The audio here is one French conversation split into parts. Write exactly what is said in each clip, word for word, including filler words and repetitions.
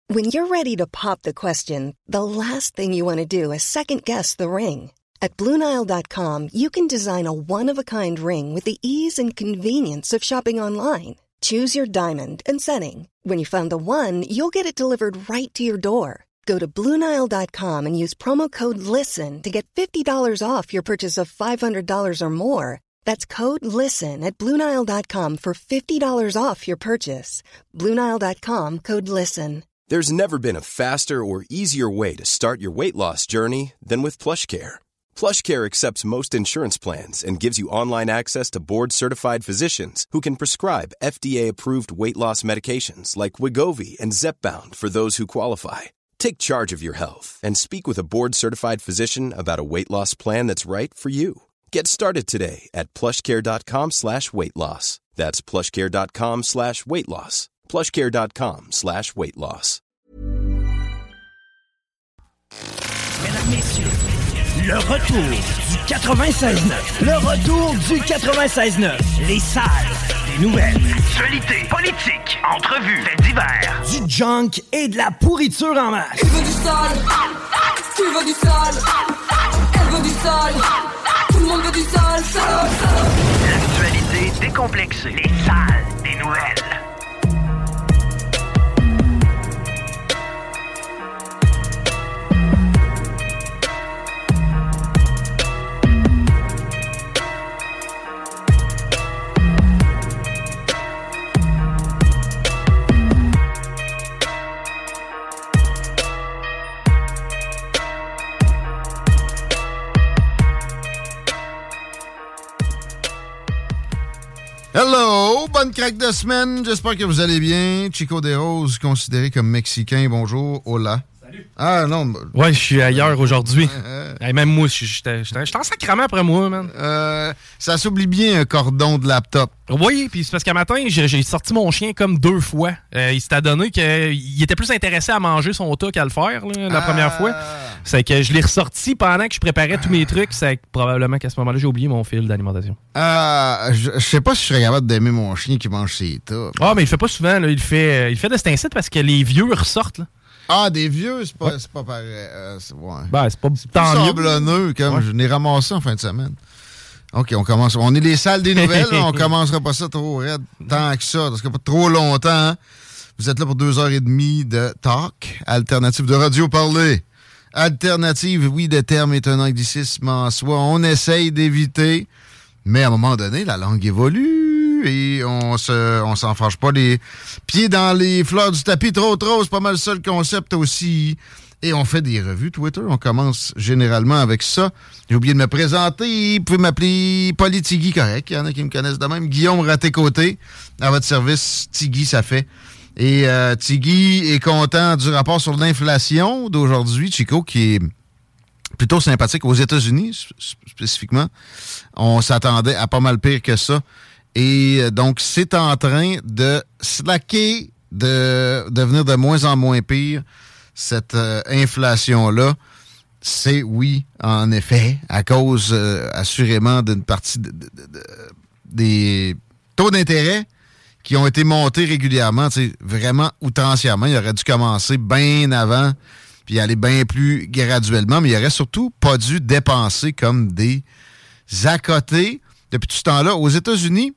When you're ready to pop the question, the last thing you want to do is second-guess the ring. At Blue Nile dot com, you can design a one-of-a-kind ring with the ease and convenience of shopping online. Choose your diamond and setting. When you find the one, you'll get it delivered right to your door. Go to Blue Nile dot com and use promo code LISTEN to get fifty dollars off your purchase of five hundred dollars or more. That's code LISTEN at Blue Nile dot com for fifty dollars off your purchase. Blue Nile dot com, code LISTEN. There's never been a faster or easier way to start your weight loss journey than with PlushCare. PlushCare accepts most insurance plans and gives you online access to board-certified physicians who can prescribe F D A-approved weight loss medications like Wegovy and Zepbound for those who qualify. Take charge of your health and speak with a board-certified physician about a weight loss plan that's right for you. Get started today at plushcare.com slash weight loss. That's plushcare.com slash weight loss. plushcare.com slash weight loss. Mesdames, messieurs, le retour du quatre-vingt-seize neuf. Le retour du quatre-vingt-seize neuf. Les salles des nouvelles. Actualité, politique, entrevues, faits divers. Du junk et de la pourriture en masse. Tu veux du sale? Tu veux du sale? Elle veut du sale? Tout le monde veut du sale, sale, sale. L'actualité décomplexée. Les salles des nouvelles. Hello, bonne craque de semaine, j'espère que vous allez bien. Chico des Roses, considéré comme mexicain, bonjour, hola. Salut. Ah non. Ouais, je suis ailleurs aujourd'hui. Euh, hey, même moi, j'étais en sacrament après moi, man. Euh, ça s'oublie bien un cordon de laptop. Oui, puis c'est parce qu'à matin, j'ai sorti mon chien comme deux fois. Euh, il s'était adonné qu'il était plus intéressé à manger son tas qu'à le faire, là, la ah. première fois. C'est que je l'ai ressorti pendant que je préparais tous mes trucs. C'est que probablement qu'à ce moment-là, j'ai oublié mon fil d'alimentation. Euh, je, je sais pas si je serais capable d'aimer mon chien qui mange ses tas. Ah, mais il le fait pas souvent. Là. Il fait, il fait de cet incite parce que les vieux ressortent. Là. Ah, des vieux, c'est pas, ouais. c'est pas pareil. Euh, c'est, ouais. Ben, c'est pas c'est tant mieux. Sablonneux, comme ouais. je l'ai ramassé en fin de semaine. OK, on commence. On est les salles des nouvelles, on commencera pas ça trop raide, tant que ça, parce que pas trop longtemps. Hein. Vous êtes là pour deux heures et demie de talk, alternative de radio parler. Alternative, oui, le terme est un anglicisme en soi. On essaye d'éviter, mais à un moment donné, la langue évolue et on se, on s'en fâche pas les pieds dans les fleurs du tapis trop trop. C'est pas mal ça le concept aussi. Et on fait des revues Twitter. On commence généralement avec ça. J'ai oublié de me présenter. Vous pouvez m'appeler Poly-Tigui, correct. Il y en a qui me connaissent de même. Guillaume Raté-Côté, à votre service. Tigui, ça fait. Et euh, Tigui est content du rapport sur l'inflation d'aujourd'hui, Chico, qui est plutôt sympathique aux États-Unis, spécifiquement. On s'attendait à pas mal pire que ça. Et donc, c'est en train de slacker, de devenir de moins en moins pire. Cette euh, inflation-là, c'est, oui, en effet, à cause, euh, assurément, d'une partie de, de, de, de, des taux d'intérêt qui ont été montés régulièrement, vraiment outrancièrement. Il aurait dû commencer bien avant, puis aller bien plus graduellement, mais il aurait surtout pas dû dépenser comme des à-côtés. Depuis tout ce temps-là, aux États-Unis,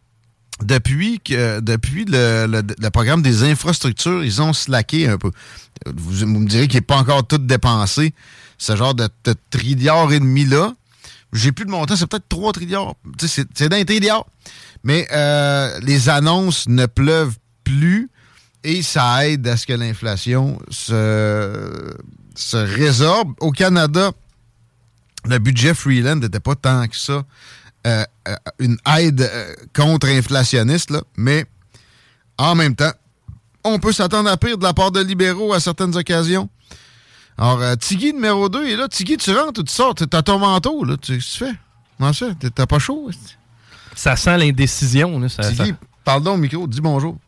Depuis que depuis le, le, le programme des infrastructures, ils ont slacké un peu. Vous, vous me direz qu'il n'est pas encore tout dépensé, ce genre de, de trilliard et demi-là. J'ai plus de montant, c'est peut-être trois trilliards. C'est, c'est d'un trilliard. Mais euh, les annonces ne pleuvent plus et ça aide à ce que l'inflation se, se résorbe. Au Canada, le budget Freeland n'était pas tant que ça. Euh, euh, une aide euh, contre-inflationniste, là, mais en même temps, on peut s'attendre à pire de la part de libéraux à certaines occasions. Alors, euh, Tigui numéro deux est là. Tigui, tu rentres ou tu sors? T'as ton manteau, là. Tu, qu'est-ce que tu fais? Comment ça? T'as pas chaud? Ça sent l'indécision. Là, ça, Tigui, ça... parle donc au micro, dis bonjour.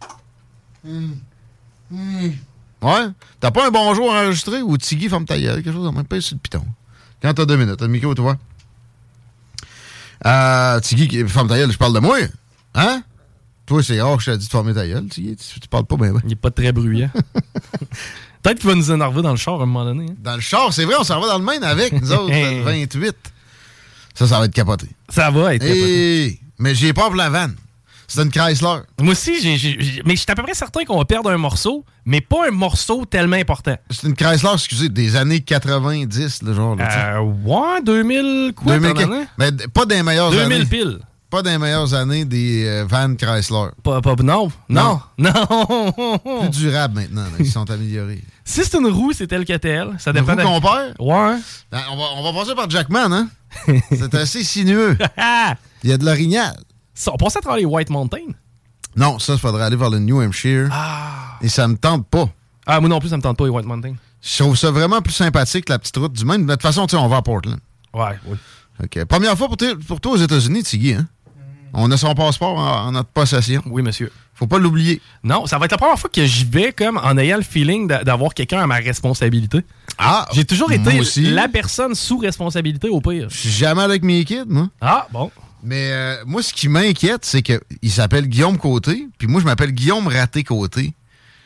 Mm. Mm. Ouais? T'as pas un bonjour enregistré ou Tigui, ferme ta gueule, quelque chose comme ça, pèse sur le piton. Quand t'as deux minutes, t'as le micro, tu vois? Euh, Tigui, femme ta gueule, je parle de moi. Hein? Toi, c'est rare que je t'ai dit de fermer ta gueule. Tu, tu, tu parles pas bien. Ben. Il est pas très bruyant. Peut-être qu'il va nous énerver dans le char à un moment donné. Hein. Dans le char, c'est vrai, on s'en va dans le Maine avec nous autres, le vingt-huit. Ça, ça va être capoté. Ça va être capoté. Et... Mais j'ai peur pour la vanne. C'est une Chrysler. Moi aussi, j'ai, j'ai, j'ai... mais je suis à peu près certain qu'on va perdre un morceau, mais pas un morceau tellement important. C'est une Chrysler, excusez, des années quatre-vingt-dix, le genre. Là, euh, ouais, deux mille quoi, deux mille, mais pas des meilleures deux années. mille pile. Pas des meilleures années des euh, vannes Chrysler. Pas, pas, non, non, non. non. Plus durables maintenant, là, ils sont améliorés. Si c'est une roue, c'est tel que tel. Ça dépend. Une roue qu'on perd? Ouais. Ben, on, va, on va passer par Jackman, hein? C'est assez sinueux. Il y a de l'orignal. Ça, on passe à travers les White Mountains? Non, ça, il faudrait aller vers le New Hampshire. Ah. Et ça me tente pas. Ah, moi non plus, ça me tente pas, les White Mountains. Je trouve ça vraiment plus sympathique, la petite route du Maine. De toute façon, tu sais, on va à Portland. Ouais, oui. OK. Première fois pour, t- pour toi aux États-Unis, Tiggy, hein? On a son passeport en, en notre possession. Oui, monsieur. Faut pas l'oublier. Non, ça va être la première fois que j'y vais comme en ayant le feeling d'a- d'avoir quelqu'un à ma responsabilité. Ah! J'ai toujours été aussi. la personne sous responsabilité au pire. Je suis jamais avec mes kids, moi. Ah, bon. Mais euh, moi, ce qui m'inquiète, c'est qu'il s'appelle Guillaume Côté, puis moi, je m'appelle Guillaume Raté-Côté.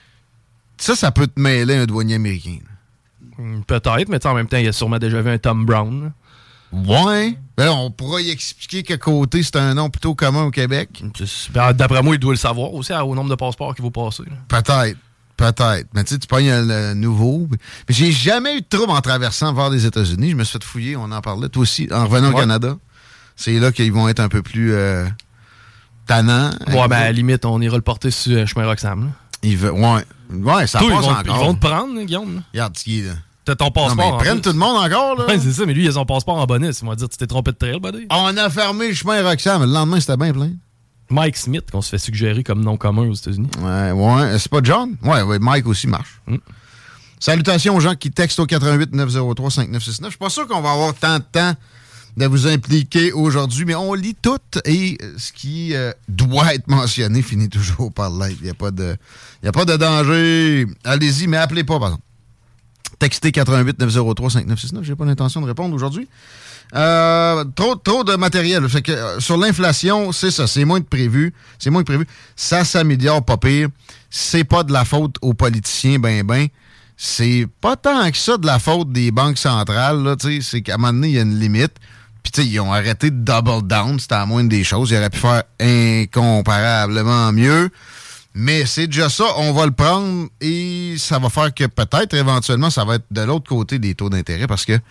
Ça, ça peut te mêler un douanier américain. Peut-être, mais en même temps, il a sûrement déjà vu un Tom Brown. Là. Ouais. Ben là, on pourra y expliquer que Côté, c'est un nom plutôt commun au Québec. Ben, d'après moi, il doit le savoir aussi au nombre de passeports qu'il va passer. Là. Peut-être. Peut-être. Mais tu sais, tu pognes le nouveau. Mais j'ai jamais eu de trouble en traversant vers les États-Unis. Je me suis fait fouiller, on en parlait. Toi aussi, en revenant ouais. au Canada. C'est là qu'ils vont être un peu plus euh, tannants. Ouais, ben à la limite, on ira le porter sur euh, chemin Roxham. Là. Il veut, ouais. Ouais, ça Toi, passe ils vont, encore. Ils vont te prendre, là, Guillaume. Là. Regarde, ce qui est là. T'as ton passeport. Non, mais ils prennent plus. tout le monde encore, là. Ouais, c'est ça, mais lui, il a son passeport en bonus. Il m'a dit, tu t'es trompé de trail, buddy. On a fermé le chemin Roxham. Le lendemain, c'était bien plein. Mike Smith, qu'on se fait suggérer comme nom commun aux États-Unis. Ouais, ouais. C'est pas John? Ouais, ouais. Mike aussi marche. Mm. Salutations aux gens qui textent au quatre un huit neuf zéro trois cinq neuf six neuf. Je suis pas sûr qu'on va avoir tant de temps de vous impliquer aujourd'hui, mais on lit tout et ce qui euh, doit être mentionné finit toujours par l'être. Il n'y a pas de, il y a pas de danger. Allez-y, mais appelez pas, par exemple. Textez quatre un huit neuf zéro trois cinq neuf six neuf. J'ai pas l'intention de répondre aujourd'hui. Euh, trop, trop de matériel. Fait que, euh, sur l'inflation, c'est ça. C'est moins que prévu. C'est moins que prévu. Ça s'améliore pas pire. C'est pas de la faute aux politiciens, ben ben. C'est pas tant que ça de la faute des banques centrales. Là, c'est qu'à un moment donné, il y a une limite. Puis, tu sais, ils ont arrêté de double down. C'était à la moindre des choses. Ils auraient pu faire incomparablement mieux. Mais c'est déjà ça. On va le prendre et ça va faire que peut-être, éventuellement, ça va être de l'autre côté des taux d'intérêt parce que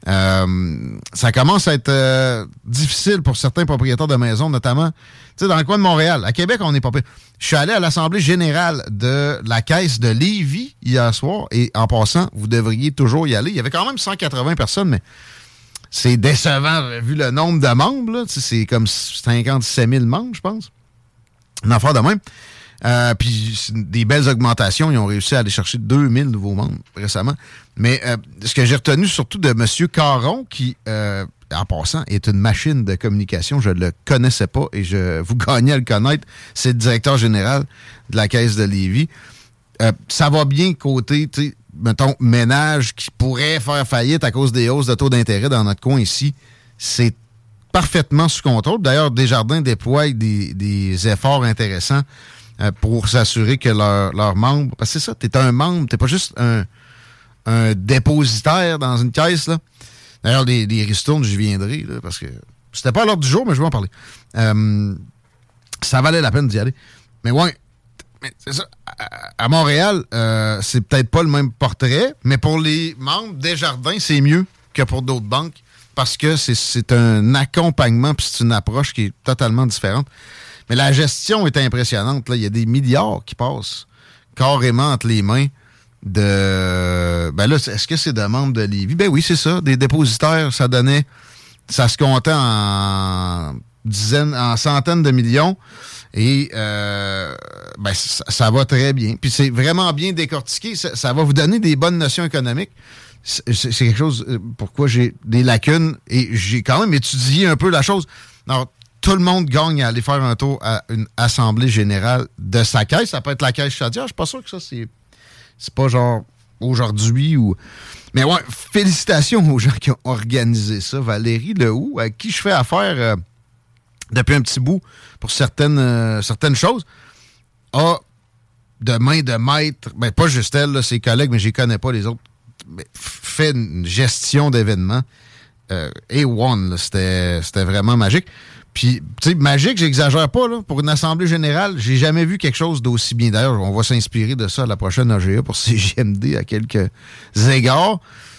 euh, ça commence à être euh, difficile pour certains propriétaires de maisons, notamment, tu sais, dans le coin de Montréal. À Québec, on n'est pas pire. Je suis allé à l'Assemblée générale de la Caisse de Lévis hier soir et en passant, vous devriez toujours y aller. Il y avait quand même cent quatre-vingts personnes, mais c'est décevant vu le nombre de membres. Là. C'est comme cinquante-sept mille membres, je pense. Une affaire de même. Euh, puis des belles augmentations. Ils ont réussi à aller chercher deux mille nouveaux membres récemment. Mais euh, ce que j'ai retenu surtout de M. Caron, qui, euh, en passant, est une machine de communication. Je ne le connaissais pas et je vous gagnez à le connaître. C'est le directeur général de la Caisse de Lévis. Euh, ça va bien côté, tu sais, mettons, ménage qui pourrait faire faillite à cause des hausses de taux d'intérêt dans notre coin ici. C'est parfaitement sous contrôle. D'ailleurs, Desjardins déploie des, des efforts intéressants euh, pour s'assurer que leurs leur membres... Parce que c'est ça, t'es un membre, t'es pas juste un, un dépositaire dans une caisse, là. D'ailleurs, les, les ristournes, j'y viendrai, là, parce que c'était pas à l'ordre du jour, mais je vais en parler. Euh, ça valait la peine d'y aller. Mais ouais, mais c'est ça. À, à Montréal, euh, c'est peut-être pas le même portrait, mais pour les membres Desjardins, c'est mieux que pour d'autres banques parce que c'est, c'est un accompagnement puis c'est une approche qui est totalement différente. Mais la gestion est impressionnante. Là. Il y a des milliards qui passent carrément entre les mains de... Ben là, est-ce que c'est de membres de Lévis? Ben oui, c'est ça. Des dépositaires, ça donnait... Ça se comptait en dizaines, en centaines de millions. Et euh, ben, ça, ça va très bien. Puis c'est vraiment bien décortiqué. Ça, ça va vous donner des bonnes notions économiques. C'est, c'est quelque chose pourquoi j'ai des lacunes. Et j'ai quand même étudié un peu la chose. Alors, tout le monde gagne à aller faire un tour à une assemblée générale de sa caisse. Ça peut être la caisse Chaudière. Je suis pas sûr que ça, c'est... C'est pas genre aujourd'hui ou... Mais ouais, félicitations aux gens qui ont organisé ça. Valérie Lehoux, à qui je fais affaire euh, depuis un petit bout pour certaines, euh, certaines choses, a de main de maître, ben pas juste elle, là, ses collègues, mais je les connais pas les autres, mais fait une gestion d'événements. Euh, A un, là, c'était, c'était vraiment magique. Puis, tu sais, magique, j'exagère pas, là. Pour une assemblée générale, j'ai jamais vu quelque chose d'aussi bien. D'ailleurs, on va s'inspirer de ça à la prochaine A G A pour C J M D à quelques égards.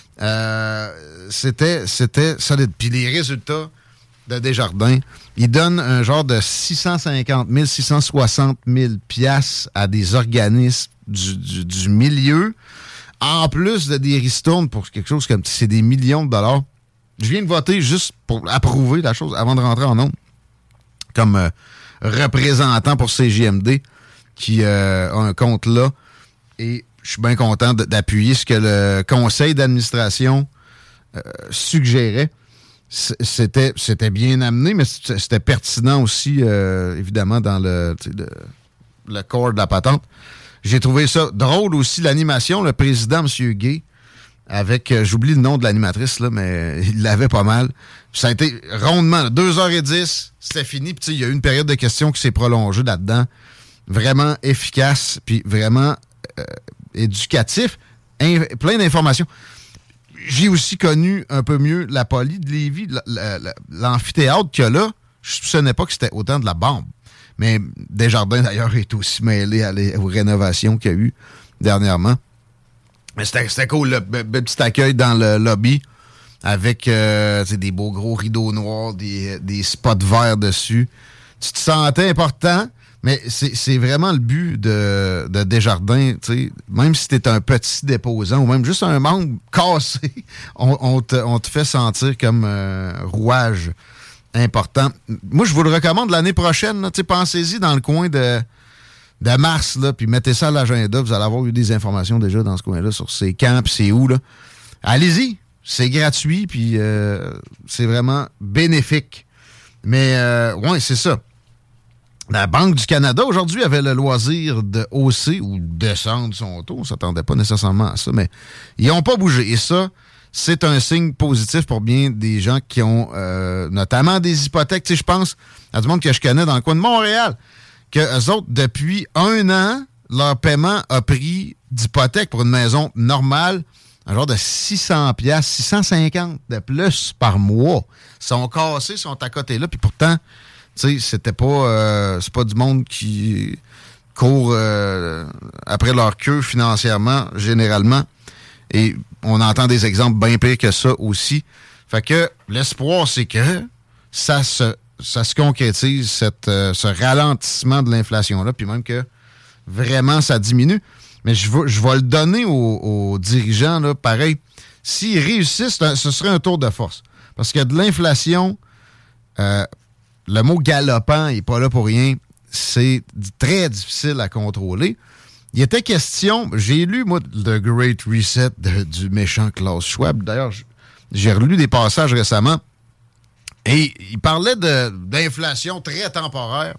Euh, c'était, c'était solide. Puis les résultats de Desjardins, ils donnent un genre de six cent cinquante mille, six cent soixante mille piastres à des organismes du, du, du milieu, en plus de des ristournes pour quelque chose comme... C'est des millions de dollars. Je viens de voter juste pour approuver la chose avant de rentrer en nombre comme euh, représentant pour C J M D qui euh, a un compte là. Et je suis bien content de, d'appuyer ce que le conseil d'administration euh, suggérait. C'était, c'était bien amené, mais c'était pertinent aussi, euh, évidemment, dans le, le, le corps de la patente. J'ai trouvé ça drôle aussi, l'animation. Le président, M. Gay, avec, euh, j'oublie le nom de l'animatrice, là, mais il l'avait pas mal. Puis ça a été rondement, deux heures dix, c'était fini. Puis il y a eu une période de questions qui s'est prolongée là-dedans. Vraiment efficace, puis vraiment euh, éducatif. Inf- plein d'informations. J'ai aussi connu un peu mieux la Poly de Lévis, la, la, l'amphithéâtre qu'il y a là. Je ne soupçonnais pas que c'était autant de la bombe. Mais Desjardins, d'ailleurs, est aussi mêlé à les, aux rénovations qu'il y a eu dernièrement. Mais c'était, c'était cool, le, le, le petit accueil dans le lobby avec euh, des beaux gros rideaux noirs, des, des spots verts dessus. Tu te sentais important, mais c'est, c'est vraiment le but de, de Desjardins. T'sais, même si t'es un petit déposant ou même juste un membre cassé, on, on, te, on te fait sentir comme euh, rouage important. Moi, je vous le recommande l'année prochaine. Là, pensez-y dans le coin de... de mars, là, puis mettez ça à l'agenda, vous allez avoir eu des informations déjà dans ce coin-là sur ces camps, puis c'est où, là. Allez-y, c'est gratuit, puis euh, c'est vraiment bénéfique. Mais, euh, ouais, c'est ça. La Banque du Canada, aujourd'hui, avait le loisir de hausser ou descendre son taux. On ne s'attendait pas nécessairement à ça, mais ils n'ont pas bougé. Et ça, c'est un signe positif pour bien des gens qui ont euh, notamment des hypothèques. Tu sais, je pense à du monde que je connais dans le coin de Montréal, que eux autres, depuis un an, leur paiement a pris d'hypothèque pour une maison normale, un genre de six cents piastres, six cent cinquante de plus par mois. Ils sont cassés, ils sont à côté là, puis pourtant, tu sais, c'était pas, euh, c'est pas du monde qui court euh, après leur queue financièrement, généralement. Et on entend des exemples bien pires que ça aussi. Fait que l'espoir, c'est que ça se... ça se concrétise, cette, euh, ce ralentissement de l'inflation-là, puis même que vraiment ça diminue. Mais je vais, je vais le donner aux, aux dirigeants, là, pareil. S'ils réussissent, ce serait un tour de force. Parce que de l'inflation, euh, le mot galopant n'est pas là pour rien. C'est très difficile à contrôler. Il était question, j'ai lu, moi, The Great Reset de, du méchant Klaus Schwab. D'ailleurs, j'ai relu des passages récemment. Et il parlait de, d'inflation très temporaire.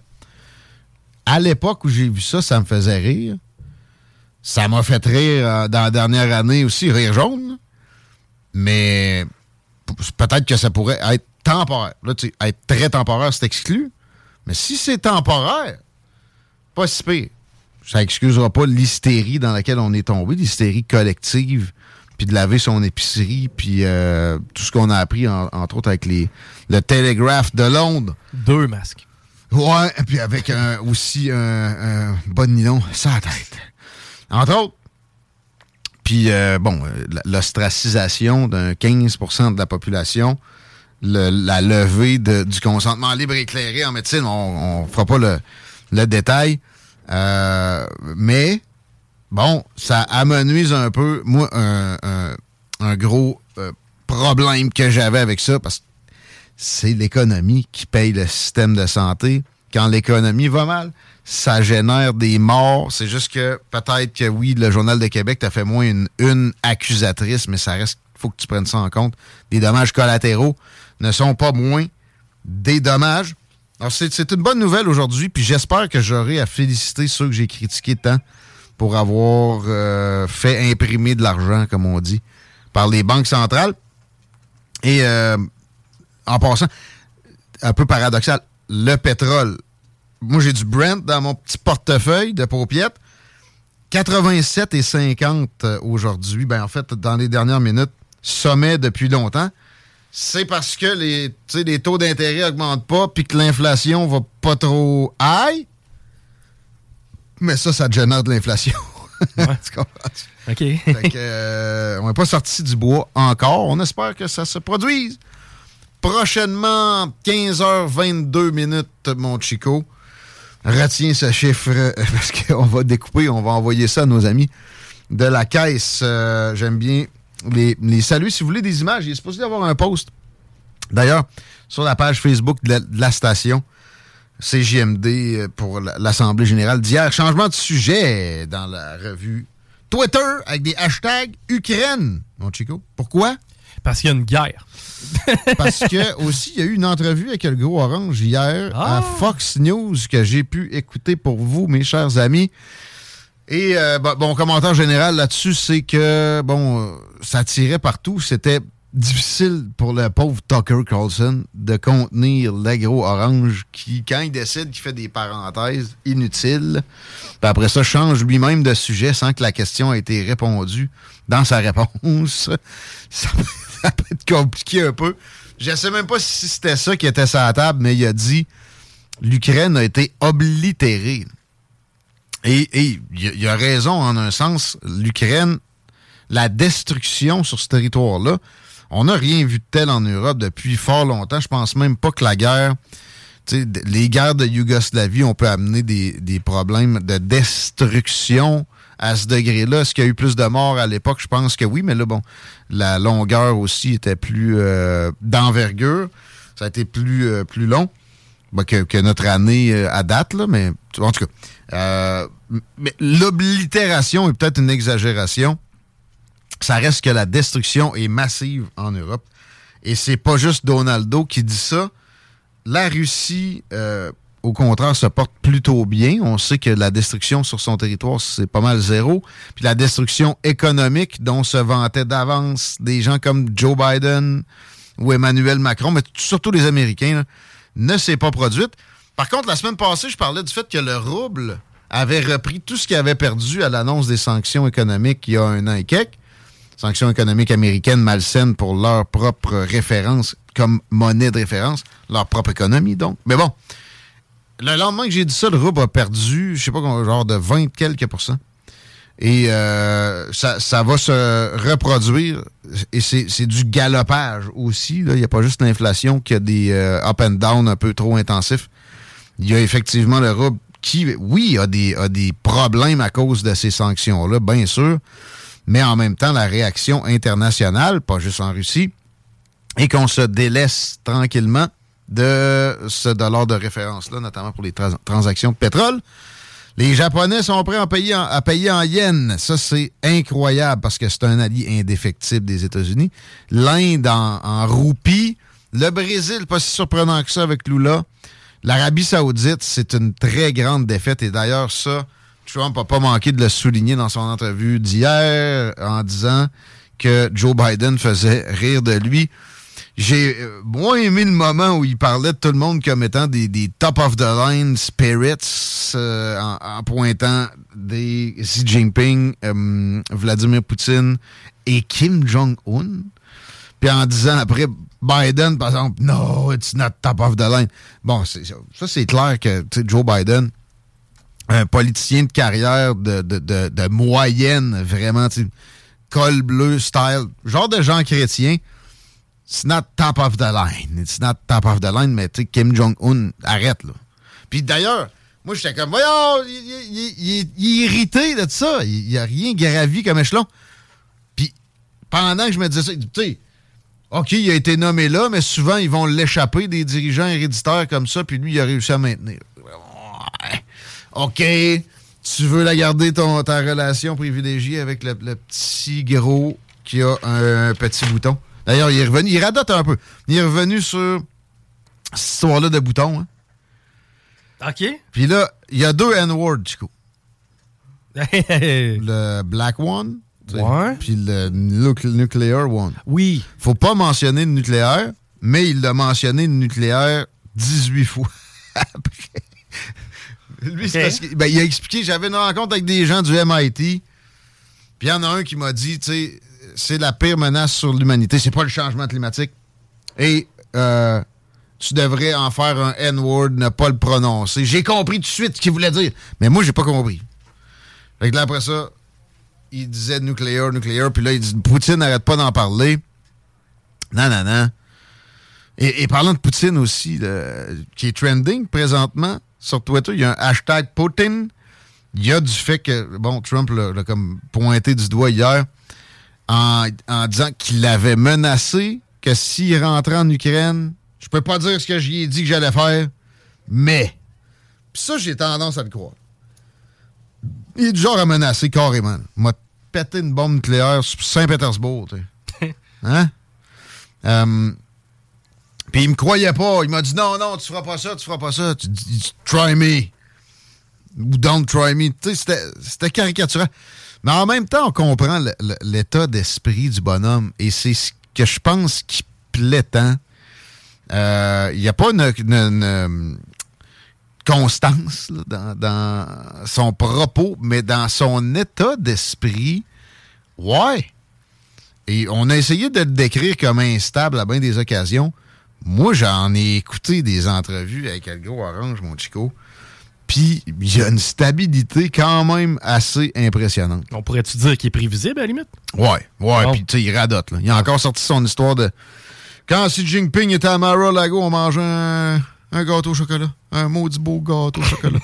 À l'époque où j'ai vu ça, ça me faisait rire. Ça m'a fait rire euh, dans la dernière année aussi, rire jaune. Mais peut-être que ça pourrait être temporaire. Là, tu sais, être très temporaire, c'est exclu. Mais si c'est temporaire, pas si pire. Ça n'excusera pas l'hystérie dans laquelle on est tombé, l'hystérie collective, puis de laver son épicerie, puis euh, tout ce qu'on a appris, en, entre autres, avec les, le Telegraph de Londres. Deux masques. Ouais, puis avec un, aussi un, un bon nylon sur la tête. Entre autres. Puis, euh, bon, l'ostracisation d'un quinze pour cent de la population, le, la levée de, du consentement libre et éclairé en médecine, on ne fera pas le, le détail. Euh, mais, bon, ça amenuise un peu, moi, un, un, un gros euh, problème que j'avais avec ça, parce que c'est l'économie qui paye le système de santé. Quand l'économie va mal, ça génère des morts. C'est juste que peut-être que, oui, le Journal de Québec t'a fait moins une, une accusatrice, mais ça reste, il faut que tu prennes ça en compte. Les dommages collatéraux ne sont pas moins des dommages. Alors, c'est, c'est une bonne nouvelle aujourd'hui, puis j'espère que j'aurai à féliciter ceux que j'ai critiqués tant pour avoir euh, fait imprimer de l'argent, comme on dit, par les banques centrales. Et euh, en passant, un peu paradoxal, le pétrole. Moi, j'ai du Brent dans mon petit portefeuille de paupiètes. quatre-vingt-sept et cinquante aujourd'hui. Ben, en fait, dans les dernières minutes, sommet depuis longtemps. C'est parce que les, les taux d'intérêt n'augmentent pas puis que l'inflation va pas trop high. Mais ça, ça génère de l'inflation. Ouais. Tu comprends? OK. Fait que, euh, on n'est pas sorti du bois encore. On espère que ça se produise. Prochainement, quinze heures vingt-deux minutes, mon Chico. Retiens ce chiffre euh, parce qu'on va découper, on va envoyer ça à nos amis de la caisse. Euh, j'aime bien les, les saluts. Si vous voulez des images, il est supposé y avoir un post. D'ailleurs, sur la page Facebook de la, de la station, C J M D pour l'Assemblée générale d'hier. Changement de sujet dans la revue Twitter avec des hashtags Ukraine, mon Chico. Pourquoi? Parce qu'il y a une guerre. Parce que aussi, il y a eu une entrevue avec le Gros Orange hier ah. à Fox News que j'ai pu écouter pour vous, mes chers amis. Et euh, bon, mon commentaire général là-dessus, c'est que bon, euh, ça tirait partout. C'était difficile pour le pauvre Tucker Carlson de contenir le Gros Orange qui, quand il décide qu'il fait des parenthèses inutiles, puis après ça, change lui-même de sujet sans que la question ait été répondue dans sa réponse. Ça peut, ça peut être compliqué un peu. Je ne sais même pas si c'était ça qui était sur la table, mais il a dit l'Ukraine a été oblitérée. Et, et il a raison en un sens. L'Ukraine, la destruction sur ce territoire-là, on n'a rien vu de tel en Europe depuis fort longtemps. Je pense même pas que la guerre, les guerres de Yougoslavie, on peut amener des, des problèmes de destruction à ce degré-là. Est-ce qu'il y a eu plus de morts à l'époque? Je pense que oui, mais là, bon, la longueur aussi était plus euh, d'envergure. Ça a été plus, euh, plus long ben, que, que notre année euh, à date, là, mais en tout cas. Euh, mais l'oblitération est peut-être une exagération. Ça reste que la destruction est massive en Europe. Et c'est pas juste Donaldo qui dit ça. La Russie, euh, au contraire, se porte plutôt bien. On sait que la destruction sur son territoire, c'est pas mal zéro. Puis la destruction économique dont se vantaient d'avance des gens comme Joe Biden ou Emmanuel Macron, mais surtout les Américains, là, ne s'est pas produite. Par contre, la semaine passée, je parlais du fait que le rouble avait repris tout ce qu'il avait perdu à l'annonce des sanctions économiques il y a un an et quelques. Sanctions économiques américaines malsaines pour leur propre référence, comme monnaie de référence, leur propre économie, donc. Mais bon, le lendemain que j'ai dit ça, le rouble a perdu, je sais pas, genre de vingt quelques pourcents. Et euh, ça, ça va se reproduire. Et c'est, c'est du galopage aussi. Il n'y a pas juste l'inflation qui a des euh, up and down un peu trop intensifs. Il y a effectivement le rouble qui, oui, a des, a des problèmes à cause de ces sanctions-là, bien sûr. Mais en même temps, la réaction internationale, pas juste en Russie, et qu'on se délaisse tranquillement de ce dollar de référence-là, notamment pour les trans- transactions de pétrole. Les Japonais sont prêts à payer en, à payer en yens. Ça, c'est incroyable parce que c'est un allié indéfectible des États-Unis. L'Inde en, en roupie. Le Brésil, pas si surprenant que ça avec Lula. L'Arabie saoudite, c'est une très grande défaite. Et d'ailleurs, ça... Trump n'a pas manqué de le souligner dans son entrevue d'hier en disant que Joe Biden faisait rire de lui. J'ai moins aimé le moment où il parlait de tout le monde comme étant des, des top-of-the-line spirits euh, en, en pointant des Xi Jinping, euh, Vladimir Poutine et Kim Jong-un. Puis en disant après Biden, par exemple, « No, it's not top-of-the-line ». Bon, c'est, ça, c'est clair que Joe Biden... un politicien de carrière de, de, de, de moyenne, vraiment, tu sais, col bleu, style, genre de Jean Chrétien, it's not top of the line. It's not top of the line, mais tu sais, Kim Jong-un, arrête, là. Puis d'ailleurs, moi, j'étais comme, voyons, il, il, il, il est irrité de ça. Il n'y a rien gravi comme échelon. Puis pendant que je me disais ça, tu sais, OK, il a été nommé là, mais souvent, ils vont l'échapper des dirigeants héréditaires comme ça, puis lui, il a réussi à maintenir. Ouais. OK, tu veux la garder ton, ta relation privilégiée avec le, le petit gros qui a un, un petit bouton. D'ailleurs, il est revenu, il radote un peu. Il est revenu sur cette histoire-là de bouton. Hein. OK. Puis là, il y a deux N-words, Chico. Le Black One, ouais. Puis le Nuclear One. Oui. Faut pas mentionner le nucléaire, mais il a mentionné le nucléaire dix-huit fois. après. Lui, okay. c'est parce qu'il ben, il a expliqué, j'avais une rencontre avec des gens du M I T, puis il y en a un qui m'a dit, tu sais, c'est la pire menace sur l'humanité, c'est pas le changement climatique. Et euh, tu devrais en faire un N-word, ne pas le prononcer. J'ai compris tout de suite ce qu'il voulait dire, mais moi, j'ai pas compris. Fait que là, après ça, il disait nucléaire, nucléaire, puis là, il dit Poutine n'arrête pas d'en parler. Non, non, non. Et, et parlant de Poutine aussi, là, qui est trending présentement sur Twitter, il y a un hashtag Poutine. Il y a du fait que, bon, Trump l'a, l'a comme pointé du doigt hier en, en disant qu'il avait menacé que s'il rentrait en Ukraine, je peux pas dire ce que j'y ai dit que j'allais faire, mais. Puis ça, j'ai tendance à le croire. Il est du genre à menacer carrément. Il m'a pété une bombe nucléaire sur Saint-Pétersbourg, tu sais. Hein? Um, Puis il me croyait pas. Il m'a dit non, non, tu feras pas ça, tu feras pas ça. Tu dis try me. Ou don't try me. Tu sais, c'était, c'était caricatural. Mais en même temps, on comprend le, le, l'état d'esprit du bonhomme. Et c'est ce que je pense qui plaît tant. Il euh, n'y a pas une, une, une constance là, dans, dans son propos, mais dans son état d'esprit, ouais. Et on a essayé de le décrire comme instable à bien des occasions. Moi, j'en ai écouté des entrevues avec El Gros Orange, mon chico. Puis, il y a une stabilité quand même assez impressionnante. On pourrait-tu dire qu'il est prévisible, à la limite? Ouais, ouais. Bon. Puis, tu sais, il radote. Là. Il a encore sorti son histoire de... Quand Xi Jinping était à Mar-a-Lago, on mangeait un, un gâteau au chocolat. Un maudit beau gâteau au chocolat.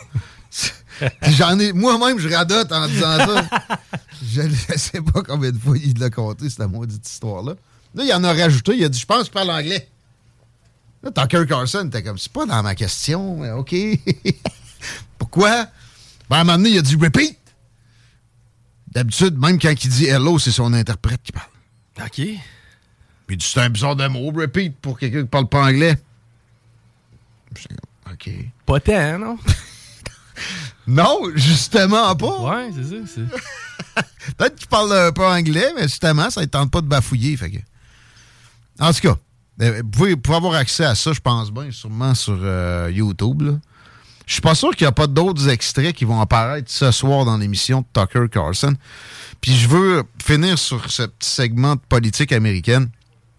J'en ai... Moi-même, je radote en disant ça. Je ne sais pas combien de fois il l'a compté, cette maudite histoire-là. Là, il en a rajouté. Il a dit, je pense qu'il parle anglais. Là, Tucker Carlson était comme, c'est pas dans ma question, mais OK. Pourquoi? Ben, à un moment donné, il a dit repeat. D'habitude, même quand il dit hello, c'est son interprète qui parle. OK. Puis il dit, c'est un bizarre de mot, repeat, pour quelqu'un qui parle pas anglais. OK. Pas tant, non? Non, justement pas. Ouais, c'est ça. C'est... Peut-être qu'il parle un peu anglais, mais justement, ça ne tente pas de bafouiller. Fait que... En tout cas, vous pouvez, vous pouvez avoir accès à ça, je pense bien, sûrement sur euh, YouTube. Là. Je suis pas sûr qu'il n'y a pas d'autres extraits qui vont apparaître ce soir dans l'émission de Tucker Carlson. Puis je veux finir sur ce petit segment de politique américaine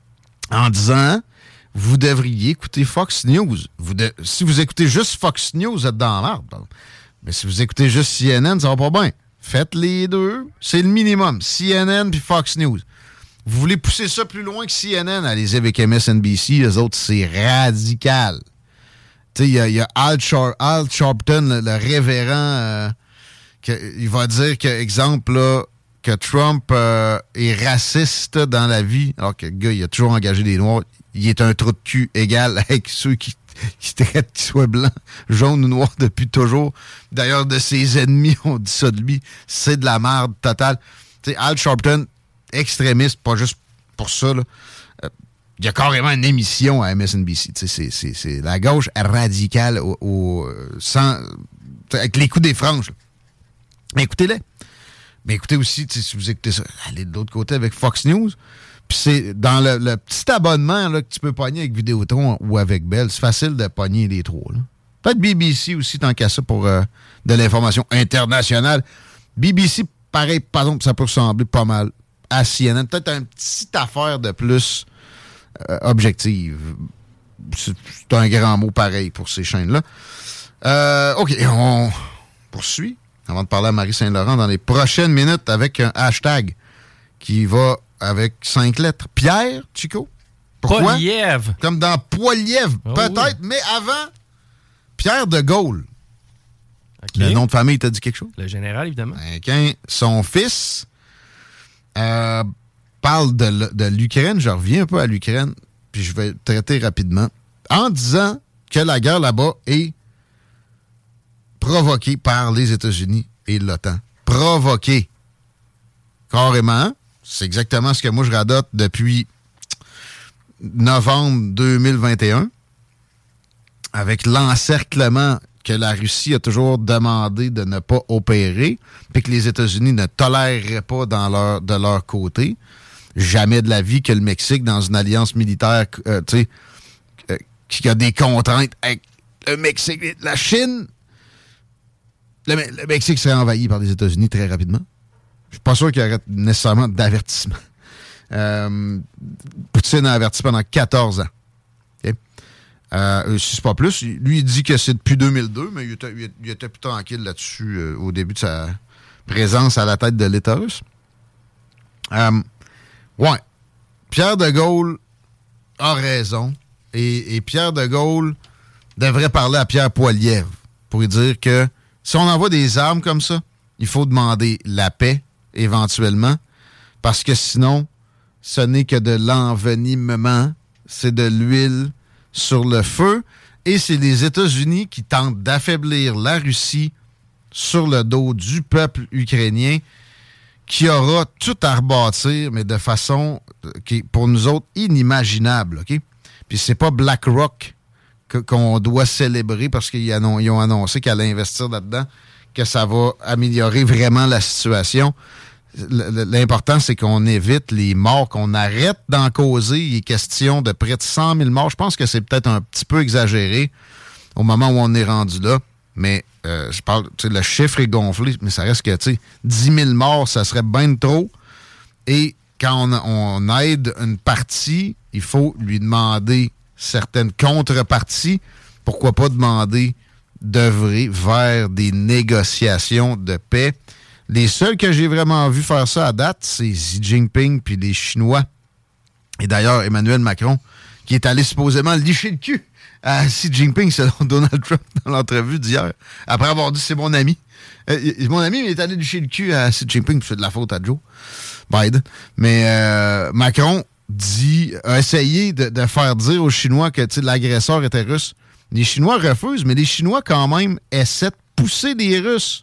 en disant, vous devriez écouter Fox News. Vous de... Si vous écoutez juste Fox News, vous êtes dans la merde. Mais si vous écoutez juste C N N, ça va pas bien. Faites les deux. C'est le minimum. C N N puis Fox News. Vous voulez pousser ça plus loin que C N N, allez-y avec M S N B C. Les autres, c'est radical. Tu sais, il y, y a Al, Char- Al Sharpton, le, le révérend, euh, que, il va dire que, exemple, là, que Trump euh, est raciste dans la vie, alors que le gars, il a toujours engagé des Noirs. Il est un trou de cul égal avec ceux qui, qui traitent qu'ils soient blancs, jaunes ou noirs depuis toujours. D'ailleurs, de ses ennemis, on dit ça de lui. C'est de la merde totale. Tu sais, Al Sharpton, extrémiste, pas juste pour ça, là. Euh, il y a carrément une émission à M S N B C. C'est, c'est, c'est la gauche radicale au, au, sans, avec les coups des franges. Là. Écoutez-les. Mais écoutez aussi, si vous écoutez ça, allez de l'autre côté avec Fox News. Puis c'est dans le, le petit abonnement là, que tu peux pogner avec Vidéotron ou avec Bell. C'est facile de pogner les trois. Là. Peut-être B B C aussi, tant qu'à ça, pour euh, de l'information internationale. B B C, pareil, par exemple, ça peut ressembler pas mal à C N N. Peut-être une petite affaire de plus euh, objective. C'est, c'est un grand mot pareil pour ces chaînes-là. Euh, OK, on poursuit. Avant de parler à Marie Saint-Laurent dans les prochaines minutes avec un hashtag qui va avec cinq lettres. Pierre, Chico? Pourquoi? Poilievre. Comme dans Poilievre, oh, peut-être, oui. Mais avant, Pierre de Gaulle. Okay. Le nom de famille t'a dit quelque chose? Le général, évidemment. Okay. Son fils euh, parle de, de l'Ukraine. Je reviens un peu à l'Ukraine, puis je vais traiter rapidement, en disant que la guerre là-bas est provoquée par les États-Unis et l'OTAN. Provoquée. Carrément. C'est exactement ce que moi je radote depuis novembre deux mille vingt et un, avec l'encerclement que la Russie a toujours demandé de ne pas opérer, puis que les États-Unis ne toléreraient pas dans leur, de leur côté. Jamais de la vie que le Mexique, dans une alliance militaire, euh, tu sais, euh, qui a des contraintes le Mexique, la Chine, le, le Mexique serait envahi par les États-Unis très rapidement. Je suis pas sûr qu'il y aurait nécessairement d'avertissement. Euh, Poutine a averti pendant quatorze ans. Okay? Euh, si c'est pas plus, lui, il dit que c'est depuis deux mille deux, mais il était, il était plus tranquille là-dessus euh, au début de sa présence à la tête de l'État russe. Euh, ouais. Pierre de Gaulle a raison. Et, et Pierre de Gaulle devrait parler à Pierre Poilievre pour lui dire que si on envoie des armes comme ça, il faut demander la paix éventuellement, parce que sinon, ce n'est que de l'envenimement, c'est de l'huile sur le feu, et c'est les États-Unis qui tentent d'affaiblir la Russie sur le dos du peuple ukrainien, qui aura tout à rebâtir, mais de façon qui est pour nous autres inimaginable, OK? Puis c'est pas BlackRock que, qu'on doit célébrer parce qu'ils annon- ils ont annoncé qu'elle allait investir là-dedans, que ça va améliorer vraiment la situation. L'important, c'est qu'on évite les morts, qu'on arrête d'en causer. Il est question de près de cent mille morts. Je pense que c'est peut-être un petit peu exagéré au moment où on est rendu là. Mais euh, je parle, tu sais, le chiffre est gonflé, mais ça reste que, tu sais, dix mille morts, ça serait bien trop. Et quand on, on aide une partie, il faut lui demander certaines contreparties. Pourquoi pas demander d'œuvrer vers des négociations de paix? Les seuls que j'ai vraiment vu faire ça à date, c'est Xi Jinping puis les Chinois. Et d'ailleurs, Emmanuel Macron, qui est allé supposément licher le cul à Xi Jinping, selon Donald Trump, dans l'entrevue d'hier, après avoir dit « c'est mon ami euh, ». Mon ami, il est allé licher le cul à Xi Jinping, puis c'est de la faute à Joe Biden. Mais euh, Macron dit, a essayé de, de faire dire aux Chinois que l'agresseur était russe. Les Chinois refusent, mais les Chinois, quand même, essaient de pousser les Russes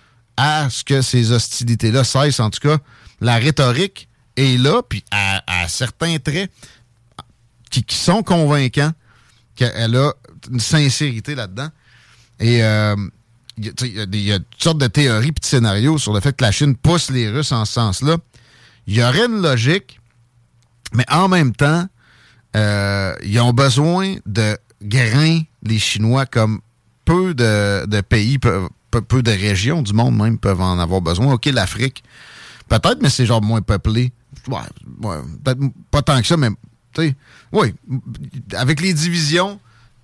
à ce que ces hostilités-là cessent. En tout cas, la rhétorique est là, puis à, à certains traits qui, qui sont convaincants qu'elle a une sincérité là-dedans. Et euh, il y, y, y a toutes sortes de théories et de scénarios sur le fait que la Chine pousse les Russes en ce sens-là. Il y aurait une logique, mais en même temps, euh, ils ont besoin de grains, les Chinois, comme peu de, de pays peuvent Peu, peu de régions du monde même peuvent en avoir besoin. OK, l'Afrique, peut-être, mais c'est genre moins peuplé. Ouais, ouais, peut-être pas tant que ça, mais tu sais, oui, avec les divisions,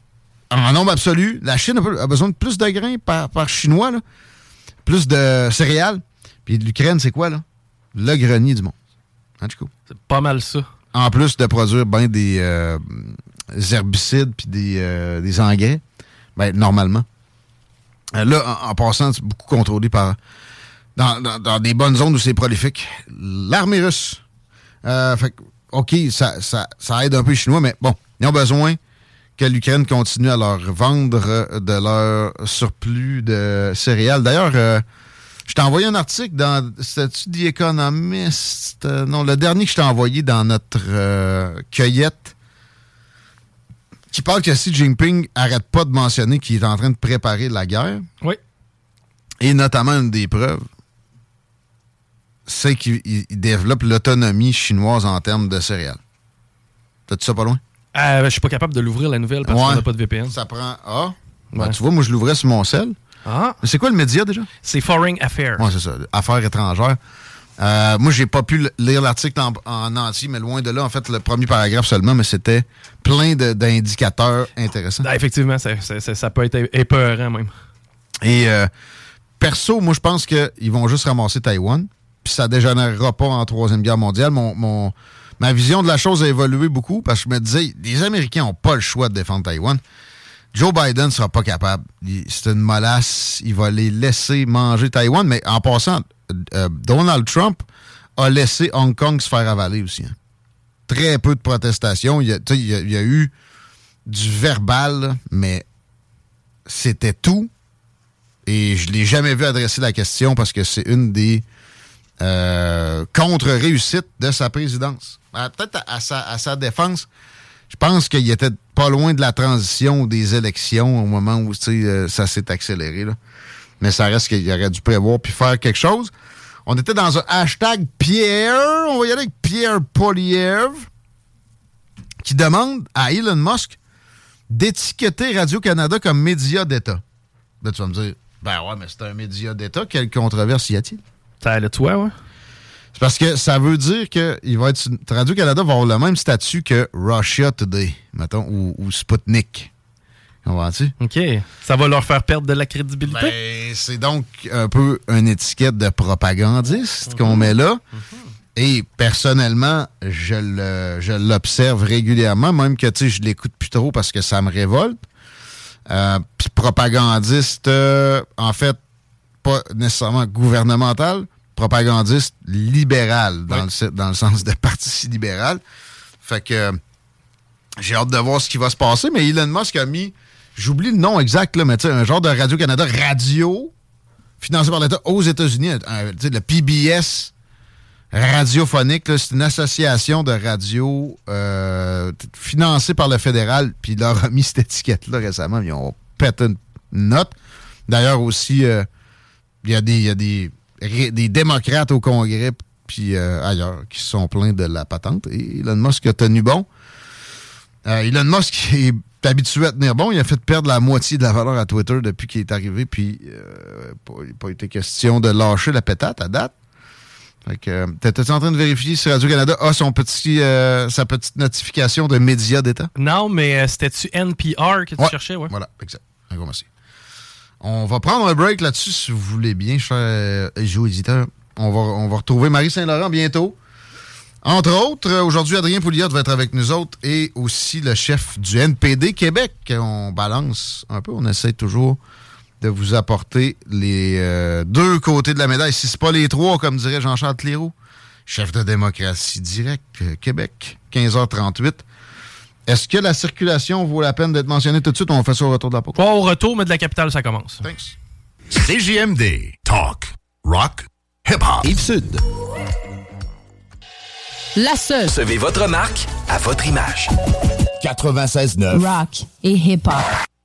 en nombre absolu, la Chine a, a besoin de plus de grains par, par Chinois, là. Plus de céréales. Puis l'Ukraine, c'est quoi, là? Le grenier du monde. En tout cas. C'est pas mal ça. En plus de produire ben des, euh, des herbicides puis des, euh, des engrais, ben normalement. Là, en, en passant, c'est beaucoup contrôlé par... Dans, dans, dans des bonnes zones où c'est prolifique. L'armée russe. Euh, fait OK, ça, ça, ça aide un peu les Chinois, mais bon, ils ont besoin que l'Ukraine continue à leur vendre de leur surplus de céréales. D'ailleurs, euh, je t'ai envoyé un article dans... C'était-tu The Economist? Euh, non, le dernier que je t'ai envoyé dans notre euh, cueillette, qui parle que Xi Jinping arrête pas de mentionner qu'il est en train de préparer la guerre. Oui. Et notamment, une des preuves, c'est qu'il il développe l'autonomie chinoise en termes de céréales. T'as-tu ça pas loin? Euh, je suis pas capable de l'ouvrir, la nouvelle, parce ouais. qu'on n'a pas de V P N. Ça prend... Ah! Ouais. Ben, tu vois, moi, je l'ouvrais sur mon cell. Ah! Mais c'est quoi le média, déjà? C'est Foreign Affairs. Oui, c'est ça. Affaires étrangères. Euh, moi, j'ai pas pu lire l'article en, en entier, mais loin de là, en fait, le premier paragraphe seulement, mais c'était plein de, d'indicateurs intéressants. Ah, effectivement, ça, ça, ça, ça peut être épeurant même. Et euh, perso, moi, je pense qu'ils vont juste ramasser Taïwan, puis ça dégénérera pas en Troisième Guerre mondiale. Mon, mon, ma vision de la chose a évolué beaucoup, parce que je me disais, les Américains n'ont pas le choix de défendre Taïwan. Joe Biden ne sera pas capable. Il, c'est une molasse. Il va les laisser manger Taïwan, mais en passant... Euh, Donald Trump a laissé Hong Kong se faire avaler aussi. Hein. Très peu de protestations. Il y a, il y a, il y a eu du verbal, là, mais c'était tout. Et je ne l'ai jamais vu adresser la question parce que c'est une des euh, contre-réussites de sa présidence. Euh, peut-être à, à, sa, à sa défense, je pense qu'il était pas loin de la transition des élections au moment où euh, ça s'est accéléré. Là. Mais ça reste qu'il aurait dû prévoir puis faire quelque chose. On était dans un hashtag Pierre. On va y aller avec Pierre Poilievre qui demande à Elon Musk d'étiqueter Radio-Canada comme média d'État. Là, tu vas me dire, ben ouais, mais c'est un média d'État. Quelle controverse y a-t-il? T'as le toi, ouais. C'est parce que ça veut dire que il va être, Radio-Canada va avoir le même statut que Russia Today, mettons, ou, ou Sputnik. Comprends-tu? OK. Ça va leur faire perdre de la crédibilité? Ben, c'est donc un peu une étiquette de propagandiste mm-hmm. qu'on met là. Mm-hmm. Et personnellement, je, le, je l'observe régulièrement, même que tu sais, je l'écoute plus trop parce que ça me révolte. Euh, Puis propagandiste, euh, en fait, pas nécessairement gouvernemental, propagandiste libéral, dans, oui. le, dans le sens de parti libéral. Fait que euh, j'ai hâte de voir ce qui va se passer, mais Elon Musk a mis, j'oublie le nom exact, là, mais tu sais, un genre de Radio-Canada radio, financé par l'État aux États-Unis, tu sais, le P B S radiophonique, là, c'est une association de radio euh, financée par le fédéral, puis il leur a mis cette étiquette-là récemment, ils ont pété une note. D'ailleurs aussi, euh, il y a des... Y a des des démocrates au Congrès puis euh, ailleurs qui se sont plaints de la patente. Et Elon Musk a tenu bon. Euh, Elon Musk est habitué à tenir bon. Il a fait perdre la moitié de la valeur à Twitter depuis qu'il est arrivé. Puis euh, il n'a pas été question de lâcher la pétate à date. Fait que euh, t'étais-tu en train de vérifier si Radio-Canada a son petit, euh, sa petite notification de média d'État? Non, mais euh, c'était-tu N P R que tu ouais. cherchais? Ouais. Voilà, exact. Un gros merci. On va prendre un break là-dessus, si vous voulez bien, cher euh, géo-éditeur. On va, on va retrouver Marie Saint-Laurent bientôt. Entre autres, aujourd'hui, Adrien Pouliot va être avec nous autres et aussi le chef du N P D Québec. On balance un peu, on essaie toujours de vous apporter les euh, deux côtés de la médaille. Si c'est pas les trois, comme dirait Jean-Charles Cléroux, chef de démocratie direct, euh, Québec, quinze heures trente-huit. Est-ce que la circulation vaut la peine d'être mentionnée tout de suite ou on fait ça au retour de la pause? Pas au retour, mais de la capitale, ça commence. Thanks. C J M D. Talk. Rock. Hip-hop. Rive-Sud. La seule. Recevez votre marque à votre image. quatre-vingt-seize neuf. Rock et hip-hop.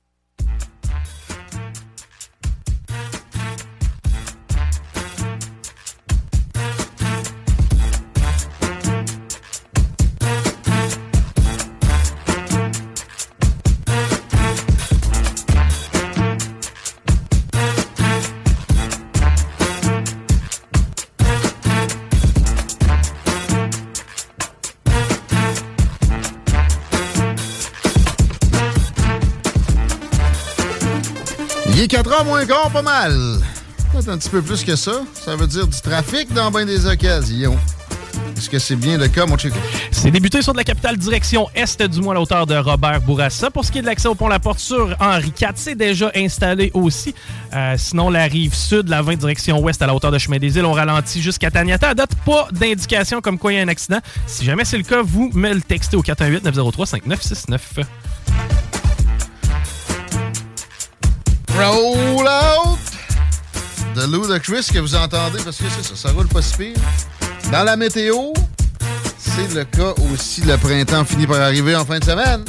Il est quatre heures moins quart, pas mal. Peut-être un petit peu plus que ça. Ça veut dire du trafic dans bien des occasions. Est-ce que c'est bien le cas, mon chico? C'est débuté sur de la capitale direction est, du moins à la hauteur de Robert Bourassa. Pour ce qui est de l'accès au pont La Porte sur Henri quatre, c'est déjà installé aussi. Euh, sinon, la rive sud, la vingt direction ouest à la hauteur de Chemin des Îles, on ralentit jusqu'à Taniata. À date, pas d'indication comme quoi il y a un accident. Si jamais c'est le cas, vous me le textez au quatre un huit neuf zéro trois cinq neuf six neuf. Roll out de Ludacris que vous entendez parce que c'est ça, ça roule pas si pire. Dans la météo, c'est le cas aussi. Le printemps finit par arriver en fin de semaine.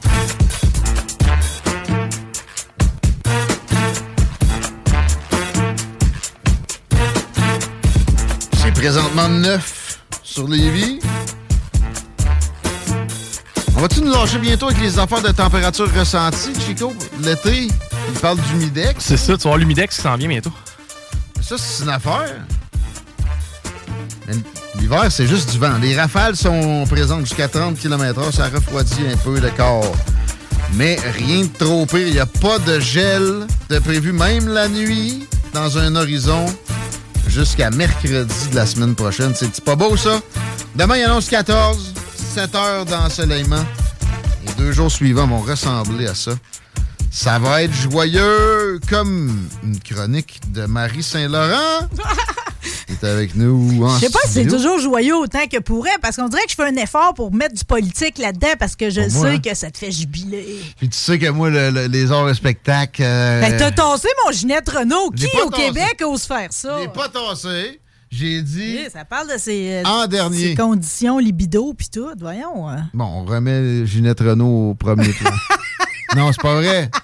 C'est présentement neuf sur Lévis. On va-tu nous lâcher bientôt avec les affaires de température ressentie, Chico? L'été, il parle d'humidex. C'est ça, tu vas voir l'humidex qui s'en vient bientôt. Ça, c'est une affaire. Mais l'hiver, c'est juste du vent. Les rafales sont présentes jusqu'à trente kilomètres heure. Ça refroidit un peu le corps. Mais rien de trop pire. Il n'y a pas de gel de prévu, même la nuit, dans un horizon jusqu'à mercredi de la semaine prochaine. C'est pas beau, ça? Demain, il annonce quatorze. sept heures d'ensoleillement. Les deux jours suivants vont ressembler à ça. Ça va être joyeux comme une chronique de Marie Saint-Laurent. Qui est avec nous en Je sais pas si c'est studio. toujours joyeux autant que pourrait, parce qu'on dirait que je fais un effort pour mettre du politique là-dedans, parce que je Pour sais moi, hein? que ça te fait jubiler. Puis tu sais que moi, le- le- les arts et spectacles... Euh, Ben, t'as tassé mon Ginette Renault. je l'ai Qui pas au tassé. Québec ose faire ça? Je l'ai pas tassé. J'ai dit... Oui, ça parle de ses, euh, En dernier. ses conditions libido puis tout. Voyons. hein. Bon, on remet Ginette Renault au premier plan. Non, c'est pas vrai.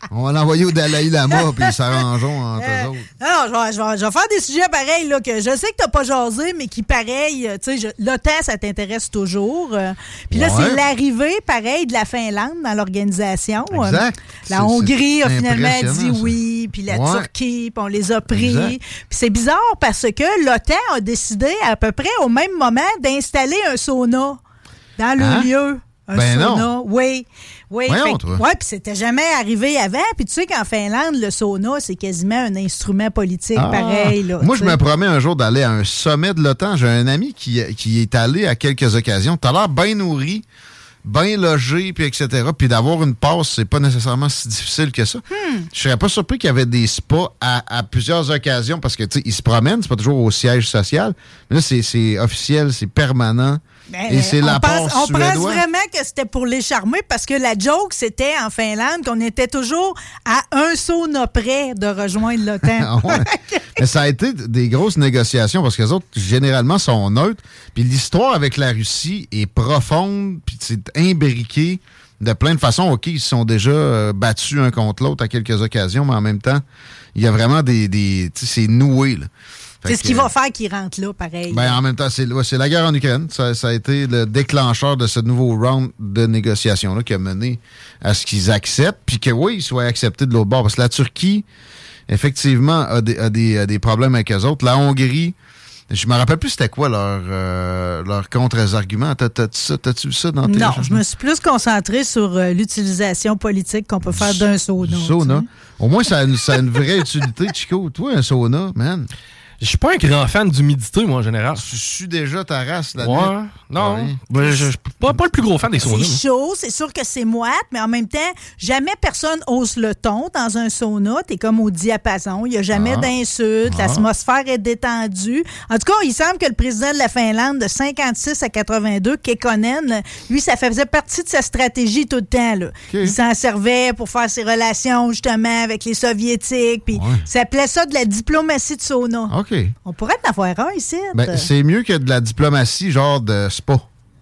On va l'envoyer au Dalai Lama, puis ils s'arrangeront entre Euh, eux autres. Non, je vais, je, vais, je vais faire des sujets pareils, là, que je sais que t'as pas jasé, mais qui, pareil, euh, tu sais, je- l'OTAN, ça t'intéresse toujours. euh. Puis là, Ouais. c'est l'arrivée, pareil, de la Finlande dans l'organisation. euh. Exact. La C'est- Hongrie a c'est finalement impressionnant, dit ça. oui, puis la Ouais. Turquie, puis on les a pris. Exact. Puis c'est bizarre parce que l'OTAN a décidé à peu près au même moment d'installer un sauna dans le Hein? lieu. Un Ben sauna. non. Oui. Oui. Voyons, Fait- toi. ouais, puis c'était jamais arrivé avant. Puis tu sais qu'en Finlande, le sauna, c'est quasiment un instrument politique Ah. pareil. Là, Moi, tu je sais. me promets un jour d'aller à un sommet de l'OTAN. J'ai un ami qui, qui est allé à quelques occasions. T'as l'air bien nourri, bien logé, puis et cetera. Puis d'avoir une passe, c'est pas nécessairement si difficile que ça. Hmm. Je serais pas surpris qu'il y avait des spas à, à plusieurs occasions parce que, tu sais, ils se promènent, c'est pas toujours au siège social. Mais là, c'est, c'est officiel, c'est permanent. Ben, Et c'est on la pense, passe on pense suédoise. vraiment que c'était pour les charmer parce que la joke, c'était en Finlande qu'on était toujours à un sauna près de rejoindre l'OTAN. Ah ouais. Mais ça a été des grosses négociations parce que les autres, généralement, sont neutres. Puis l'histoire avec la Russie est profonde, puis c'est imbriqué de plein de façons. OK, ils se sont déjà euh, battus un contre l'autre à quelques occasions, mais en même temps, il y a vraiment des... des tu sais, c'est noué, là. Fait C'est ce que, qui va faire qu'il rentre là, pareil. Ben, en même temps, c'est, ouais, c'est la guerre en Ukraine. Ça, ça a été le déclencheur de ce nouveau round de négociations-là qui a mené à ce qu'ils acceptent, puis que oui, ils soient acceptés de l'autre bord. Parce que la Turquie, effectivement, a des, a des, a des problèmes avec eux autres. La Hongrie, je me rappelle plus c'était quoi leur, euh, leur contre-argument. T'as, t'as-tu ça- t'as-tu vu ça dans tes Non, recherches? je me suis plus concentrée sur euh, l'utilisation politique qu'on peut faire d'un sauna. Du sauna. tu sais. Au moins, ça a, une, ça a une vraie utilité, Chico. Toi, un sauna, man. Je suis pas un grand fan d'humidité, moi, en général. Tu sues déjà ta race la Ouais. nuit. Non. Ouais. Ben, je je suis pas, pas le plus gros fan des saunas. C'est moi. chaud, c'est sûr que c'est moite, mais en même temps, jamais personne hausse le ton dans un sauna. T'es comme au diapason. Il n'y a jamais Ah. d'insultes. Ah. L'atmosphère est détendue. En tout cas, il semble que le président de la Finlande, de cinquante-six à quatre-vingt-deux, Kekkonen, lui, ça faisait partie de sa stratégie tout le temps. Là. Il s'en servait pour faire ses relations, justement, avec les Soviétiques. Puis ça appelait ça de la diplomatie de sauna. OK. On pourrait en avoir un ici. Ben, c'est mieux que de la diplomatie, genre de spa.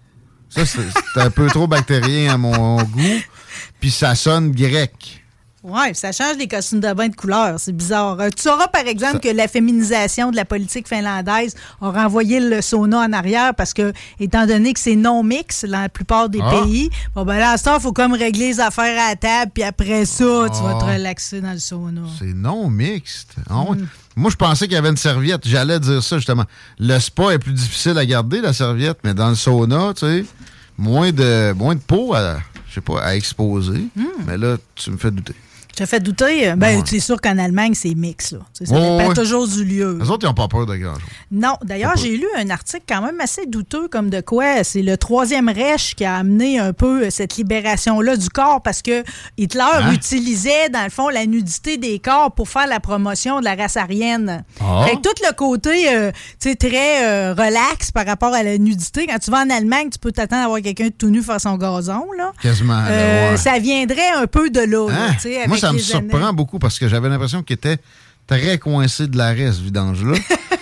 Ça, c'est c'est un peu trop bactérien à mon goût. Puis ça sonne grec. Oui, ça change les costumes de bain de couleur. C'est bizarre. Euh, tu sauras, par exemple, que la féminisation de la politique finlandaise a renvoyé le sauna en arrière parce que, étant donné que c'est non-mix dans la plupart des Ah. pays, bon, ben là, à ce temps, il faut comme régler les affaires à la table, puis après ça, tu vas te Ah. relaxer dans le sauna. C'est non mixte. Ah ouais. Moi, je pensais qu'il y avait une serviette. J'allais dire ça, justement. Le spa est plus difficile à garder, la serviette, mais dans le sauna, tu sais, moins de, moins de peau à, je sais pas, à exposer. Mais là, tu me fais douter. Je te fais douter. euh, Ben, Ouais. c'est sûr qu'en Allemagne, c'est mix, là. Tu sais, ça Ouais, dépend ouais. toujours du lieu. Les autres, ils n'ont pas peur de grand-chose. Non. D'ailleurs, j'ai lu un article quand même assez douteux comme de quoi c'est le troisième Reich qui a amené un peu cette libération-là du corps parce que Hitler Hein? utilisait, dans le fond, la nudité des corps pour faire la promotion de la race aryenne. Ah. Fait que tout le côté, euh, tu sais, très euh, relax par rapport à la nudité. Quand tu vas en Allemagne, tu peux t'attendre à voir quelqu'un tout nu faire son gazon, là. Quasiment. là, Euh, ouais. Ça viendrait un peu de là, là, Hein? tu sais, Moi, avec ça me les surprend années. beaucoup parce que j'avais l'impression qu'il était très coincé de l'arrêt, ce vidange-là.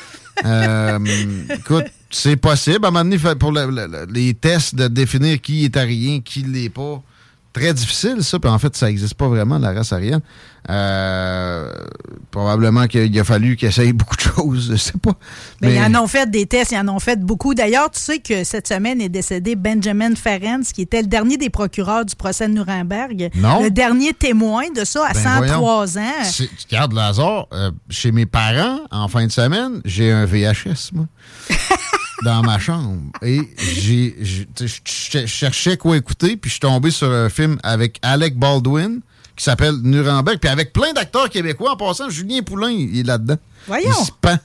Euh, écoute, c'est possible. À un moment donné, fait- pour le- le- le- les tests de définir qui est arien, qui ne l'est pas, très difficile, ça. Puis en fait, ça n'existe pas vraiment, la race aryenne. Euh, probablement qu'il a fallu qu'ils essayent beaucoup de choses, je sais pas. Mais ils en ont fait des tests, ils en ont fait beaucoup. D'ailleurs, tu sais que cette semaine est décédé Benjamin Ferencz, qui était le dernier des procureurs du procès de Nuremberg. Non. Le dernier témoin de ça à Ben, cent trois voyons. ans. C'est- Regarde le hasard. euh, chez mes parents, en fin de semaine, j'ai un V H S, moi. Dans ma chambre. Et j'ai, j'ai- tu sais, je je cherchais quoi écouter, puis je suis tombé sur un film avec Alec Baldwin qui s'appelle Nuremberg, puis avec plein d'acteurs québécois. En passant, Julien Poulain, il est là-dedans. Voyons. Il se pend.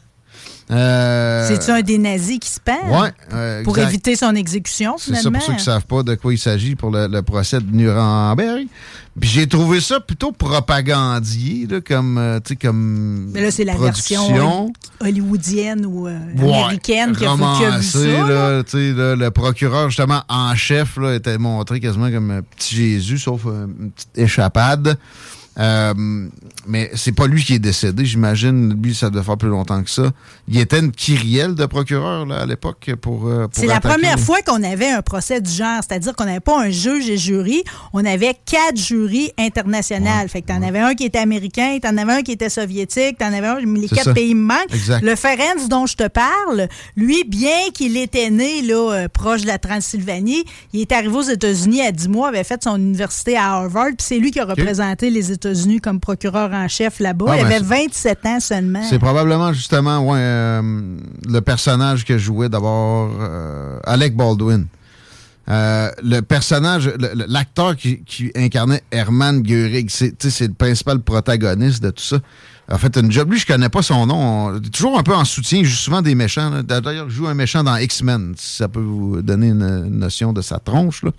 Euh, C'est-tu un des nazis qui se pend? Ouais, euh, Pour exact. éviter son exécution, C'est ça, finalement. pour ceux qui ne savent pas de quoi il s'agit pour le, le procès de Nuremberg. Puis j'ai trouvé ça plutôt propagandier, là, comme, euh, tu sais, comme Mais là, c'est la production. version hollywoodienne ou euh, Ouais, américaine qui a, qui a vu ça. romancé, là. là, tu sais, là, le procureur, justement, en chef, là, était montré quasiment comme un petit Jésus, sauf euh, une petite échappade. Euh, mais c'est pas lui qui est décédé, j'imagine. Lui, ça devait faire plus longtemps que ça. Il était une kyrielle de procureur là, à l'époque pour, euh, pour C'est la attaquer. première fois qu'on avait un procès du genre, c'est-à-dire qu'on n'avait pas un juge et jury, on avait quatre jurys internationaux. Ouais, fait que t'en ouais. avais un qui était américain, t'en avais un qui était soviétique, t'en avais un, les c'est quatre ça. Pays me manquent. Exact. Le Ferenc dont je te parle, lui, bien qu'il était né là, euh, proche de la Transylvanie, il est arrivé aux États-Unis à dix mois, avait fait son université à Harvard, puis c'est lui qui a okay. représenté les États-Unis comme procureur en chef là-bas. Ah, il avait vingt-sept ans seulement. C'est probablement justement ouais, euh, le personnage que jouait d'abord euh, Alec Baldwin. Euh, le personnage, le, l'acteur qui, qui incarnait Hermann Göring, c'est, c'est le principal protagoniste de tout ça. A fait une job. Lui, je connais pas son nom. On, toujours un peu en soutien. Il joue souvent des méchants. Là. D'ailleurs, il joue un méchant dans X-Men, si ça peut vous donner une, une notion de sa tronche. Là.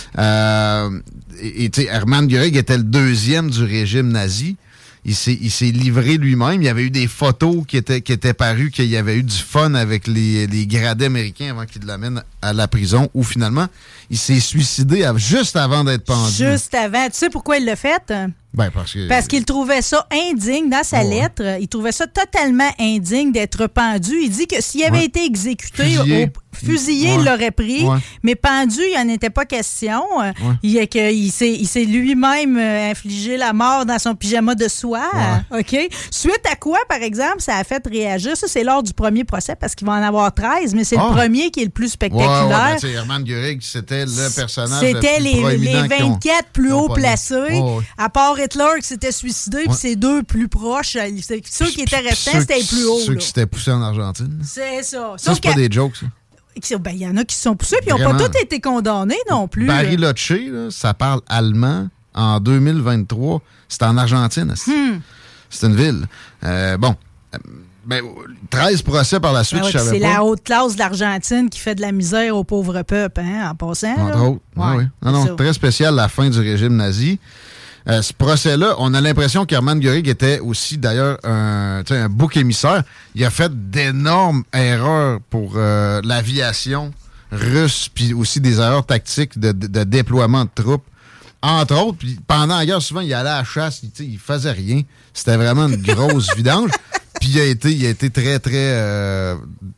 Euh, et tu sais, Hermann Göring était le deuxième du régime nazi. Il s'est, il s'est livré lui-même. Il y avait eu des photos qui étaient, qui étaient parues, qu'il y avait eu du fun avec les, les gradés américains avant qu'ils l'amènent à la prison, où finalement, il s'est suicidé à, juste avant d'être pendu. Juste avant. Tu sais pourquoi il l'a fait? Ben, parce que... Parce qu'il trouvait ça indigne, dans sa oh, lettre, ouais. il trouvait ça totalement indigne d'être pendu. Il dit que s'il avait ouais. été exécuté, fusillé, au, fusillé ouais. il l'aurait pris, ouais. mais pendu, il n'en était pas question. Ouais. Il, que, il, s'est, il s'est lui-même infligé la mort dans son pyjama de soie. Ouais. OK? Suite à quoi, par exemple, ça a fait réagir? Ça, c'est lors du premier procès, parce qu'il va en avoir treize, mais c'est oh. le premier qui est le plus spectaculaire. Ouais, ouais, ben, Hermann Göring, c'était le personnage C'était le plus les, les vingt-quatre ont, plus haut placés, oh, ouais. à part Hitler qui s'était suicidé, puis ouais. ces deux plus proches, ceux qui étaient restants, c'était les plus hauts. Ceux là. Qui s'étaient poussés en Argentine. C'est ça. Ça, c'est pas des jokes, ça. Il ben, y en a qui se sont poussés, puis ils n'ont pas tous été condamnés non plus. Bariloche, là, ça parle allemand en deux mille vingt-trois. C'est en Argentine. C'est, hmm. c'est une ville. Euh, bon. Ben, treize procès par la suite, ben ouais, je savais c'est pas. C'est la haute classe de l'Argentine qui fait de la misère au pauvre peuple, hein, en passant. Entre là. autres. Ouais, oui. Non, non, très spécial, la fin du régime nazi. Euh, ce procès-là, on a l'impression qu'Hermann Göring était aussi, d'ailleurs, un, un bouc émissaire. Il a fait d'énormes erreurs pour euh, l'aviation russe, puis aussi des erreurs tactiques de, de, de déploiement de troupes. Entre autres, puis pendant la guerre, souvent, il allait à la chasse, il, il faisait rien. C'était vraiment une grosse vidange. Puis il a été, il a été très, très... Euh,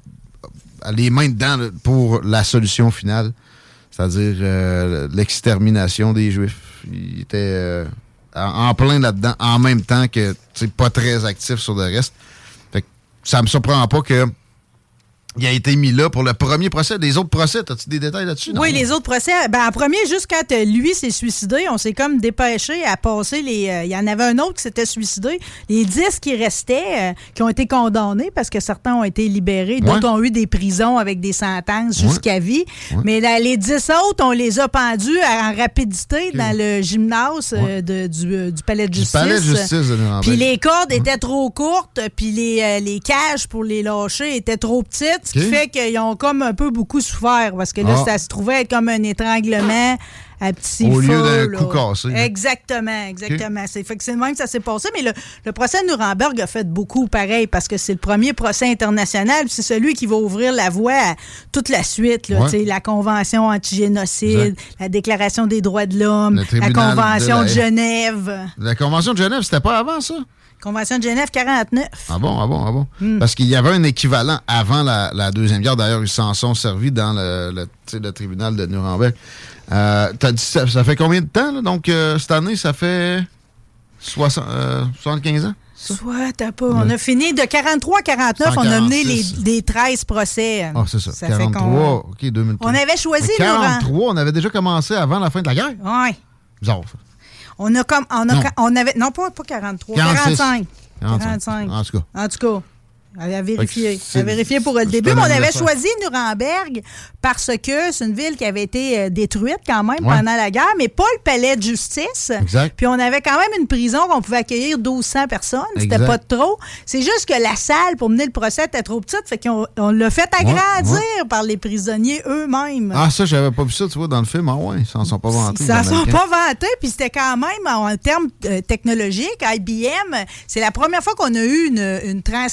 les mains dedans là, pour la solution finale, c'est-à-dire euh, l'extermination des Juifs. Il était euh, en, en plein là-dedans, en même temps que pas très actif sur le reste. Fait que ça me surprend pas que il a été mis là pour le premier procès. Les autres procès, as-tu des détails là-dessus? Oui, non? Les autres procès. Ben, en premier, juste quand euh, lui s'est suicidé, on s'est comme dépêché à passer les... Euh, il y en avait un autre qui s'était suicidé. Les dix qui restaient, euh, qui ont été condamnés parce que certains ont été libérés. D'autres ouais. ont eu des prisons avec des sentences ouais. jusqu'à vie. Ouais. Mais là, les dix autres, on les a pendus à, en rapidité okay. dans le gymnase ouais. euh, de, du, euh, du Palais de Justice. Du Palais de Justice de Nuremberg. Puis les cordes ouais. étaient trop courtes, puis les, euh, les cages pour les lâcher étaient trop petites. Ce qui okay. fait qu'ils ont comme un peu beaucoup souffert parce que là, ah. ça se trouvait être comme un étranglement à petit Au feu. lieu d'un là. coup cassé. Exactement, exactement. Okay. C'est, fait que c'est le même que ça s'est passé, mais le, le procès de Nuremberg a fait beaucoup pareil parce que c'est le premier procès international, c'est celui qui va ouvrir la voie à toute la suite. Là, ouais. La Convention anti-génocide, exact. La Déclaration des droits de l'homme, la Convention de, la... de Genève. La Convention de Genève, c'était pas avant ça? Convention de Genève quarante-neuf. Ah bon, ah bon, ah bon. Mm. Parce qu'il y avait un équivalent avant la, la Deuxième Guerre. D'ailleurs, ils s'en sont servis dans le, le, le tribunal de Nuremberg. Euh, t'as dit, ça, ça fait combien de temps? Là? Donc, euh, cette année, ça fait soixante, euh, soixante-quinze ans? Ça? Soit, t'as pas. On a fini de quarante-trois à quarante-neuf, on a mené les, les treize procès. Ah, c'est ça. ça quarante-trois, OK, deux mille trois. On avait choisi... Mais quarante-trois, on avait déjà commencé avant la fin de la guerre? Oui. Bizarre, ça. On a comme. On, a, on avait. Non, pas, pas quarante-trois. quarante-six. quarante-cinq. quarante-cinq. En tout cas. En tout cas. À vérifier. À vérifier pour le début. Mais on avait choisi Nuremberg parce que c'est une ville qui avait été euh, détruite quand même ouais. pendant la guerre, mais pas le palais de justice. Exact. Puis on avait quand même une prison qu'on pouvait accueillir douze cents personnes. C'était exact. Pas de trop. C'est juste que la salle pour mener le procès était trop petite. Fait qu'on on l'a fait agrandir ouais, ouais. par les prisonniers eux-mêmes. Ah, ça, j'avais pas vu ça, tu vois, dans le film. Ah ouais, ils s'en sont pas vantés. Ils s'en sont pas vantés. Puis c'était quand même, en termes euh, technologiques, I B M, c'est la première fois qu'on a eu une, une transcription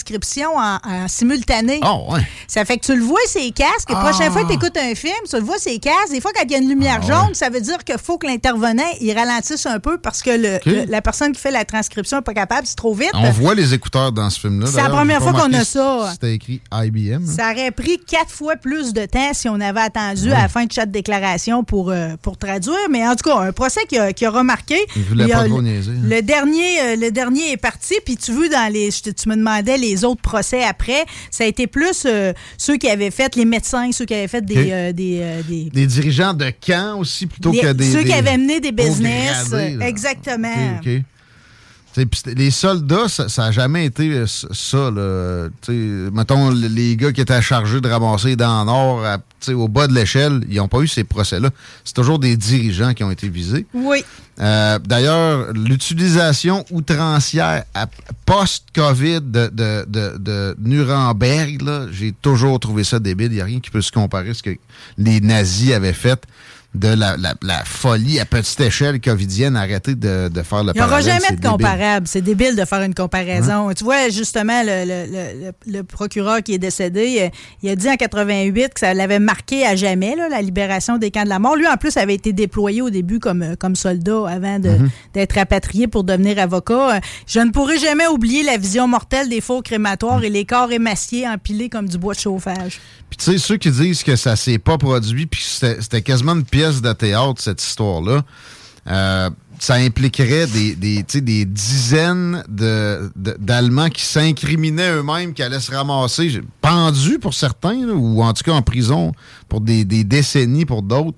en, en simultané. Oh, ouais. Ça fait que tu le vois, ses casques. La prochaine Ah. fois que tu écoutes un film, tu le vois, ses casques. Des fois, quand il y a une lumière Ah, jaune, ouais. ça veut dire qu'il faut que l'intervenant il ralentisse un peu parce que le, Okay. le- la personne qui fait la transcription n'est pas capable, c'est trop vite. On voit les écouteurs dans ce film-là. C'est la D'ailleurs, première j'ai fois pas qu'on a remarqué ça. si C'était écrit I B M. hein. Ça aurait pris quatre fois plus de temps si on avait attendu Ouais. à la fin de chaque déclaration pour, euh, pour traduire. Mais en tout cas, un procès qui a, qui a remarqué. Il voulait Il y a pas trop le- niaiser. hein. Le dernier, euh, le dernier est parti, puis tu veux, dans les, je te- tu me demandais les autres procès après, ça a été plus euh, ceux qui avaient fait, les médecins, ceux qui avaient fait des... OK. euh, des, euh, des Des dirigeants de camp aussi, plutôt les- que des... ceux des qui avaient mené des hauts business. gradés, là. Exactement. OK, OK. T'sais, pis c'était- les soldats, ça n'a jamais été euh, ça. Là. T'sais, mettons, l- les gars qui étaient chargés de ramasser dans le nord, à- t'sais, au bas de l'échelle, ils n'ont pas eu ces procès-là. C'est toujours des dirigeants qui ont été visés. Oui. Euh, D'ailleurs, l'utilisation outrancière à- post-COVID de, de, de, de Nuremberg, là, j'ai toujours trouvé ça débile. Il n'y a rien qui peut se comparer à ce que les nazis avaient fait de la, la, la folie à petite échelle covidienne. Arrêtez de, de faire le Il n'y aura parallèle. jamais c'est de débile. comparable. C'est débile de faire une comparaison. Tu vois, justement, le, le, le, le procureur qui est décédé, euh, il a dit en quatre-vingt-huit que ça l'avait marqué à jamais, là, la libération des camps de la mort. Lui, en plus, avait été déployé au début comme, euh, comme soldat avant de, Mhm. d'être rapatrié pour devenir avocat. Euh, Je ne pourrai jamais oublier la vision mortelle des fours crématoires Mhm. et les corps émaciés empilés comme du bois de chauffage. Puis tu sais, ceux qui disent que ça s'est pas produit puis que c'était c'était quasiment une pièce de théâtre, cette histoire-là, euh, ça impliquerait des, des, tu sais, des dizaines de, de- d'Allemands qui s'incriminaient eux-mêmes, qui allaient se ramasser pendus pour certains, là, ou en tout cas en prison pour des, des décennies pour d'autres.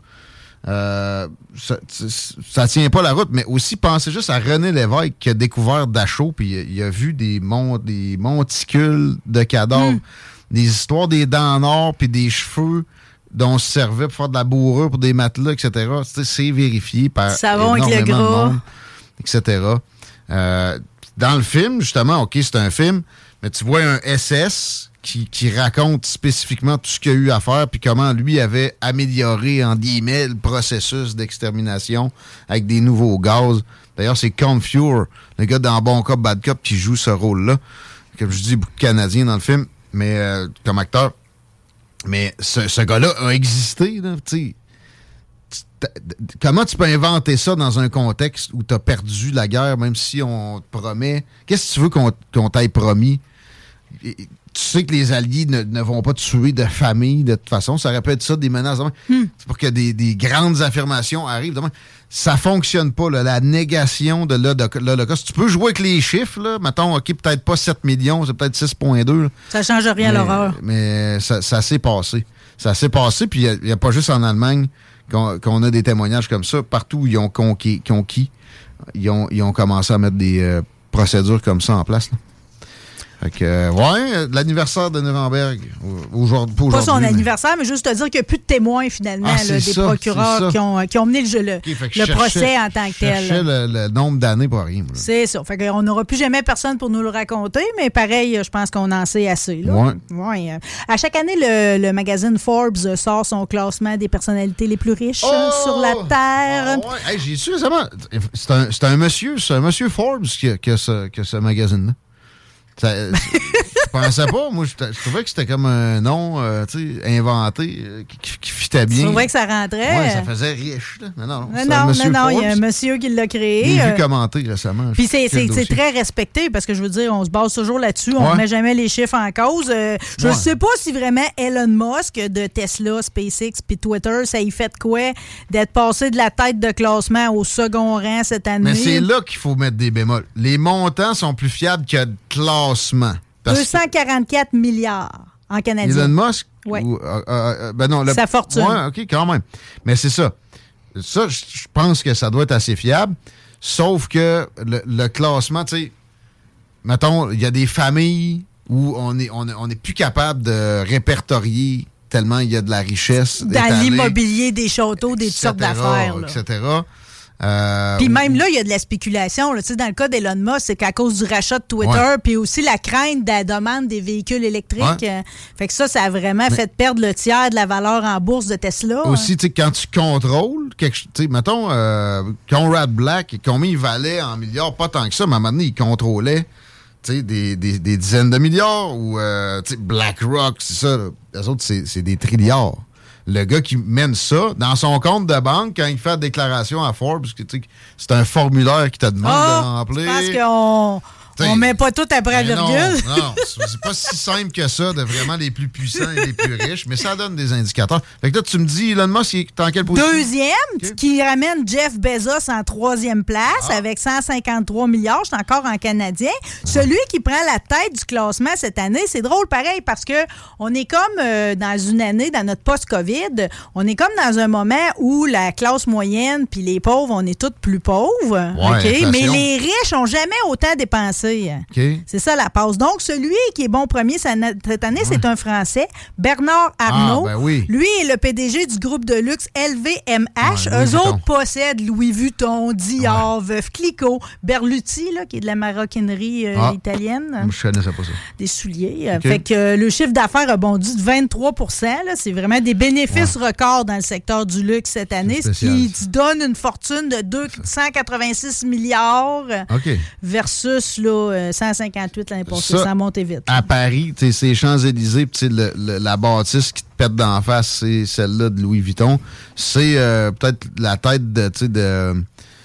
Euh, ça, ça tient pas la route, mais aussi pensez juste à René Lévesque qui a découvert Dachau, puis il a, il a vu des, mon- des monticules de cadavres, Mm. des histoires des dents en or, puis des cheveux dont on se servait pour faire de la bourrure pour des matelas, et cetera. C'est, c'est vérifié par Savon avec le énormément de gras. monde, et cetera. Euh, dans le film, justement, OK, c'est un film, mais tu vois un S S qui, qui raconte spécifiquement tout ce qu'il a eu à faire puis comment lui avait amélioré, en guillemets, le processus d'extermination avec des nouveaux gaz. D'ailleurs, c'est Confure, le gars dans Bon Cop, Bad Cop, qui joue ce rôle-là. Comme je dis, beaucoup de Canadiens dans le film, mais euh, comme acteur. Mais ce, ce gars-là a existé, là, tu sais. Comment tu peux inventer ça dans un contexte où tu as perdu la guerre, même si on te promet... Qu'est-ce que tu veux qu'on, qu'on t'aille promis? Et, tu sais que les Alliés ne, ne vont pas tuer de famille de toute façon. Ça aurait pu être ça, des menaces. De Hmm. C'est pour que des, des grandes affirmations arrivent. Demain. Ça fonctionne pas, là, la négation de l'Holocauste. Tu peux jouer avec les chiffres, là. Mettons, OK, peut-être pas sept millions, c'est peut-être six virgule deux. Ça change rien à Mais- l'horreur. Mais ça, ça s'est passé. Ça s'est passé, puis il n'y a, a pas juste en Allemagne qu'on, qu'on a des témoignages comme ça. Partout où ils ont conquis, conquis ils, ont, ils ont commencé à mettre des euh, procédures comme ça en place, là. Fait que, euh, ouais, l'anniversaire de Nuremberg, aujourd'hui, pas Pas aujourd'hui. son mais- anniversaire, mais juste te dire qu'il n'y a plus de témoins, finalement, Ah, là, c'est des ça, procureurs c'est ça. qui ont, qui ont mené le, le, OK, fait que le je procès cherchais- en tant que je cherchais tel. le, le nombre d'années pour rien. moi, là. C'est ça. Fait qu'on n'aura plus jamais personne pour nous le raconter, mais pareil, je pense qu'on en sait assez. Là. Ouais. Ouais, euh, À chaque année, le, le magazine Forbes euh, sort son classement des personnalités les plus riches euh, sur la Terre. Ah ouais. Hey, j'ai su récemment. C'est un, c'est un monsieur, c'est un monsieur Forbes qui a, qui a ce, qui a ce magazine-là. Ça, je pensais pas. Moi, je, je trouvais que c'était comme un nom euh, tu sais, inventé euh, qui, qui, qui fitait bien. C'est vrai que ça rentrait. Ouais, ça faisait riche. Là. Mais non, non, Non, c'est un non, monsieur non, non, il y a un Forbes. monsieur qui l'a créé. J'ai euh, vu commenter récemment. Puis c'est, quel c'est, c'est dossier. très respecté parce que je veux dire, on se base toujours là-dessus. On Ouais. ne met jamais les chiffres en cause. Euh, je ne Ouais. sais pas si vraiment Elon Musk de Tesla, SpaceX puis Twitter, ça y fait de quoi d'être passé de la tête de classement au second rang cette année. Mais c'est là qu'il faut mettre des bémols. Les montants sont plus fiables que le classement. Parce deux cent quarante-quatre milliards en canadien. Elon Musk? Ouais. Ou, euh, euh, ben non, le- Sa fortune. Ouais, OK, quand même. Mais c'est ça. Ça, je je pense que ça doit être assez fiable. Sauf que le, le classement, tu sais, mettons, il y a des familles où on est, on, est- on est plus capable de répertorier tellement il y a de la richesse. Dans étalée, l'immobilier, des châteaux, des toutes sortes et cetera, d'affaires. là. et cetera. Euh, Puis même là, il y a de la spéculation. Là. Tu sais, dans le cas d'Elon Musk, c'est qu'à cause du rachat de Twitter, Ouais. puis aussi la crainte de la demande des véhicules électriques. Ouais. euh, fait que ça, ça a vraiment Mais- fait perdre le tiers de la valeur en bourse de Tesla. Aussi, tu sais, quand tu contrôles quelque chose, tu sais, mettons, euh, Conrad Black, combien il valait en milliards, pas tant que ça, mais à un moment donné, il contrôlait des, des, des dizaines de milliards ou euh, BlackRock, c'est ça. Là. Les autres, c'est, c'est des trilliards. Le gars qui mène ça dans son compte de banque, quand il fait la déclaration à Forbes, c'est un formulaire qui te demande oh, de remplir. Parce qu'on... T'sais, on met pas tout après la virgule. Non, non, c'est pas si simple que ça de vraiment les plus puissants et les plus riches, mais ça donne des indicateurs. Fait que là, tu me dis, Elon Musk, il est en quelle position? Deuxième, okay. qui ramène Jeff Bezos en troisième place ah. avec cent cinquante-trois milliards. Je suis encore en canadien. Ah. Celui qui prend la tête du classement cette année, c'est drôle pareil parce que on est comme euh, dans une année, dans notre post-COVID, on est comme dans un moment où la classe moyenne puis les pauvres, on est tous plus pauvres. Ouais, okay? Mais les riches n'ont jamais autant dépensé. Okay. C'est ça la passe. Donc, celui qui est bon premier cette année, ouais. c'est un Français, Bernard Arnault. Ah, ben oui. Lui est le P D G du groupe de luxe L V M H. Ouais, Eux autres possèdent Louis Vuitton, Dior, ouais. Veuve Clicquot, Berluti, là, qui est de la maroquinerie euh, ah. italienne. Je connaissais pas ça. Des souliers. Okay. Fait que euh, le chiffre d'affaires a bondi de vingt-trois pour cent. Là. C'est vraiment des bénéfices ouais. records dans le secteur du luxe cette année, ce qui te donne une fortune de deux cent quatre-vingt-six milliards okay. versus là, cent cinquante-huit l'année passée, ça, ça a monté vite. À Paris, c'est Champs-Élysées, puis le, le, la bâtisse qui te pète d'en face, c'est celle-là de Louis Vuitton. C'est euh, peut-être la tête de, de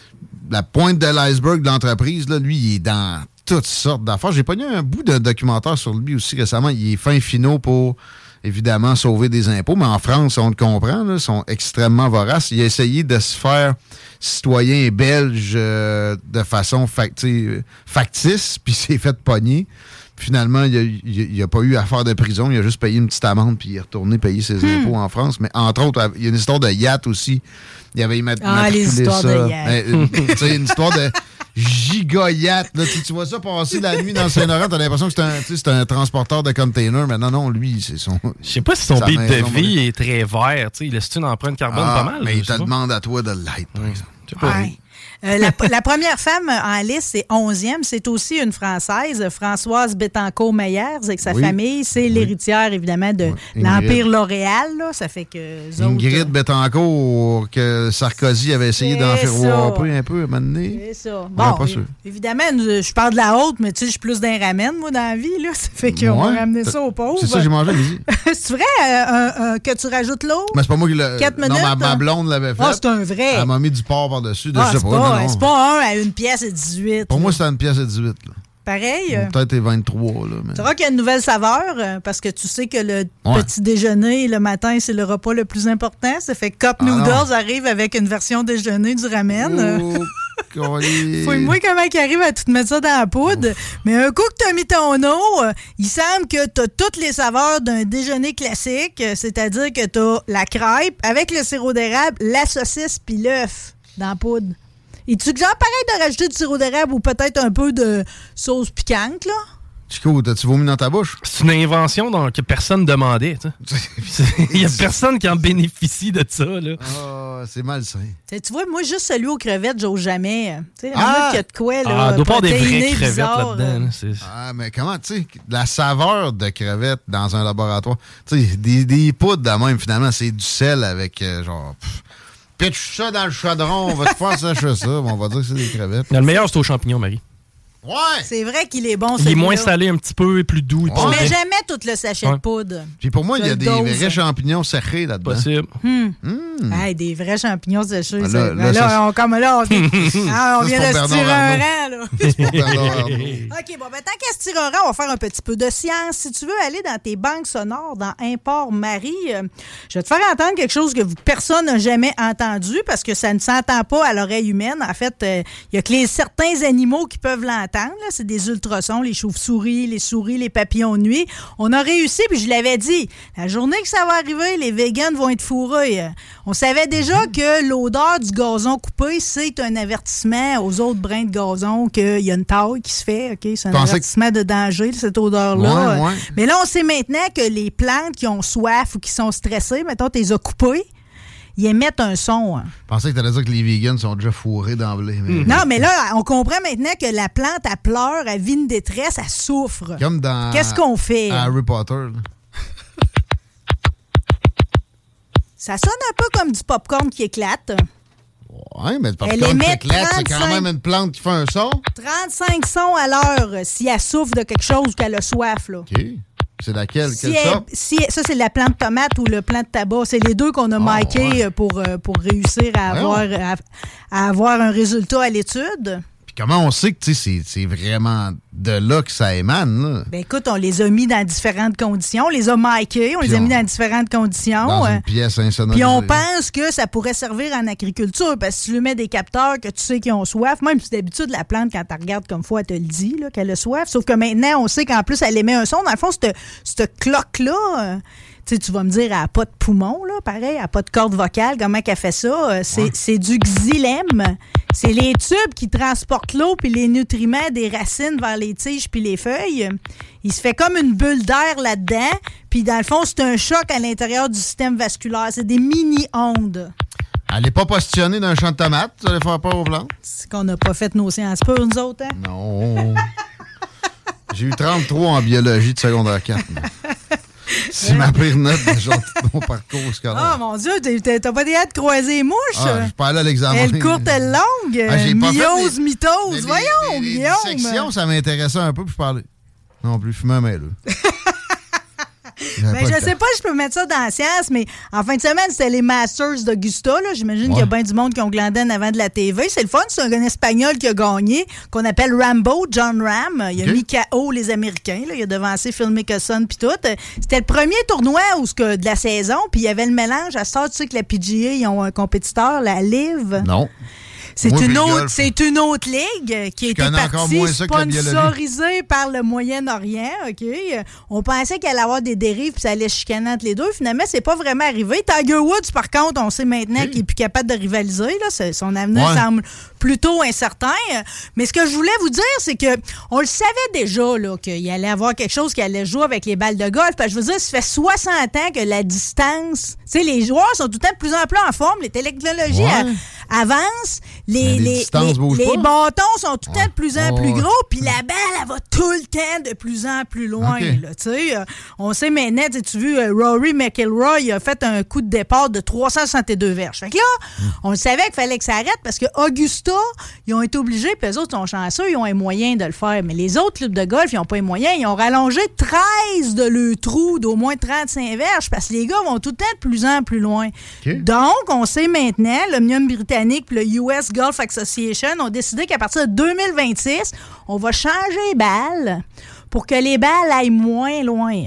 la pointe de l'iceberg de l'entreprise. Là. Lui, il est dans toutes sortes d'affaires. J'ai pogné un bout de documentaire sur lui aussi récemment. Il est fin finaux pour, évidemment, sauver des impôts. Mais en France, on le comprend, là, ils sont extrêmement voraces. Il a essayé de se faire citoyen belge euh, de façon facti- factice, puis il s'est fait pogner. Finalement, il n'a pas eu affaire de prison. Il a juste payé une petite amende, puis il est retourné payer ses hmm. impôts en France. Mais entre autres, il y a une histoire de yacht aussi. Il avait mat- ah, les histoires ça. de yacht. Tu sais, une histoire de giga-yacht. Là, tu, tu vois ça passer la nuit dans le Saint-Laurent, t'as l'impression que c'est un, c'est un transporteur de container. Mais non, non, lui, c'est son... Je sais pas si son beat de vie est très vert. Il laisse une empreinte carbone ah, pas mal. Mais il te demande à toi de l'être, par exemple. Ouais. Euh, la, la première femme en liste, c'est onzième. C'est aussi une Française, Françoise Bettencourt-Meyers, avec sa oui. famille. C'est oui. l'héritière, évidemment, de oui. l'Empire L'Oréal. Là. Ça fait que... Ingrid autres... Bettencourt, que Sarkozy avait essayé d'en faire whopper un peu à un moment donné. C'est ça. Bon, pas sûr. Évidemment, je parle de la haute, mais tu sais, je suis plus d'un ramen, moi, dans la vie. Là. Ça fait qu'on ouais. va ramener ça aux pauvres. C'est ça que j'ai mangé, vas-y. C'est vrai euh, euh, que tu rajoutes l'eau? Mais c'est pas moi qui l'ai... quatre minutes. Non, ma, ma blonde l'avait fait. Ah, c'est un vrai. Elle m'a mis du porc par-dessus. De ah, je sais c'est pas. pas, non, non. c'est pas un à une pièce et dix-huit. Pour là. Moi, c'est une pièce et dix-huit. Là. Pareil. Peut-être vingt-trois. Là, mais... Tu vois qu'il y a une nouvelle saveur euh, parce que tu sais que le ouais. petit déjeuner le matin, c'est le repas le plus important. Ça fait que Cup ah, Noodles non. arrive avec une version déjeuner du ramen. Oh, Fouille-moi comment il arrive à tout mettre ça dans la poudre. Ouf. Mais un coup que tu as mis ton eau, euh, il semble que tu as toutes les saveurs d'un déjeuner classique, euh, c'est-à-dire que tu as la crêpe avec le sirop d'érable, la saucisse puis l'œuf dans la poudre. Es-tu genre pareil de rajouter du sirop d'érable ou peut-être un peu de sauce piquante, là? Chico, t'as-tu vomi dans ta bouche? C'est une invention donc, que personne ne demandait. Il n'y a personne qui en bénéficie de ça. Là. Oh, c'est malsain. T'sais, tu vois, moi, juste celui aux crevettes, j'ose jamais. Tu sais, ah! il y a de quoi, là. Ah, il doit pas avoir des vraies crevettes bizarre, là-dedans. Là, c'est... Ah, mais comment, tu sais, la saveur de crevettes dans un laboratoire, tu sais, des, des poudres de même, finalement, c'est du sel avec, euh, genre... Pff, pitch ça dans le chaudron, on va te faire sécher ça, on va dire que c'est des crevettes. Le meilleur, c'est aux champignons, Marie. Ouais! C'est vrai qu'il est bon, il est moins salé un petit peu et plus doux. On met jamais tout le sachet ouais. de poudre. Puis pour moi, il y a des dose. vrais champignons séchés là-dedans. Possible. Hmm. Mm. Hey, des vrais champignons séchés. Ah, là, là, là, ça, on, comme là, on, ah, on vient de se tirer un rang. Là. OK, bon, ben, tant qu'à se tirer un rang, on va faire un petit peu de science. Si tu veux aller dans tes banques sonores, dans Import Marie, euh, je vais te faire entendre quelque chose que personne n'a jamais entendu parce que ça ne s'entend pas à l'oreille humaine. En fait, il euh, y a que les, certains animaux qui peuvent l'entendre. Là. C'est des ultrasons, les chauves-souris, les souris, les papillons de nuit. On a réussi, puis je l'avais dit, la journée que ça va arriver, les végans vont être fourrés. On savait déjà que l'odeur du gazon coupé, c'est un avertissement aux autres brins de gazon qu'il y a une taille qui se fait. Okay? C'est un Pensez avertissement que... de danger, cette odeur-là. Ouais, ouais. Mais là, on sait maintenant que les plantes qui ont soif ou qui sont stressées, mettons, tu les as coupées, ils émettent un son. Hein. Je pensais que tu allais dire que les vegans sont déjà fourrés d'emblée. Mais... Non, mais là, on comprend maintenant que la plante, elle pleure, elle vit une détresse, elle souffre. Comme dans... Qu'est-ce qu'on fait? Harry Potter. Ça sonne un peu comme du popcorn qui éclate. Oui, mais le Elle popcorn émet chiclette, c'est quand trente-cinq même une plante qui fait un son. trente-cinq sons à l'heure euh, si elle souffre de quelque chose ou qu'elle a soif. Là. OK. C'est laquelle? Si Quelle elle- sorte? si- ça, c'est la plante tomate ou le plant de tabac. C'est les deux qu'on a Ah, marqués ouais. pour, euh, pour réussir à Voyons. avoir, à, à avoir un résultat à l'étude. Puis comment on sait que tu sais, c'est c'est vraiment de là que ça émane, là? Ben écoute, on les a mis dans différentes conditions. On les a marqués, on Puis les a on- mis dans différentes conditions. Dans euh, une pièce insonorisée. Puis on pense que ça pourrait servir en agriculture parce que si tu lui mets des capteurs que tu sais qu'ils ont soif, même si d'habitude la plante, quand tu regardes comme fois, elle te le dit là, qu'elle a soif. Sauf que maintenant, on sait qu'en plus, elle émet un son. Dans le fond, cette, cette cloque-là, euh, tu sais, tu vas me dire, elle n'a pas de poumon, là, pareil, elle n'a pas de corde vocale. Comment qu'elle fait ça? Euh, C'est Ouais. c'est du xylème. C'est les tubes qui transportent l'eau puis les nutriments des racines vers les tiges puis les feuilles. Il se fait comme une bulle d'air là-dedans. Puis dans le fond, c'est un choc à l'intérieur du système vasculaire. C'est des mini-ondes. Elle n'est pas positionnée dans un champ de tomates, vous allez faire peur aux plantes? C'est qu'on n'a pas fait nos sciences pures, nous autres, hein? Non. J'ai eu trente-trois en biologie de secondaire quatre. C'est ma pire note de, genre, de mon parcours Oh scolaire. mon Dieu, t'es- t'as pas des hâte de croiser les mouches? Ah, je suis pas allé à l'examen. Elle courte, elle longue. Ah, j'ai pas fait Myose, les- mitose. Les- Voyons, les, les, les Guillaume. dissections, ça m'intéressait un peu, puis je parlais. Non plus, je fumais un mêleux. Ben, je sais pas si je peux mettre ça dans la science, mais en fin de semaine, c'était les Masters d'Augusta. là. J'imagine qu'il y a bien du monde qui ont glandé en avant de la T V. C'est le fun. C'est un gars espagnol qui a gagné, qu'on appelle Rambo, John Ram. Il a OK. mis K O les Américains. Là. Il a devancé Phil Mickelson puis tout. C'était le premier tournoi où, ce que, de la saison, puis il y avait le mélange. À ce temps, tu sais que la P G A, ils ont un compétiteur, la Liv. Non. C'est Moi, une, puis le autre, golf. c'est une autre ligue qui a été connais encore partie, moins ça que la biologie. sponsorisée par le Moyen-Orient. OK? On pensait qu'elle allait avoir des dérives puis ça allait chicaner entre les deux. Finalement, c'est pas vraiment arrivé. Tiger Woods, par contre, on sait maintenant Oui. qu'il est plus capable de rivaliser. Là. C'est- Son avenir Ouais. semble plutôt incertain. Mais ce que je voulais vous dire, c'est que on le savait déjà là, qu'il allait avoir quelque chose qui allait jouer avec les balles de golf. Parce que je veux dire, ça fait soixante ans que la distance... Tu sais, les joueurs sont tout le temps de plus en plus en forme. Les technologies Ouais. a- avancent. Les, Mais les les, distances les- bougent les pas. bâtons sont tout le temps de plus en Ouais. plus Ouais. gros, puis la balle, elle va tout le temps de plus en plus loin. OK. Là, tu sais. Euh, on sait maintenant, tu sais, tu as vu, euh, Rory McIlroy il a fait un coup de départ de trois cent soixante-deux verges. Fait que là, on le savait qu'il fallait que ça arrête parce que Augusta, ils ont été obligés, puis eux autres sont chanceux, ils ont les moyens de le faire. Mais les autres clubs de golf, ils n'ont pas les moyens. Ils ont rallongé treize de le trou d'au moins trente-cinq verges parce que les gars vont tout le temps de plus en plus loin. OK. Donc, on sait maintenant, l'Omnium britannique et le U S Golf Association ont décidé qu'à partir de deux mille vingt-six, on va changer les balles pour que les balles aillent moins loin.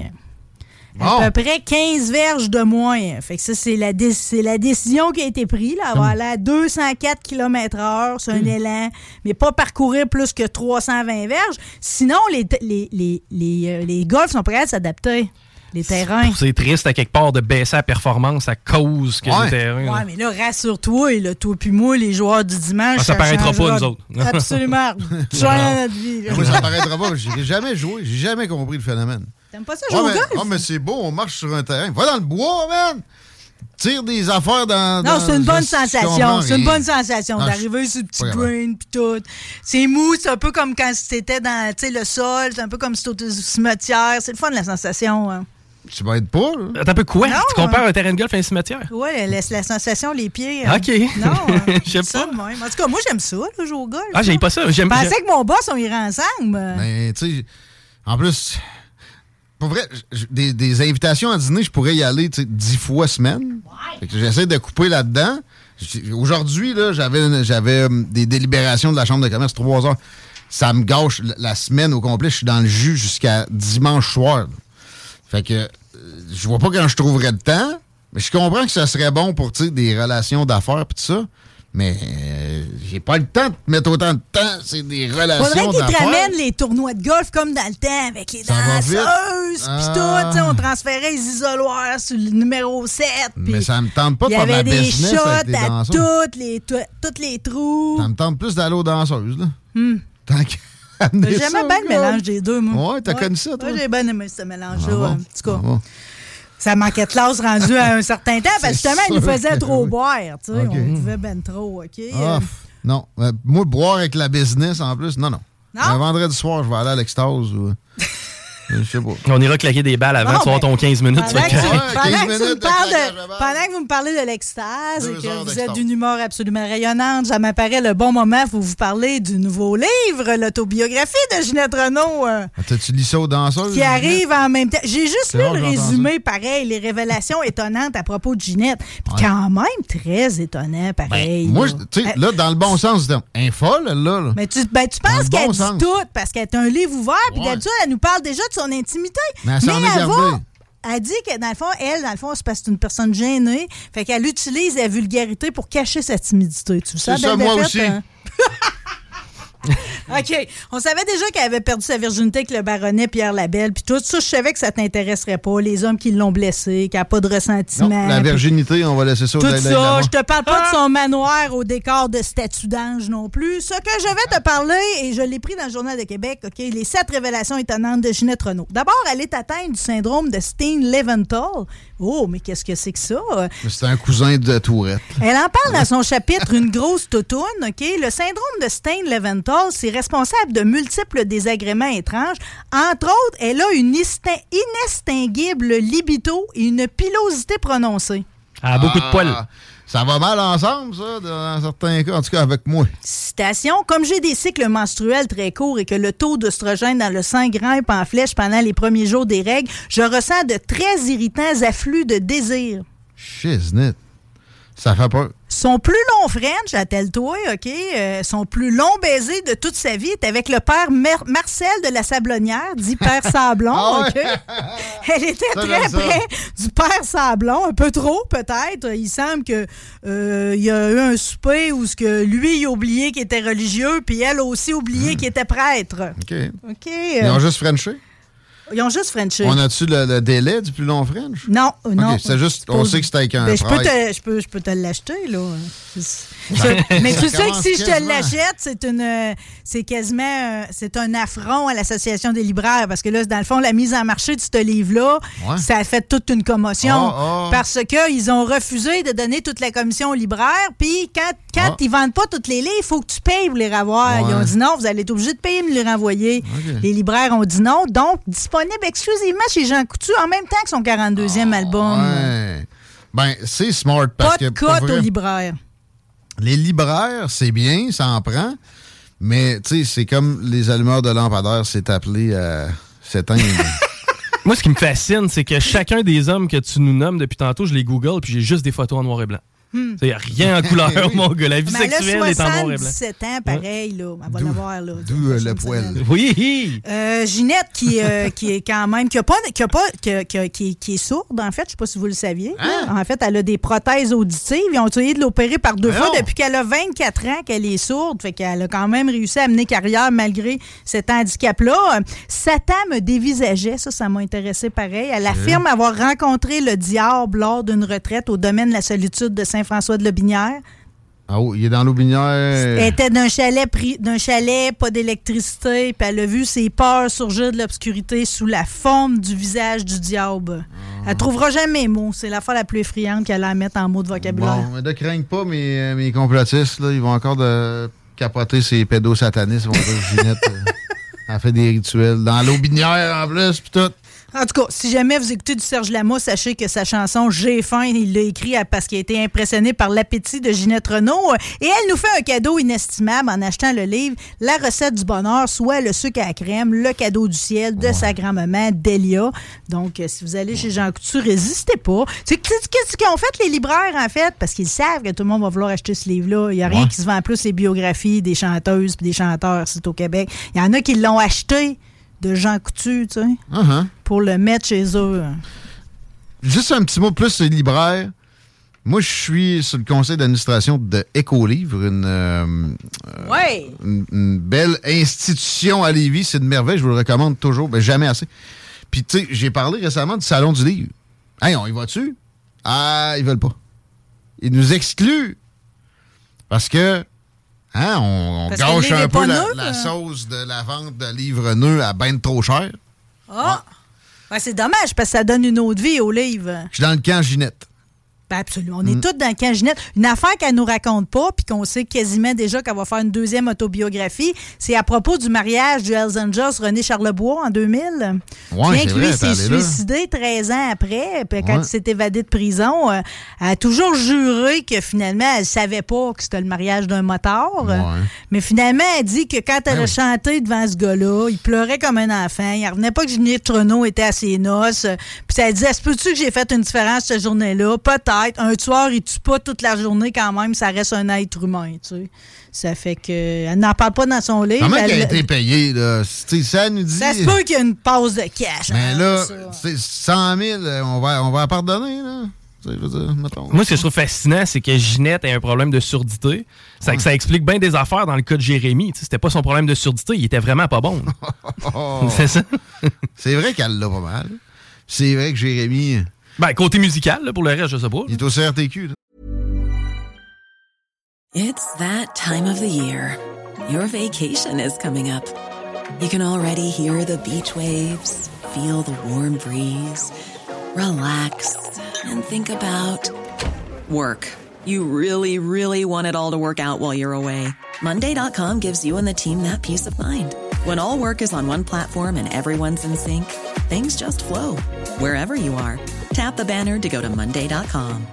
Bon. À peu près quinze verges de moins. Fait que ça, c'est la, dé- c'est la décision qui a été prise. Là, avoir aller à deux cent quatre kilomètres heure, c'est un élan, mais pas parcourir plus que trois cent vingt verges. Sinon, les, les, les, les, euh, les golfs sont prêts à s'adapter. Les terrains. C'est triste à quelque part de baisser la performance à cause que Ouais. le terrain. Ouais, là. mais là, rassure-toi, là, toi puis moi, les joueurs du dimanche. Ah, ça paraîtra pas, changera nous autres. Absolument. Change notre vie. là. Moi, ça paraîtra pas. J'ai jamais joué. J'ai jamais compris le phénomène. T'aimes pas ça, Ouais, jouer au mais, golf? ah, mais c'est beau, on marche sur un terrain. Va dans le bois, man! Tire des affaires dans. Non, dans- c'est une bonne je- je comprends sensation. C'est une rien. bonne sensation Non, d'arriver je- sur le petit pas capable. green puis tout. C'est mou, c'est un peu comme quand c'était dans tu sais, le sol, c'est un peu comme si t'étais au cimetière. C'est le fun, la sensation. Hein. Tu vas être pas, là. Attends un peu quoi? Non, tu compares hein. un terrain de golf à un cimetière? Ouais, la, la sensation, les pieds. hein. OK. Non, hein, Je sais ça pas. de même. En tout cas, moi, j'aime ça, là, jouer au golf. Ah, j'aime pas ça. J'aime Je j'aime- pensais que mon boss, on irait ensemble. Mais, tu sais, en plus, pour vrai, j- des, des invitations à dîner, je pourrais y aller, tu sais, dix fois semaine. Fait que j'essaie de couper là-dedans. J- Aujourd'hui, là, j'avais une- j'avais euh, des délibérations de la Chambre de commerce, trois heures. Ça me gâche la- la semaine au complet. Je suis dans le jus jusqu'à dimanche soir. là. Fait que, euh, je vois pas quand je trouverais le temps, mais je comprends que ça serait bon pour, tu sais, des relations d'affaires pis tout ça. Mais euh, j'ai pas le temps de mettre autant de temps. C'est des relations Faudrait qu'ils te d'affaires. ramènent les tournois de golf comme dans le temps, avec les Ça va vite. danseuses, pis Ah. tout. Tu sais, on transférait les isoloirs sur le numéro sept. Mais puis ça me tente pas de il y faire de la avait des business shots avec des à danseuses. toutes les, to- toutes les trous. Ça me tente plus d'aller aux danseuses, là. Hmm. Tant qu'à amener J'aimais ça, bien le gars. mélange des deux, moi. Ouais, t'as connu ça, toi? Ouais, j'ai bien aimé ce mélange-là. Ah bon? En tout cas, Ah bon. ça manquait de classe rendu à un certain temps, parce que C'est justement, il nous sûr faisait que trop oui. boire. Tu sais, OK. on buvait ben trop, OK? Ah, Euh, pff, non. Euh, moi, boire avec la business, en plus, non, non. Non? Un vendredi soir, je vais aller à l'extase. Ou... Je sais pas. On ira claquer des balles avant, Bon, tu vas avoir ton quinze minutes. Tu Pendant vas que, être correct. tu, pendant, que tu me minutes de parles claquage de, de balles. pendant que vous me parlez de l'extase Deux et que heures vous d'extase. êtes d'une humeur absolument rayonnante, ça m'apparaît le bon moment pour vous parler du nouveau livre, l'autobiographie de Ginette Renault, euh, T'as-tu lu ça aux danseuses? qui arrive en même temps. J'ai juste C'est lu rare le que j'entends résumé, pareil, les révélations étonnantes à propos de Ginette. Puis Ouais. quand même très étonnant, pareil. Ben, moi, là. tu sais, Euh, là, dans le bon sens, c'est un folle, là. là. Mais tu, ben, tu Dans penses le qu'elle bon dit sens. tout parce qu'elle est un livre ouvert, puis Ouais. d'habitude, elle nous parle déjà de son intimité. Mais elle s'en est elle gardée. va. Elle dit que, dans le fond, elle, dans le fond, c'est parce que c'est une personne gênée. Fait qu'elle utilise la vulgarité pour cacher sa timidité. Tu le sais, C'est ça, Belle moi Défaite, aussi. hein? OK. On savait déjà qu'elle avait perdu sa virginité avec le baronnet Pierre Labelle, puis tout ça, je savais que ça t'intéresserait pas. Les hommes qui l'ont blessé, qui n'a pas de ressentiment. Non, la puis virginité, on va laisser ça au tout Dalai ça, Lama. je te parle pas de son manoir au décor de statue d'ange non plus. Ce que je vais te parler, et je l'ai pris dans le Journal de Québec, OK, les sept révélations étonnantes de Ginette Renault. D'abord, elle est atteinte du syndrome de Steen-Leventhal. Oh, mais qu'est-ce que c'est que ça? Mais c'est un cousin de Tourette. Elle en parle dans son chapitre Une grosse toutoune, OK? Le syndrome de Steen-Leventhal, c'est responsable de multiples désagréments étranges. Entre autres, elle a une istin- inextinguible libido et une pilosité prononcée. Elle a beaucoup de poils. Ah, ça va mal ensemble, ça, dans certains cas, en tout cas avec moi. Citation. Comme j'ai des cycles menstruels très courts et que le taux d'oestrogène dans le sang grimpe en flèche pendant les premiers jours des règles, je ressens de très irritants afflux de désir. Shiznit. Ça fait peur. Son plus long French, attelle-toi, OK, euh, son plus long baiser de toute sa vie est avec le père Mer- Marcel de la Sablonnière, dit Père Sablon, Ah ouais? OK? Elle était Ça, très j'aime ça. près du Père Sablon, un peu trop peut-être. Il semble que euh, il y a eu un souper où ce que lui, il a oublié qu'il était religieux, puis elle a aussi oublié qu'il était prêtre. OK. OK. Ils euh, ont juste Frenché? ils ont juste Frenché. On a-tu le, le délai du plus long French? Non, euh, non. OK, c'est juste, on sait que c'était avec un Ben, je peux prêtre. te, je peux, je peux te l'acheter, là. C'est- mais tu Ça sais que commence si je te quasiment. l'achète, c'est une, euh, c'est quasiment, euh, c'est un affront à l'Association des libraires parce que là, dans le fond, la mise en marché de ce livre-là, Ouais. ça a fait toute une commotion Ah, ah. parce qu'ils ont refusé de donner toute la commission aux libraires. Puis quand, quand Ah. ils vendent pas tous les livres, il faut que tu payes pour les revoir. Ouais. Ils ont dit non, vous allez être obligé de payer pour les renvoyer. OK. Les libraires ont dit non, donc disponible exclusivement chez Jean Coutu en même temps que son quarante-deuxième album. Ouais. Ben, c'est smart parce Pas que de pour cote vrai, aux libraires. les libraires, c'est bien, ça en prend, mais tu sais, c'est comme les allumeurs de lampadaires, c'est appelé à s'éteindre. Moi, ce qui me fascine, c'est que chacun des hommes que tu nous nommes depuis tantôt, je les google, puis j'ai juste des photos en noir et blanc. Hmm. Il n'y a rien en couleur, mon gars. La vie Mais elle a sexuelle est en noir et blanc. soixante-dix-sept ans, pareil, là. Elle va D'où- l'avoir, là. D'où euh, le poil. Oui! Euh, Ginette, qui, euh, qui est quand même, qui, a pas, qui, a pas, qui, qui- qui- qui est sourde, en fait, je sais pas si vous le saviez. Hein? là. En fait, elle a des prothèses auditives. Ils ont essayé de l'opérer par deux Voyons. fois depuis qu'elle a vingt-quatre ans qu'elle est sourde. Fait qu'elle a quand même réussi à mener carrière malgré cet handicap-là. Euh, Satan me dévisageait. Ça, ça m'a intéressé pareil. Elle affirme avoir rencontré le diable lors d'une retraite au domaine de la solitude de Saint-François-de-Lobinière. Ah oh, il est dans l'Aubinière. Elle était d'un chalet, pris, d'un chalet, pas d'électricité, puis elle a vu ses peurs surgir de l'obscurité sous la forme du visage du diable. Ah. Elle trouvera jamais les mots. C'est la fois la plus effrayante qu'elle a à mettre en mots de vocabulaire. Bon, mais ne craignez pas mes, euh, mes complotistes, là, ils vont encore de capoter ces pédosatanistes. Ils vont dire que Ginette euh, a fait des rituels. Dans l'Aubinière, en plus, pis tout. En tout cas, si jamais vous écoutez du Serge Lama, sachez que sa chanson « J'ai faim », il l'a écrit parce qu'il a été impressionné par l'appétit de Ginette Renault. Et elle nous fait un cadeau inestimable en achetant le livre « La recette du bonheur », soit le sucre à la crème, le cadeau du ciel de sa grand-maman Delia. Donc, euh, si vous allez chez Jean Coutu, résistez pas. C'est qu'est-ce qu'ils ont fait, les libraires, en fait? Parce qu'ils savent que tout le monde va vouloir acheter ce livre-là. Il n'y a rien Ouais. qui se vend plus, les biographies des chanteuses et des chanteurs, c'est au Québec. Il y en a qui l'ont acheté de Jean Coutu, tu sais, Uh-huh. pour le mettre chez eux. Juste un petit mot plus sur les libraires. Moi, je suis sur le conseil d'administration de Écolivre, une, euh, Ouais. une, une belle institution à Lévis. C'est une merveille, je vous le recommande toujours, mais jamais assez. Puis, tu sais, j'ai parlé récemment du Salon du Livre. Hey, on y va-tu? Ah, ils veulent pas. Ils nous excluent. Parce que, hein, on, on Parce que le gâche livre un est peu pas la, neuf, la hein? sauce de la vente de livres neufs à ben trop cher. Ah! Ouais, c'est dommage parce que ça donne une autre vie au livre. Je suis dans le camp Ginette. Ben absolument. On est mm. tous dans le camp Ginette. Une affaire qu'elle nous raconte pas, puis qu'on sait quasiment déjà qu'elle va faire une deuxième autobiographie, c'est à propos du mariage du Hells Angels René Charlebois en deux mille. Ouais, Bien que lui s'est suicidé treize ans après, puis quand ouais. il s'est évadé de prison, euh, elle a toujours juré que finalement, elle savait pas que c'était le mariage d'un motard. Ouais. Mais finalement, elle dit que quand elle ouais, a oui. chanté devant ce gars-là, il pleurait comme un enfant. Il revenait pas que Ginette Renault était à ses noces. Puis elle dit, est-ce peux-tu que j'ai fait une différence cette journée-là? Peut-être. Un tueur, il tue pas toute la journée quand même. Ça reste un être humain, tu sais. Ça fait que... Elle n'en parle pas dans son livre. Comment elle, elle a été payée, là? T'sais, ça nous dit... Ça se peut qu'il y ait une pause de cash. Mais là, c'est cent mille, on va, on va la pardonner, là. Je veux dire, mettons. Moi, ce que je trouve fascinant, c'est que Ginette a un problème de surdité. Ça, ouais. ça explique bien des affaires dans le cas de Jérémy. C'était pas son problème de surdité, il était vraiment pas bon. oh. C'est ça? C'est vrai qu'elle l'a pas mal. C'est vrai que Jérémy... Ben, côté musical, là, pour le reste, je sais pas. Il est au C R T Q, là. It's that time of the year. Your vacation is coming up. You can already hear the beach waves, feel the warm breeze, relax, and think about work. You really, really want it all to work out while you're away. Monday dot com gives you and the team that peace of mind. When all work is on one platform and everyone's in sync, things just flow. Wherever you are, tap the banner to go to Monday dot com.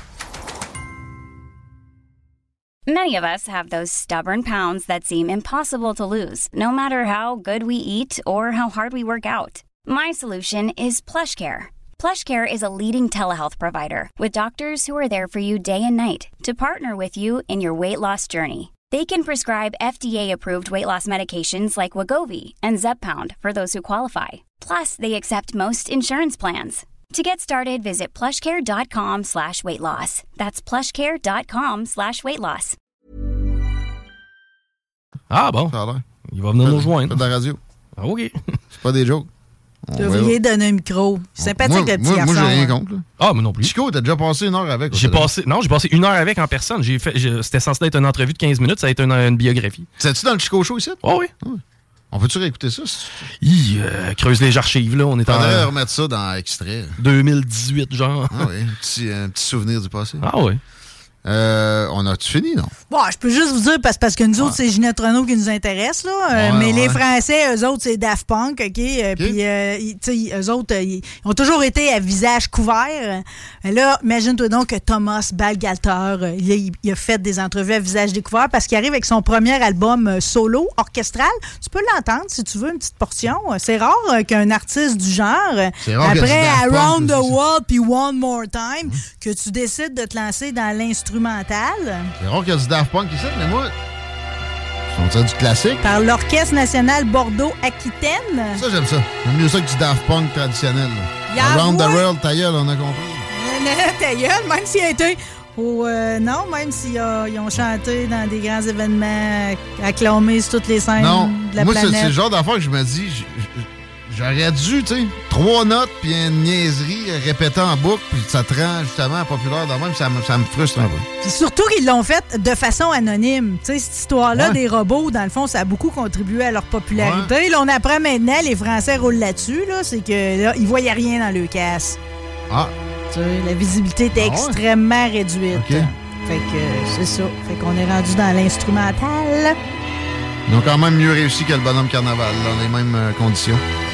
Many of us have those stubborn pounds that seem impossible to lose, no matter how good we eat or how hard we work out. My solution is PlushCare. PlushCare is a leading telehealth provider with doctors who are there for you day and night to partner with you in your weight loss journey. They can prescribe F D A-approved weight loss medications like Wegovy and Zepbound for those who qualify. Plus, they accept most insurance plans. To get started, visit plushcare.com slash weight loss. That's plushcare.com slash weight loss. Ah bon? Il va venir nous rejoindre. Faites de la radio. Ah oui. C'est pas des jokes. Vous devriez donner un micro. Sympathique, moi, le petit moi, garçon. Moi, j'ai rien hein. contre. Là. Ah, mais non plus. Chico, t'as déjà passé une heure avec. J'ai passé, non, j'ai passé une heure avec en personne. J'ai fait, j'ai, c'était censé être une entrevue de quinze minutes. Ça a été une, une biographie. C'est-tu dans le Chico Show ici? Oh oui. oui. On peut-tu réécouter ça? Il euh, creuse les archives, là. On est en... Faudrait remettre ça dans extrait. deux mille dix-huit, genre. Ah oui, un petit, un petit souvenir du passé. Ah oui. Euh, on a-tu fini, non? Bon, je peux juste vous dire, parce, parce que nous autres, ouais. c'est Ginette Renault qui nous intéresse, là. Euh, ouais, mais ouais. les Français, eux autres, c'est Daft Punk, OK? Euh, okay. Puis, euh, tu sais, eux autres, ils ont toujours été à visage couvert. Mais là, imagine-toi donc que Thomas Bangalter, il a, il a fait des entrevues à visage découvert parce qu'il arrive avec son premier album solo, orchestral. Tu peux l'entendre si tu veux, une petite portion. C'est rare qu'un artiste du genre, après Around the World puis One More Time, mmh. que tu décides de te lancer dans l'instrumental. C'est rare qu'il y a du Daft Punk ici, mais moi, ils sont du classique. Par l'Orchestre national Bordeaux-Aquitaine. Ça, j'aime ça. J'aime mieux ça que du Daft Punk traditionnel. Around the World, ta gueule, on a compris. Ta gueule, même s'il a été... Oh, euh, non, même s'ils euh, ont chanté dans des grands événements, acclamés sur toutes les scènes non, de la moi, planète. Non, c'est le genre d'affaire que je me dis... Je, je, J'aurais dû, tu sais, trois notes puis une niaiserie répétée en boucle, puis ça te rend justement populaire de même, ça me, ça me frustre un peu. Puis surtout qu'ils l'ont fait de façon anonyme. Tu sais, cette histoire-là ouais. des robots, dans le fond, ça a beaucoup contribué à leur popularité. Ouais. Là, on apprend maintenant, les Français roulent là-dessus, là, c'est que là, ils voyaient rien dans le casse. Ah. Tu sais, la visibilité était ah ouais. extrêmement réduite. Okay. Fait que euh, c'est ça. Fait qu'on est rendu dans l'instrumental. Ils ont quand même mieux réussi que le Bonhomme Carnaval, dans les mêmes euh, conditions.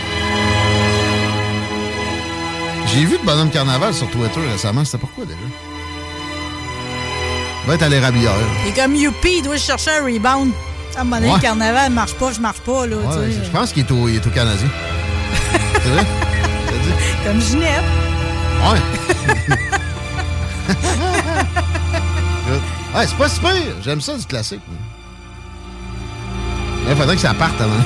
J'ai vu le Bonhomme Carnaval sur Twitter récemment. C'était pourquoi, déjà? Il va être à l'érabilière. Il est comme Youpi, il doit chercher un rebound. À un moment donné, ouais. le Carnaval marche pas, je marche pas. Là, ouais, je pense qu'il est au, il est au Canadien. C'est vrai? Comme Ginette. Ouais. ouais, c'est pas si pire. J'aime ça, du classique. Il faudrait que ça parte avant.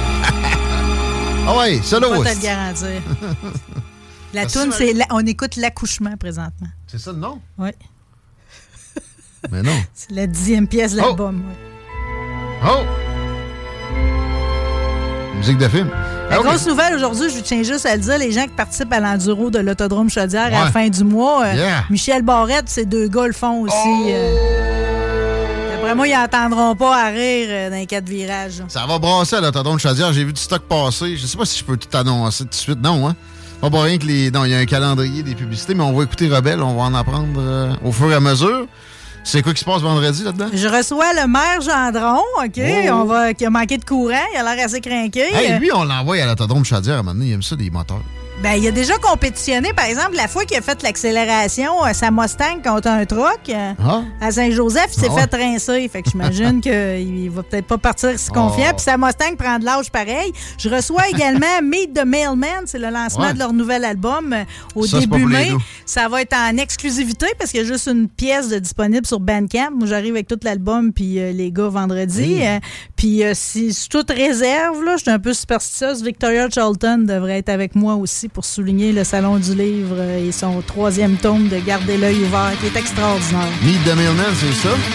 Ah ouais, solo. Je peux pas te le garantir. La toune, c'est la, on écoute l'accouchement présentement. C'est ça le nom? Oui. Mais non. C'est la dixième pièce de l'album. Oh! Ouais. oh. Musique de film. La okay. grosse nouvelle aujourd'hui, je tiens juste à le dire, les gens qui participent à l'enduro de l'Autodrome Chaudière ouais. à la fin du mois, euh, yeah. Michel Barrette, ces deux gars le font aussi. Oh. Euh, D'après moi, ils n'entendront pas à rire euh, dans les quatre virages. Ça va brasser à l'Autodrome Chaudière. J'ai vu du stock passer. Je sais pas si je peux tout annoncer tout de suite. Non, hein? Pas pour rien que les... Non, il y a un calendrier des publicités, mais on va écouter Rebelle, on va en apprendre euh, au fur et à mesure. C'est quoi qui se passe vendredi là-dedans? Je reçois le maire Gendron, OK, Oh. on va, qui a manqué de courant, il a l'air assez craqué. Hey, lui, on l'envoie à l'autodrome Chaudière à un moment donné, il aime ça, des moteurs. Ben, il a déjà compétitionné, par exemple, la fois qu'il a fait l'accélération, euh, sa Mustang contre un truck euh, Ah. à Saint-Joseph, il s'est Ah ouais. fait rincer. Fait que j'imagine qu'il va peut-être pas partir si confiant. Oh. Puis sa Mustang prend de l'âge pareil. Je reçois également Meet the Mailman, c'est le lancement Ouais. de leur nouvel album euh, au Ça, c'est pas début pour les mai. doux. Ça va être en exclusivité parce qu'il y a juste une pièce de disponible sur Bandcamp. Moi, j'arrive avec tout l'album, puis euh, les gars, vendredi. Hey. Euh, puis euh, si si toute réserve, là, je suis un peu superstitieuse, Victoria Charlton devrait être avec moi aussi pour souligner le Salon du Livre euh, et son troisième tome de Garder l'œil ouvert, qui est extraordinaire. Meet the Mailman, c'est ça?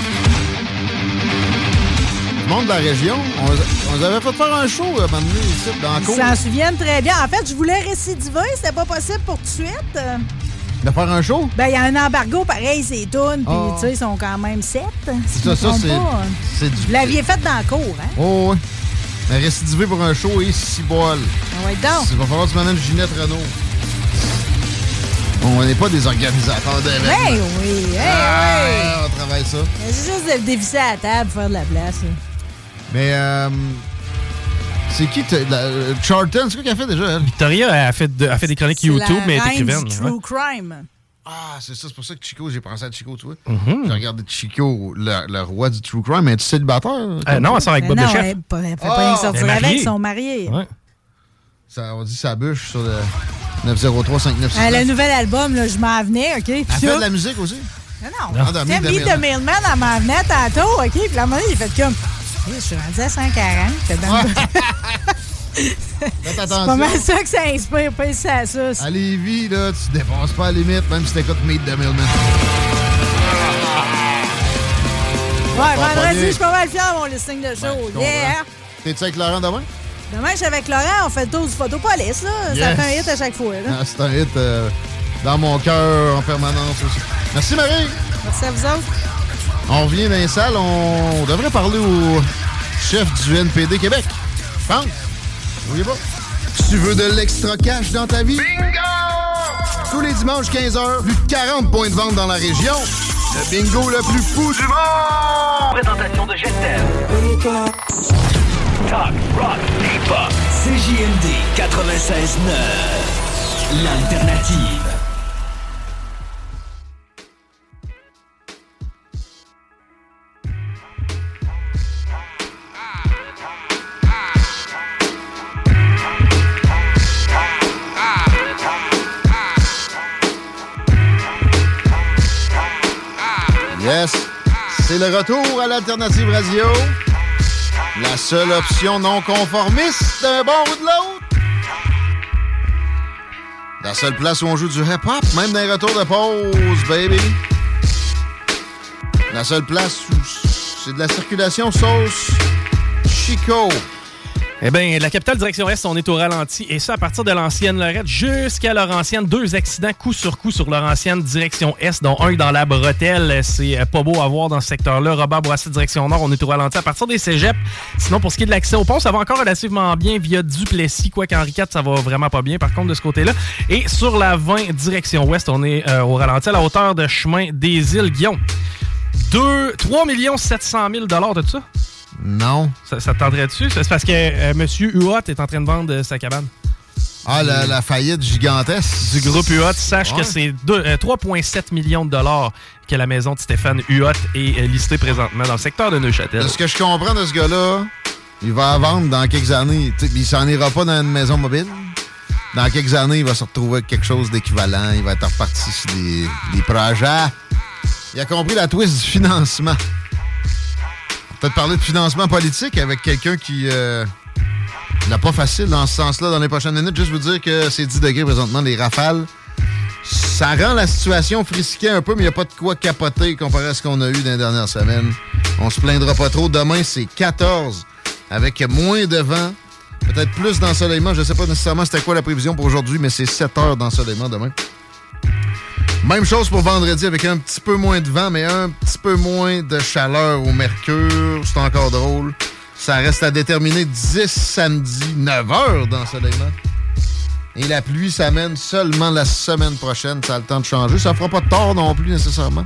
Le monde de la région, on, on avait fait faire un show à un moment donné, ici, dans la Ils cour. s'en souviennent très bien. En fait, je voulais récidiver, c'était pas possible pour tout de suite. Euh, De faire un show? Ben, il y a un embargo pareil, c'est tunes, puis Oh. tu sais, ils sont quand même sept. C'est ça, ça, c'est, c'est du... Vous l'aviez fait dans la cour, hein? Oh, oui. Mais récidiver pour un show et six bols. Ah ouais, donc. Il va falloir que tu m'amènes Ginette Renault. On n'est pas des organisateurs d'événements. Ben oui, hey, Ah, oui. on travaille ça. Mais c'est juste de dévisser à la table, faire de la place. là. Mais, euh, c'est qui, t'as- la- euh, Charlton, c'est quoi qu'elle a fait déjà, elle? Victoria a fait, de- a fait des chroniques C'est YouTube, la mais elle est reine écrivaine. du ouais. True crime. Ah, c'est ça, c'est pour ça que Chico, j'ai pensé à Chico, tu vois. Mhm. J'ai regardé Chico, le, le roi du true crime, mais es-tu célibataire? Euh, non, elle sort avec Ben Bob non, le chef. Elle, pas- elle fait Ah! pas rien Elle sortir est avec, mariée. ils sont mariés. Ouais. Ça, on dit sa bûche sur le neuf zéro trois cinq neuf six Euh, neuf. le nouvel album, là, je m'en venais, OK? Puis Elle fait là- de la musique aussi? Non, non. Ah, dans Tu sais, Meet the Meet the Mailman. Mailman, elle m'en venait tantôt, OK? Puis la moment, il fait comme... Hey, je suis rendu à cent quarante. Fait dans le- Faites C'est pas attention. mal ça que ça inspire, pas ça à ça. À Lévis, là, tu dépasses pas la limite, même si t'écoutes Meet the Mailman. Ouais, Pas vendredi, pogné. je suis pas mal fier de mon listing de show. je comprends. Yeah! T'es-tu avec Laurent demain? Demain, je suis avec Laurent, on fait le tour du Photopolis, là. Ça Yes. fait un hit à chaque fois, là. Ah, c'est un hit euh, dans mon cœur en permanence aussi. Merci Marie! Merci à vous autres. On revient dans les salles, on devrait parler au chef du N P D Québec. Je pense. N'oubliez pas. Tu veux de l'extra cash dans ta vie? Bingo! Tous les dimanches quinze heures, plus de quarante points de vente dans la région. Le bingo le plus fou du monde! Présentation de Gestel. Talk, rock, hip-hop. C J M D quatre-vingt-seize neuf. L'alternative. Yes, c'est le retour à l'Alternative Radio. La seule option non conformiste d'un bord ou de l'autre. La seule place où on joue du hip-hop, même dans les retours de pause, baby. La seule place où c'est de la circulation sauce Chico. Eh bien, la capitale direction Est, on est au ralenti. Et ça, à partir de l'ancienne Lorette jusqu'à Laurentienne. Deux accidents coup sur coup sur Laurentienne direction Est, dont un dans la bretelle. C'est pas beau à voir dans ce secteur-là. Robert Bourassa, direction Nord, on est au ralenti à partir des cégeps. Sinon, pour ce qui est de l'accès au pont, ça va encore relativement bien via Duplessis. Quoique Henri quatre, ça va vraiment pas bien, par contre, de ce côté-là. Et sur la vingt, direction Ouest, on est euh, au ralenti à la hauteur de chemin des îles Guillaume. deux, trois millions sept cent mille dollars de ça? Non. Ça, ça te tenterait dessus? C'est parce que euh, M. Huot est en train de vendre euh, sa cabane. Ah, la, la faillite gigantesque. Du groupe Huot. Sache Ouais. que c'est deux- euh, trois virgule sept millions de dollars que la maison de Stéphane Huot est euh, listée présentement dans le secteur de Neuchâtel. De ce que je comprends de ce gars-là, il va la vendre dans quelques années. T'sais, il s'en ira pas dans une maison mobile. Dans quelques années, il va se retrouver avec quelque chose d'équivalent. Il va être reparti sur des, des projets. Il a compris la twist du financement. Peut-être parler de financement politique avec quelqu'un qui euh, n'a pas facile dans ce sens-là dans les prochaines minutes. Juste vous dire que c'est dix degrés présentement, les rafales. Ça rend la situation frisquée un peu, mais il n'y a pas de quoi capoter comparé à ce qu'on a eu dans les dernières semaines. On se plaindra pas trop. Demain, c'est quatorze avec moins de vent. Peut-être plus d'ensoleillement. Je ne sais pas nécessairement c'était quoi la prévision pour aujourd'hui, mais c'est sept heures d'ensoleillement demain. Même chose pour vendredi avec un petit peu moins de vent, mais un petit peu moins de chaleur au mercure. C'est encore drôle. Ça reste à déterminer dix samedi, neuf heures d'ensoleillement. Et la pluie s'amène seulement la semaine prochaine. Ça a le temps de changer. Ça fera pas de tort non plus, nécessairement.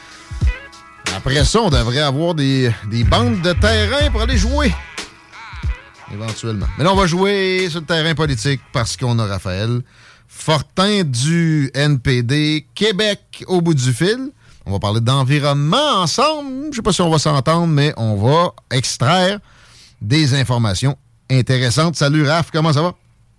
Après ça, on devrait avoir des, des bandes de terrain pour aller jouer. Éventuellement. Mais là, on va jouer sur le terrain politique parce qu'on a Raphaël Fortin du N P D Québec au bout du fil. On va parler d'environnement ensemble. Je ne sais pas si on va s'entendre, mais on va extraire des informations intéressantes. Salut Raph, comment ça va?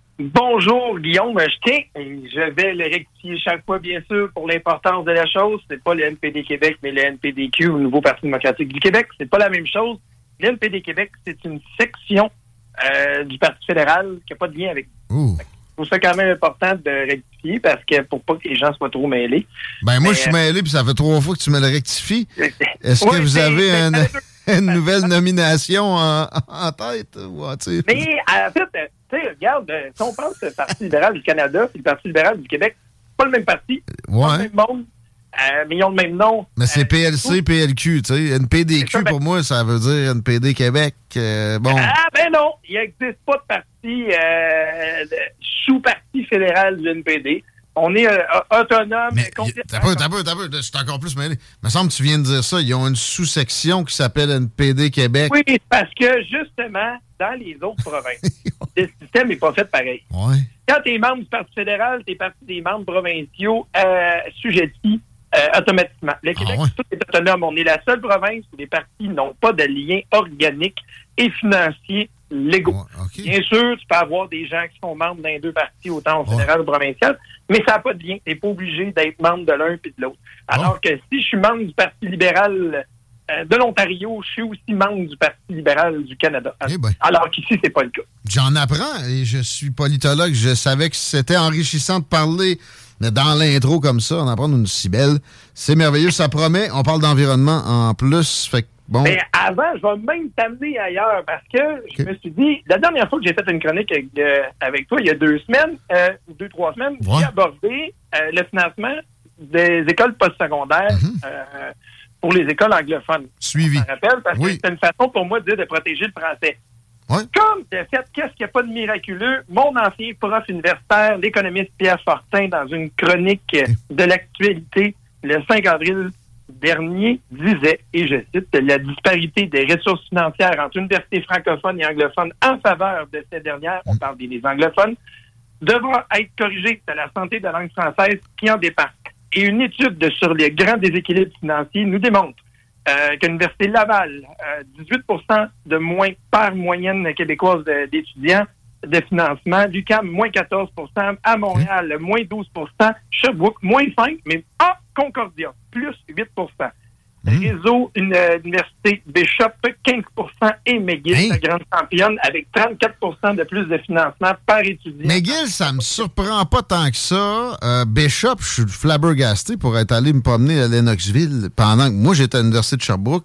Bonjour Guillaume, je tiens, je vais le rectifier chaque fois bien sûr pour l'importance de la chose. C'est pas le N P D Québec, mais le N P D Q, le Nouveau Parti démocratique du Québec. C'est pas la même chose. Le N P D Québec, c'est une section euh, du Parti fédéral qui n'a pas de lien avec. Ouh. Je trouve ça quand même important de rectifier parce que pour pas que les gens soient trop mêlés. Ben moi, mais, je suis mêlé puis ça fait trois fois que tu me le rectifies. Est-ce oui, que vous avez c'est, une, c'est une nouvelle nomination en, en tête? Ouais, mais en fait, tu sais, regarde, si on pense le Parti libéral du Canada et le Parti libéral du Québec, c'est pas le même parti, ouais. pas le même monde, euh, mais ils ont le même nom. Mais c'est euh, P L C, P L Q, tu sais. N P D Q, ça, ben, pour moi, ça veut dire N P D Québec. Euh, bon. Ah, ben non, il n'existe pas de parti euh, de sous-parti fédéral du N P D. On est euh, autonome. Mais t'as peu, t'as peu, t'as peu, je suis encore plus mêlé. Il me semble que tu viens de dire ça. Ils ont une sous-section qui s'appelle N P D Québec. Oui, parce que, justement, dans les autres provinces, le système n'est pas fait pareil. Ouais. Quand tu es membre du Parti fédéral, tu es parti des membres provinciaux euh, sujettis euh, automatiquement. Le Québec, ah ouais. Tout est autonome. On est la seule province où les partis n'ont pas de lien organique et financier légaux. Ouais, okay. Bien sûr, tu peux avoir des gens qui sont membres d'un deux partis, autant au fédéral ouais. ou provincial, mais ça n'a pas de lien. Tu n'es pas obligé d'être membre de l'un puis de l'autre. Alors oh. que si je suis membre du Parti libéral euh, de l'Ontario, je suis aussi membre du Parti libéral du Canada. Eh ben. Alors qu'ici, c'est pas le cas. J'en apprends et je suis politologue. Je savais que c'était enrichissant de parler, mais dans l'intro comme ça, on apprend une si belle. C'est merveilleux, ça promet. On parle d'environnement en plus, fait que bon. Mais avant, je vais même t'amener ailleurs parce que okay. je me suis dit, la dernière fois que j'ai fait une chronique avec, euh, avec toi, il y a deux semaines, euh, deux, trois semaines, ouais. j'ai abordé euh, le financement des écoles postsecondaires mm-hmm. euh, pour les écoles anglophones. Suivi. Je me rappelle parce oui. que c'est une façon pour moi de dire de protéger le français. Ouais. Comme de fait, qu'est-ce qu'il n'y a pas de miraculeux? Mon ancien prof universitaire, l'économiste Pierre Fortin, dans une chronique okay. de l'actualité le cinq avril dernier, disait, et je cite, la disparité des ressources financières entre universités francophones et anglophones en faveur de ces dernières, on parle des anglophones, devra être corrigée de la santé de la langue française qui en dépend. Et une étude de, sur les grands déséquilibres financiers nous démontre euh, que l'Université Laval, euh, dix-huit pour cent de moins par moyenne québécoise de, d'étudiants de financement, l'U Q A M, moins quatorze pour cent, à Montréal, mmh. moins douze pour cent, Sherbrooke, moins cinq pour cent, mais à Concordia, plus huit pour cent. Mmh. Réseau une, euh, Université Bishop, quinze pour cent, et McGill, hey. la grande championne, avec trente-quatre pour cent de plus de financement par étudiant. McGill, ça me surprend pas tant que ça. Euh, Bishop, je suis flabbergasté pour être allé me promener à Lennoxville pendant que moi, j'étais à l'Université de Sherbrooke.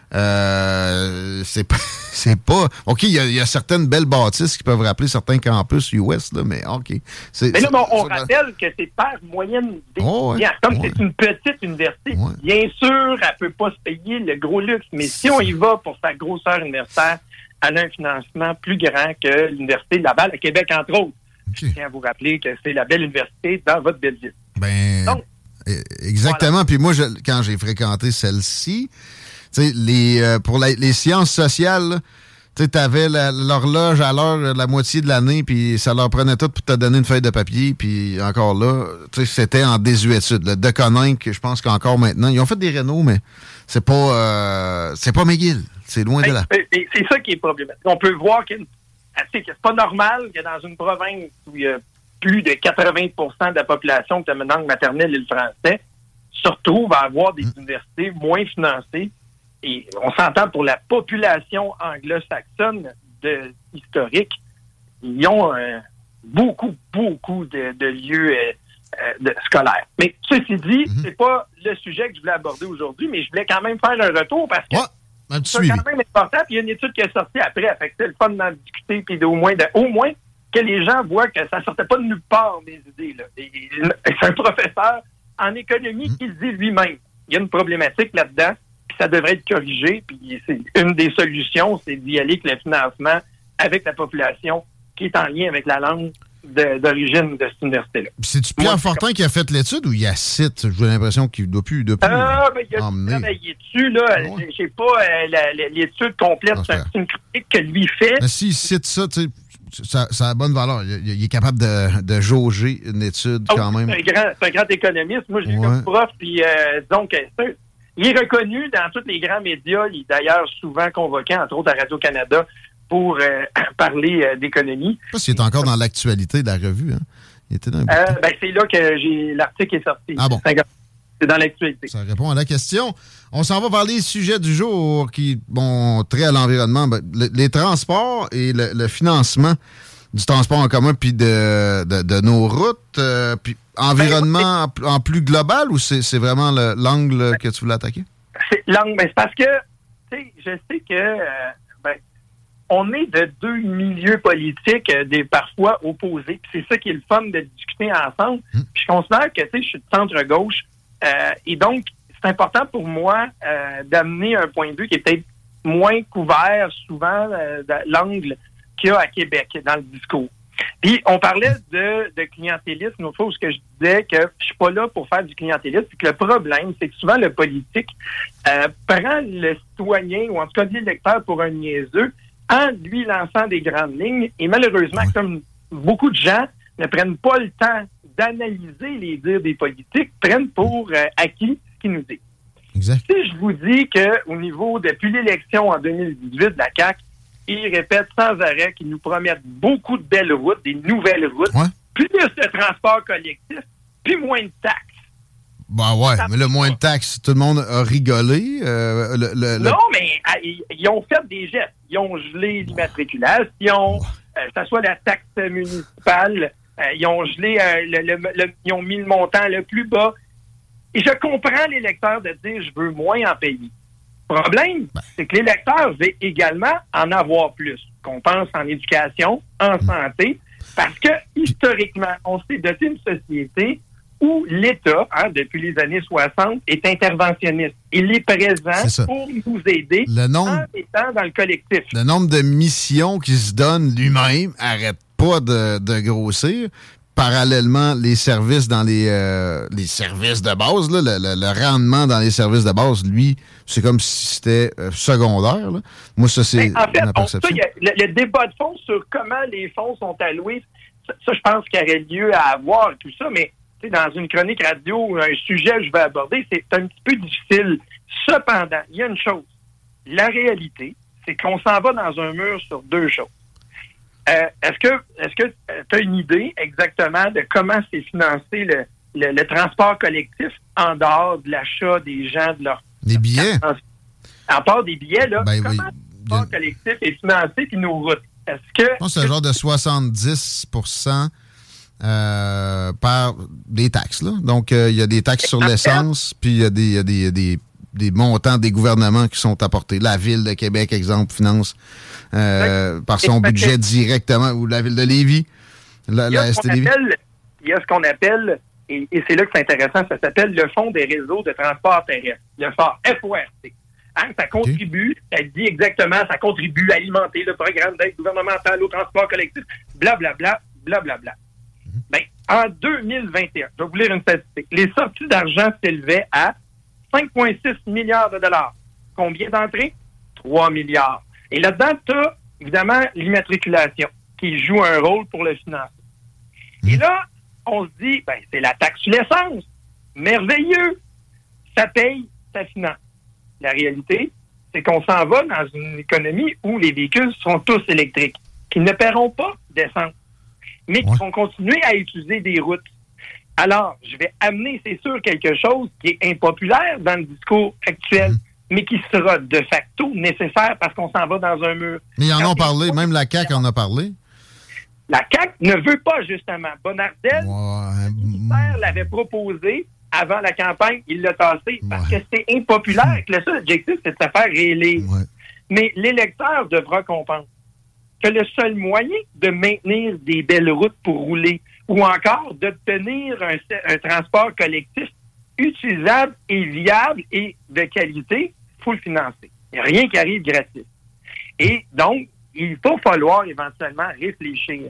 Euh, c'est pas, c'est pas. OK, il y, y a certaines belles bâtisses qui peuvent rappeler certains campus U S, là, mais OK. C'est, mais là, c'est, on c'est, rappelle que c'est par moyenne d'étudiants. Oh, ouais, comme ouais. c'est une petite université, ouais. bien sûr, elle peut pas se payer le gros luxe, mais si on y va pour sa grosseur universitaire, elle a un financement plus grand que l'Université de Laval à Québec, entre autres. Okay. Je tiens à vous rappeler que c'est la belle université dans votre belle ville. Ben, Donc, exactement. Voilà. Puis moi, je, quand j'ai fréquenté celle-ci, les, euh, pour la, les sciences sociales, tu avais l'horloge à l'heure la moitié de l'année, puis ça leur prenait tout pour te donner une feuille de papier, puis encore là, c'était en désuétude. Le De Coninck, je pense qu'encore maintenant, ils ont fait des rénaux, mais c'est pas euh, c'est pas McGill. C'est loin ben, de là. C'est, c'est ça qui est problématique. On peut voir que c'est pas normal que dans une province où il y a plus de quatre-vingts pour cent de la population qui a une langue maternelle et le français, se retrouve à avoir des mmh. universités moins financées. Et on s'entend pour la population anglo-saxonne de, historique, ils ont euh, beaucoup, beaucoup de, de lieux euh, euh, de, scolaires. Mais ceci dit, mm-hmm. c'est pas le sujet que je voulais aborder aujourd'hui, mais je voulais quand même faire un retour parce que ouais, c'est quand même important. Puis il y a une étude qui est sortie après, fait que c'est le fun d'en discuter, puis au moins, de, au moins que les gens voient que ça sortait pas de nulle part, mes idées. Là. Et, c'est un professeur en économie mm-hmm. qui le dit lui-même. Il y a une problématique là-dedans. Ça devrait être corrigé, puis c'est une des solutions, c'est d'y aller avec le financement avec la population qui est en lien avec la langue de, d'origine de cette université-là. C'est-tu Pierre Moi, Fortin qui a fait l'étude ou il y a site? J'ai l'impression qu'il ne doit plus, doit plus ah, ben, il a travaillé dessus, là. Ah, ouais. J'ai pas euh, la, la, l'étude complète. Ah, c'est, c'est une critique que lui fait. Mais s'il cite ça, tu sais, ça, ça a bonne valeur. Il, il est capable de, de jauger une étude oh, quand même. C'est un, grand, c'est un grand économiste. Moi, je l'ai ouais. comme prof. Puis, euh, donc, c'est, il est reconnu dans tous les grands médias. Il est d'ailleurs souvent convoqué, entre autres à Radio-Canada, pour euh, parler euh, d'économie. Je ne sais pas s'il est encore dans l'actualité de la revue. Hein? Il était dans un euh, ben, c'est là que j'ai l'article est sorti. Ah bon? C'est dans l'actualité. Ça répond à la question. On s'en va vers les sujets du jour qui ont trait à l'environnement. Ben, le, les transports et le, le financement du transport en commun puis de, de, de nos routes. Euh, puis environnement ben, en, en plus global ou c'est, c'est vraiment le, l'angle ben, que tu voulais attaquer? C'est l'angle, mais c'est parce que tu sais, je sais que euh, ben, on est de deux milieux politiques euh, des parfois opposés. Puis c'est ça qui est le fun de discuter ensemble. Mmh. Puis je considère que tu sais, je suis de centre-gauche. Euh, et donc, c'est important pour moi euh, d'amener un point de vue qui est peut-être moins couvert souvent euh, de l'angle qu'il y a à Québec dans le discours. Puis, on parlait de, de clientélisme une autre fois où ce que je disais que je suis pas là pour faire du clientélisme, puis que le problème, c'est que souvent le politique euh, prend le citoyen, ou en tout cas l'électeur pour un niaiseux, en lui lançant des grandes lignes. Et malheureusement, oui. comme beaucoup de gens ne prennent pas le temps d'analyser les dires des politiques, prennent pour euh, acquis ce qu'ils nous disent. Exact. Si je vous dis qu'au niveau, depuis l'élection en deux mille dix-huit de la C A Q, ils répètent sans arrêt qu'ils nous promettent beaucoup de belles routes, des nouvelles routes, ouais. plus de transport collectif, puis moins de taxes. Ben ouais, ça mais le moins de taxes, tout le monde a rigolé. Euh, le, le, non, le... mais euh, ils ont fait des gestes. Ils ont gelé l'immatriculation, euh, que ce soit la taxe municipale, euh, ils ont gelé, euh, le, le, le, ils ont mis le montant le plus bas. Et je comprends l'électeur de dire, je veux moins en payer. Le problème, ben. c'est que l'électeur veut également en avoir plus. Qu'on pense en éducation, en santé, parce que, historiquement, on s'est doté d'une société où l'État, hein, depuis les années soixante, est interventionniste. Il est présent pour nous aider le nombre, en étant dans le collectif. Le nombre de missions qu'il se donne lui-même n'arrête pas de, de grossir. Parallèlement, les services dans les euh, les services de base, là, le, le, le rendement dans les services de base, lui, c'est comme si c'était euh, secondaire. Là. Moi, ça, c'est en fait, ma perception. On, ça, y a, le, le débat de fond sur comment les fonds sont alloués, ça, ça je pense qu'il y aurait lieu à avoir tout ça, mais dans une chronique radio, un sujet que je vais aborder, c'est un petit peu difficile. Cependant, il y a une chose. La réalité, c'est qu'on s'en va dans un mur sur deux choses. Euh, est-ce que est-ce que tu as une idée exactement de comment c'est financé le, le, le transport collectif en dehors de l'achat des gens de leur... Des billets? En part des billets, là, ben, comment oui. le transport collectif est financé puis nos routes? Est-ce que... Je pense que c'est un genre de soixante-dix pour cent euh, par des taxes, là. Donc, il euh, y a des taxes sur l'essence, puis il y a des, y a des, des, des montants des gouvernements qui sont apportés. La Ville de Québec, exemple, finance euh, par son budget directement, ou la Ville de Lévis, la, la S T Lévis. Il y a ce qu'on appelle, et, et c'est là que c'est intéressant, ça s'appelle le Fonds des réseaux de transport terrestre, le F O R C. Hein, ça contribue, okay. ça dit exactement, ça contribue à alimenter le programme d'aide gouvernementale au transport collectif, blablabla, blablabla. Mm-hmm. Ben, en deux mille vingt et un, je vais vous lire une statistique, les sorties d'argent s'élevaient à cinq virgule six milliards de dollars. Combien d'entrées? trois milliards. Et là-dedans, tu as évidemment l'immatriculation qui joue un rôle pour le financer. Mmh. Et là, on se dit, ben, c'est la taxe sur l'essence. Merveilleux. Ça paye, ça finance. La réalité, c'est qu'on s'en va dans une économie où les véhicules sont tous électriques, qui ne paieront pas d'essence, mais qui ouais. vont continuer à utiliser des routes. Alors, je vais amener, c'est sûr, quelque chose qui est impopulaire dans le discours actuel, mmh. mais qui sera de facto nécessaire parce qu'on s'en va dans un mur. Mais ils en ont parlé, même la C A Q en a parlé. La C A Q ne veut pas, justement. Bonnardel, ouais. le ministère l'avait proposé avant la campagne, il l'a tassé parce ouais. que c'est impopulaire. Le seul objectif, c'est de se faire réélire. Ouais. Mais l'électeur devra comprendre que le seul moyen de maintenir des belles routes pour rouler ou encore d'obtenir un, un transport collectif utilisable et viable et de qualité, il faut le financer. Il n'y a rien qui arrive gratis. Et donc, il va falloir éventuellement réfléchir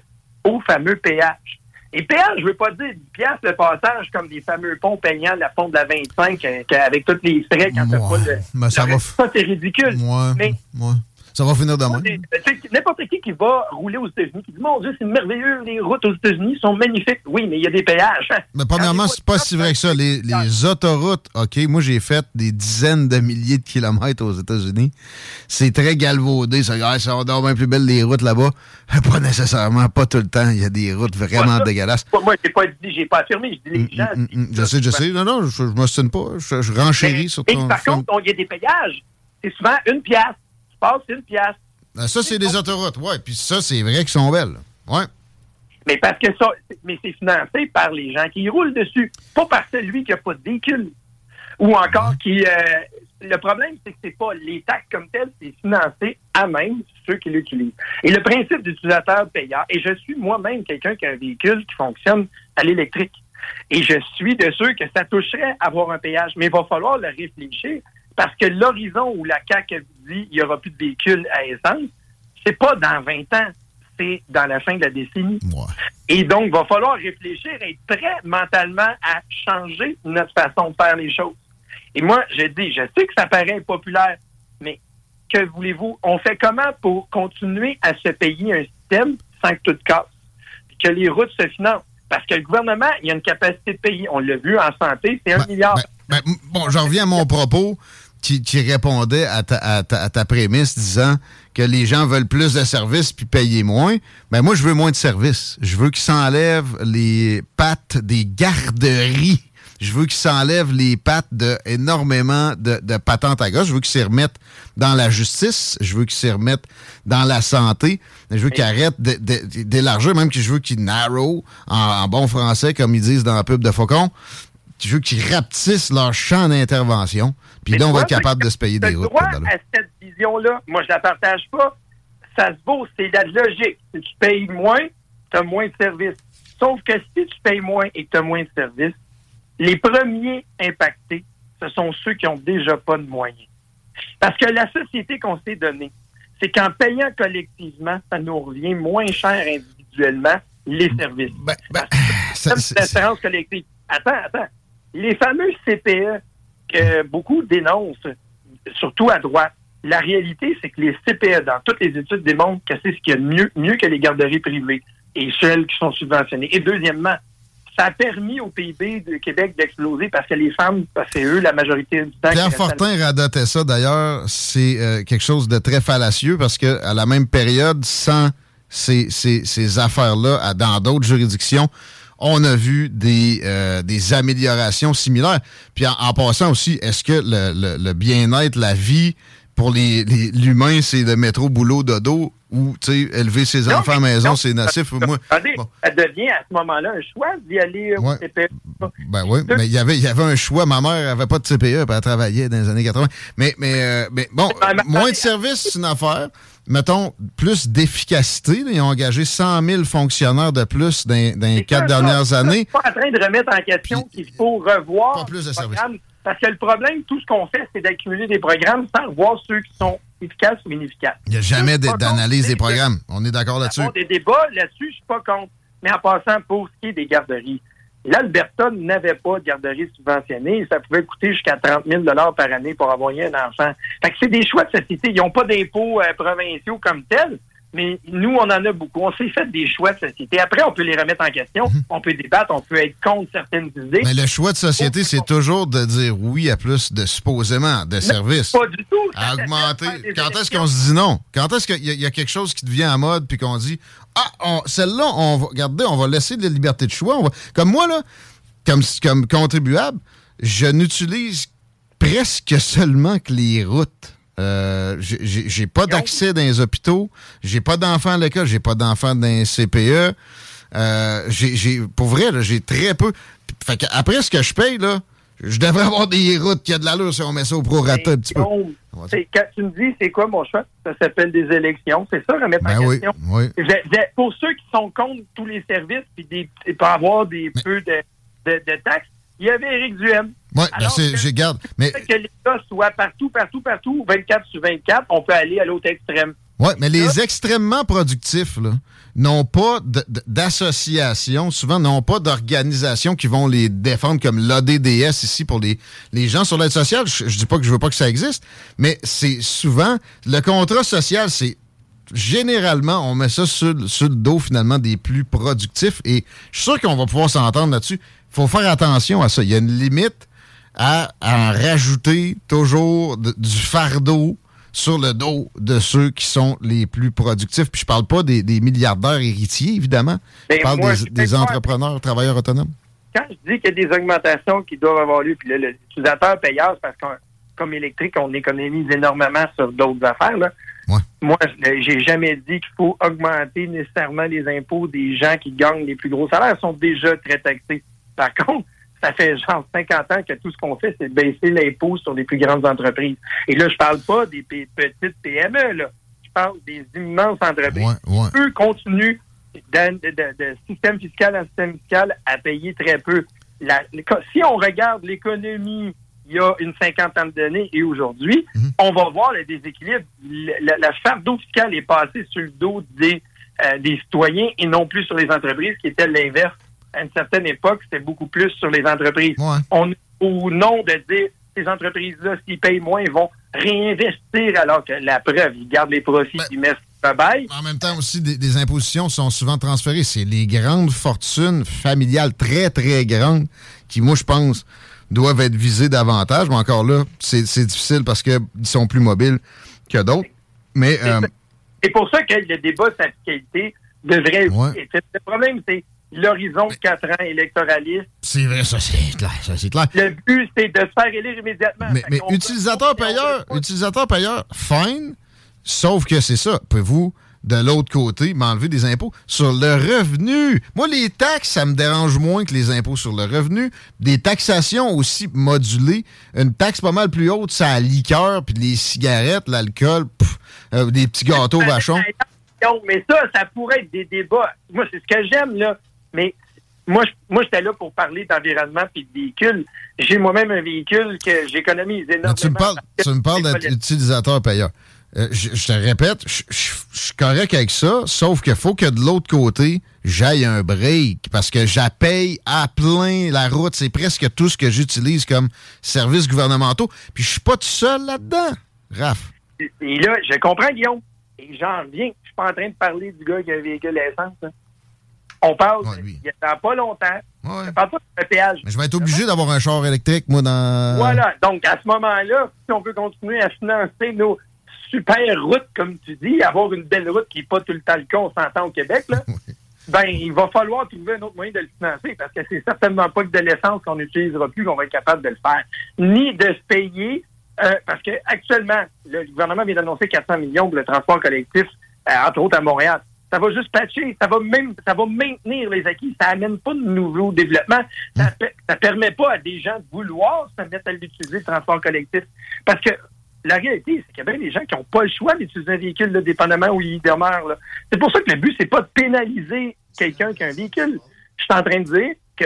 au fameux péage. Et péage, je veux pas dire dix piastres le passage comme des fameux ponts payants de la pont de la vingt-cinq euh, avec tous les frais quand t'as pas le... Mais ça, le va reste. Ça, c'est ridicule. Ouais, mais ouais. Ça va finir demain. N'importe qui qui va rouler aux États-Unis, qui dit « Mon Dieu, c'est merveilleux, les routes aux États-Unis sont magnifiques. » Oui, mais il y a des péages. Mais premièrement, c'est pas si vrai que ça. Les, les autoroutes, OK, moi, j'ai fait des dizaines de milliers de kilomètres aux États-Unis. C'est très galvaudé. Ça, ah, ça va donc bien plus belle les routes là-bas. Pas nécessairement, pas tout le temps. Il y a des routes vraiment dégueulasses. Moi, j'ai pas dit, j'ai pas affirmé. Je dis les gens. Mm, mm, mm, je sais, je sais. Non, non, je, je m'ostine pas. Je, je renchéris mais, sur ton... Et par film. contre, il y a des péages. C'est souvent une pièce. Tu passes une pièce. Ça, c'est des autoroutes, oui. Puis ça, c'est vrai qu'ils sont belles. Ouais. Mais parce que ça, mais c'est financé par les gens qui y roulent dessus, pas par celui qui n'a pas de véhicule. Ou encore ouais. qui... Euh, le problème, c'est que c'est pas les taxes comme telles, c'est financé à même ceux qui l'utilisent. Et le principe d'utilisateur payant, et je suis moi-même quelqu'un qui a un véhicule qui fonctionne à l'électrique. Et je suis de ceux que ça toucherait à avoir un péage. Mais il va falloir le réfléchir. Parce que l'horizon où la C A Q a dit qu'il n'y aura plus de véhicules à essence, c'est pas dans vingt ans, c'est dans la fin de la décennie. Ouais. Et donc, il va falloir réfléchir et être prêt mentalement à changer notre façon de faire les choses. Et moi, je dis, je sais que ça paraît impopulaire, mais que voulez-vous? On fait comment pour continuer à se payer un système sans que tout casse? Puis que les routes se financent? Parce que le gouvernement, il a une capacité de payer. On l'a vu en santé, c'est un ben, milliard. Ben, ben, bon, j'en reviens à mon propos qui, qui répondait à ta, à, ta, à ta prémisse disant que les gens veulent plus de services puis payer moins. Ben moi, je veux moins de services. Je veux qu'ils s'enlèvent les pattes des garderies. Je veux qu'ils s'enlèvent les pattes de énormément de, de patentes à gauche. Je veux qu'ils s'y remettent dans la justice. Je veux qu'ils s'y remettent dans la santé. Je veux qu'ils arrêtent de, de, d'élargir, même que je veux qu'ils narrow, en, en bon français, comme ils disent dans la pub de Faucon. Je veux qu'ils rapetissent leur champ d'intervention. Puis là, on va être capable de se payer des routes. Tu as droit à cette vision-là. Moi, je la partage pas. Ça se vaut, c'est la logique. Si tu payes moins, tu as moins de services. Sauf que si tu payes moins et que tu as moins de services, les premiers impactés, ce sont ceux qui n'ont déjà pas de moyens. Parce que la société qu'on s'est donnée, c'est qu'en payant collectivement, ça nous revient moins cher individuellement les services. Ben, ben, ça, c'est l'assurance collective. Attends, attends. Les fameux C P E que beaucoup dénoncent, surtout à droite, la réalité, c'est que les C P E, dans toutes les études, démontrent que c'est ce qu'il y a de mieux, mieux que les garderies privées et celles qui sont subventionnées. Et deuxièmement, ça a permis au P I B du Québec d'exploser parce que les femmes, parce que c'est eux la majorité du temps. Pierre Fortin radotait ça, d'ailleurs. C'est euh, quelque chose de très fallacieux parce qu'à la même période, sans ces, ces, ces affaires-là, à, dans d'autres juridictions, on a vu des, euh, des améliorations similaires. Puis en, en passant aussi, est-ce que le, le, le bien-être, la vie pour les, les, l'humain, c'est le métro, boulot, dodo, ou élever ses non, enfants à la maison, non, c'est nocif? Moi, attendez, bon. Ça devient à ce moment-là un choix d'y aller ouais. au C P E. Ben oui, mais il y avait, il y avait un choix. Ma mère n'avait pas de C P E, puis elle travaillait dans les années quatre-vingts. Mais, mais, euh, mais bon, mais, moins de services, c'est une affaire. Mettons, plus d'efficacité. Là, ils ont engagé cent mille fonctionnaires de plus dans, dans les quatre ça, dernières ça, années. Je suis pas en train de remettre en question puis, qu'il faut revoir pas plus de services. Parce que le problème, tout ce qu'on fait, c'est d'accumuler des programmes sans revoir ceux qui sont efficaces ou inefficaces. Il n'y a jamais de, d'analyse des programmes. On est d'accord là-dessus. Des débats là-dessus, je suis pas contre. Mais en passant, pour ce qui est des garderies, l'Alberta n'avait pas de garderie subventionnée. Ça pouvait coûter jusqu'à trente mille dollars par année pour avoir un enfant. Fait que c'est des choix de société. Ils n'ont pas d'impôts euh, provinciaux comme tels, mais nous, on en a beaucoup. On s'est fait des choix de société. Après, on peut les remettre en question. Mm-hmm. On peut débattre. On peut être contre certaines idées. Mais le choix de société, c'est toujours de dire oui à plus de supposément de services. Pas du tout. À augmenter. Quand est-ce qu'on se dit non? Quand est-ce qu'il y, y a quelque chose qui devient en mode puis qu'on dit ah, on, celle-là, on va regardez, on va laisser de la liberté de choix. On va, comme moi, là, comme, comme contribuable, je n'utilise presque seulement que les routes. Euh, j'ai, j'ai pas d'accès dans les hôpitaux, j'ai pas d'enfants à l'école, j'ai pas d'enfants dans les C P E. Euh, j'ai, j'ai, pour vrai, là, j'ai très peu. Fait qu'après ce que je paye, là, je devrais avoir des routes qui a de l'allure si on met ça au prorata un petit peu. C'est, quand tu me dis, c'est quoi mon choix? Ça s'appelle des élections. C'est ça, remettre ben en oui, question. Oui. Je, je, pour ceux qui sont contre tous les services puis des, et pour avoir des Mais... peu de, de, de taxes, il y avait Éric Duhem. Oui, ben c'est, je garde. Mais... Que l'État soit partout, partout, partout, vingt-quatre sur vingt-quatre, on peut aller à l'autre extrême. Oui, mais les extrêmement productifs, là, n'ont pas de, de, d'association, souvent n'ont pas d'organisation qui vont les défendre comme l'A D D S ici pour les, les gens sur l'aide sociale. Je, je dis pas que je veux pas que ça existe, mais c'est souvent, le contrat social, c'est généralement, on met ça sur, sur le dos finalement des plus productifs et je suis sûr qu'on va pouvoir s'entendre là-dessus. Il faut faire attention à ça. Il y a une limite à, à en rajouter toujours de, du fardeau sur le dos de ceux qui sont les plus productifs. Puis je parle pas des, des milliardaires héritiers, évidemment. Mais je parle moi, des, je des entrepreneurs, pas... travailleurs autonomes. Quand je dis qu'il y a des augmentations qui doivent avoir lieu, puis là, l'utilisateur payeur, c'est parce qu'on, comme électrique, on économise énormément sur d'autres affaires, là. Ouais. Moi, j'ai jamais dit qu'il faut augmenter nécessairement les impôts des gens qui gagnent les plus gros salaires. Ils sont déjà très taxés. Par contre, ça fait genre cinquante ans que tout ce qu'on fait, c'est baisser l'impôt sur les plus grandes entreprises. Et là, je parle pas des p- petites P M E, là. Je parle des immenses entreprises. Ouais, ouais. Eux continuent de, de, de, de système fiscal en système fiscal à payer très peu. La, si on regarde l'économie il y a une cinquantaine d'années et aujourd'hui, mm-hmm. on va voir le déséquilibre. Le, le, le fardeau fiscal est passé sur le dos des, euh, des citoyens et non plus sur les entreprises, qui était l'inverse. À une certaine époque, c'était beaucoup plus sur les entreprises. Ouais. On, au nom de dire, ces entreprises-là, s'ils payent moins, ils vont réinvestir, alors que la preuve, ils gardent les profits, ben, ils mettent le bail. En même temps aussi, des, des impositions sont souvent transférées. C'est les grandes fortunes familiales, très, très grandes, qui, moi, je pense, doivent être visées davantage. Mais encore là, c'est, c'est difficile parce qu'ils sont plus mobiles que d'autres. Mais c'est, euh, c'est pour ça que le débat sur la fiscalité devrait... Ouais. Le problème, c'est l'horizon de quatre ans électoraliste. C'est vrai, ça c'est clair. Ça, c'est clair. Le but, c'est de se faire élire immédiatement. Mais, mais utilisateur-payeur, utilisateur-payeur, fine, sauf que c'est ça. Pouvez-vous, de l'autre côté, m'enlever des impôts sur le revenu? Moi, les taxes, ça me dérange moins que les impôts sur le revenu. Des taxations aussi modulées. Une taxe pas mal plus haute, ça a la liqueur, puis les cigarettes, l'alcool, pff, euh, des petits gâteaux vachons. Mais ça, ça pourrait être des débats. Moi, c'est ce que j'aime, là. Mais moi, je, moi, j'étais là pour parler d'environnement et de véhicules. J'ai moi-même un véhicule que j'économise énormément. Mais tu me parles, tu me parles d'être utilisateur-payeur. Euh, je, je te répète, je, je, je suis correct avec ça, sauf qu'il faut que de l'autre côté, j'aille un break, parce que j'appelle à plein la route. C'est presque tout ce que j'utilise comme services gouvernementaux. Puis je suis pas tout seul là-dedans, Raph. Et, et là, je comprends, Guillaume. Et j'en reviens. Je suis pas en train de parler du gars qui a un véhicule à essence. Hein. On parle, ouais, il y a pas longtemps. Ouais. Je parle pas de péage. Mais je vais être obligé d'avoir un char électrique, moi, dans... Voilà. Donc, à ce moment-là, si on veut continuer à financer nos super routes, comme tu dis, avoir une belle route qui n'est pas tout le temps le cas, on s'entend au Québec, là, ben, il va falloir trouver un autre moyen de le financer, parce que c'est certainement pas que de l'essence qu'on n'utilisera plus qu'on va être capable de le faire. Ni de se payer, euh, parce que actuellement, le gouvernement vient d'annoncer quatre cents millions pour le transport collectif, euh, entre autres à Montréal. Ça va juste patcher, ça va même, ça va maintenir les acquis, ça amène pas de nouveaux développements, ça, ça permet pas à des gens de vouloir se mettre à l'utiliser, le transport collectif. Parce que la réalité, c'est qu'il y a bien des gens qui n'ont pas le choix d'utiliser un véhicule, là, dépendamment où ils demeurent. Là. C'est pour ça que le but, c'est pas de pénaliser quelqu'un qui a un véhicule. Je suis en train de dire que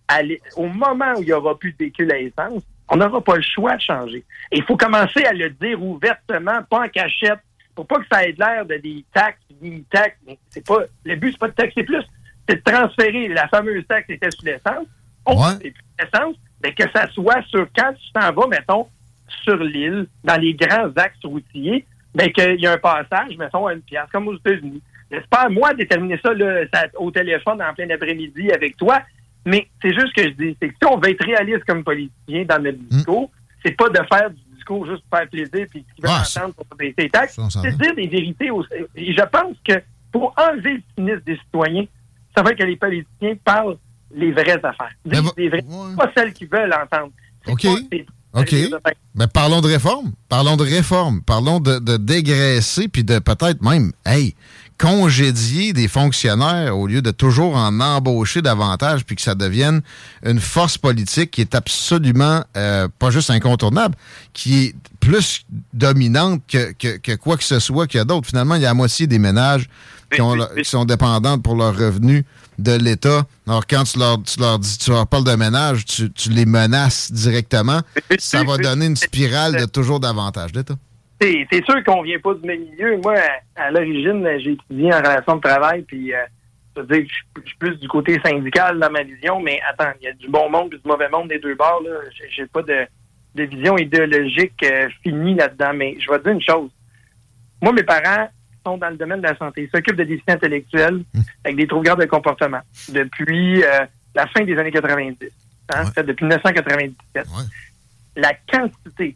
au moment où il n'y aura plus de véhicule à essence, on n'aura pas le choix de changer. Et il faut commencer à le dire ouvertement, pas en cachette, pour pas que ça ait l'air de des taxes, des taxes. Mais c'est pas, le but, c'est pas de taxer plus, c'est de transférer la fameuse taxe qui était sur l'essence. On ouais. c'est plus l'essence, mais que ça soit sur quand tu t'en vas, mettons, sur l'île, dans les grands axes routiers, ben qu'il y a un passage, mettons, à une pièce, comme aux États-Unis. C'est pas à moi de déterminer ça, là, ça au téléphone en plein après-midi avec toi, mais c'est juste que je dis, c'est que si on veut être réaliste comme politicien dans notre discours, mmh. c'est pas de faire du discours juste pour faire plaisir puis ce qu'ils veulent ah, entendre pour baisser les taxes, c'est de dire des vérités. Aussi. Et je pense que pour enlever le cynisme des citoyens, ça veut que les politiciens parlent les vraies affaires. Disent va, les vraies, ouais. pas celles qu'ils veulent entendre. C'est OK. Pas, OK. Mais parlons de réforme. Parlons de réforme. Parlons de, de dégraisser puis de peut-être même, hey, congédier des fonctionnaires au lieu de toujours en embaucher davantage puis que ça devienne une force politique qui est absolument euh, pas juste incontournable, qui est plus dominante que, que, que quoi que ce soit qu'il y a d'autres. Finalement, il y a la moitié des ménages qui, ont, qui sont dépendants pour leurs revenus de l'État. Alors, quand tu leur, tu leur dis, tu leur parles de ménage, tu, tu les menaces directement. Ça va donner une spirale de toujours davantage d'État. c'est, c'est sûr qu'on vient pas du même milieu. Moi, à, à l'origine, j'ai étudié en relation de travail, puis euh, je veux dire, je suis plus du côté syndical dans ma vision, mais attends, il y a du bon monde et du mauvais monde des deux bords, là. J'ai, j'ai pas de, de vision idéologique euh, finie là-dedans, mais je vais te dire une chose. Moi, mes parents sont dans le domaine de la santé. Ils s'occupent de déficients intellectuels mmh. avec des troubles graves de comportement depuis euh, la fin des années quatre-vingt-dix. Hein, ouais. Depuis dix-neuf cent quatre-vingt-dix-sept. Ouais. La quantité,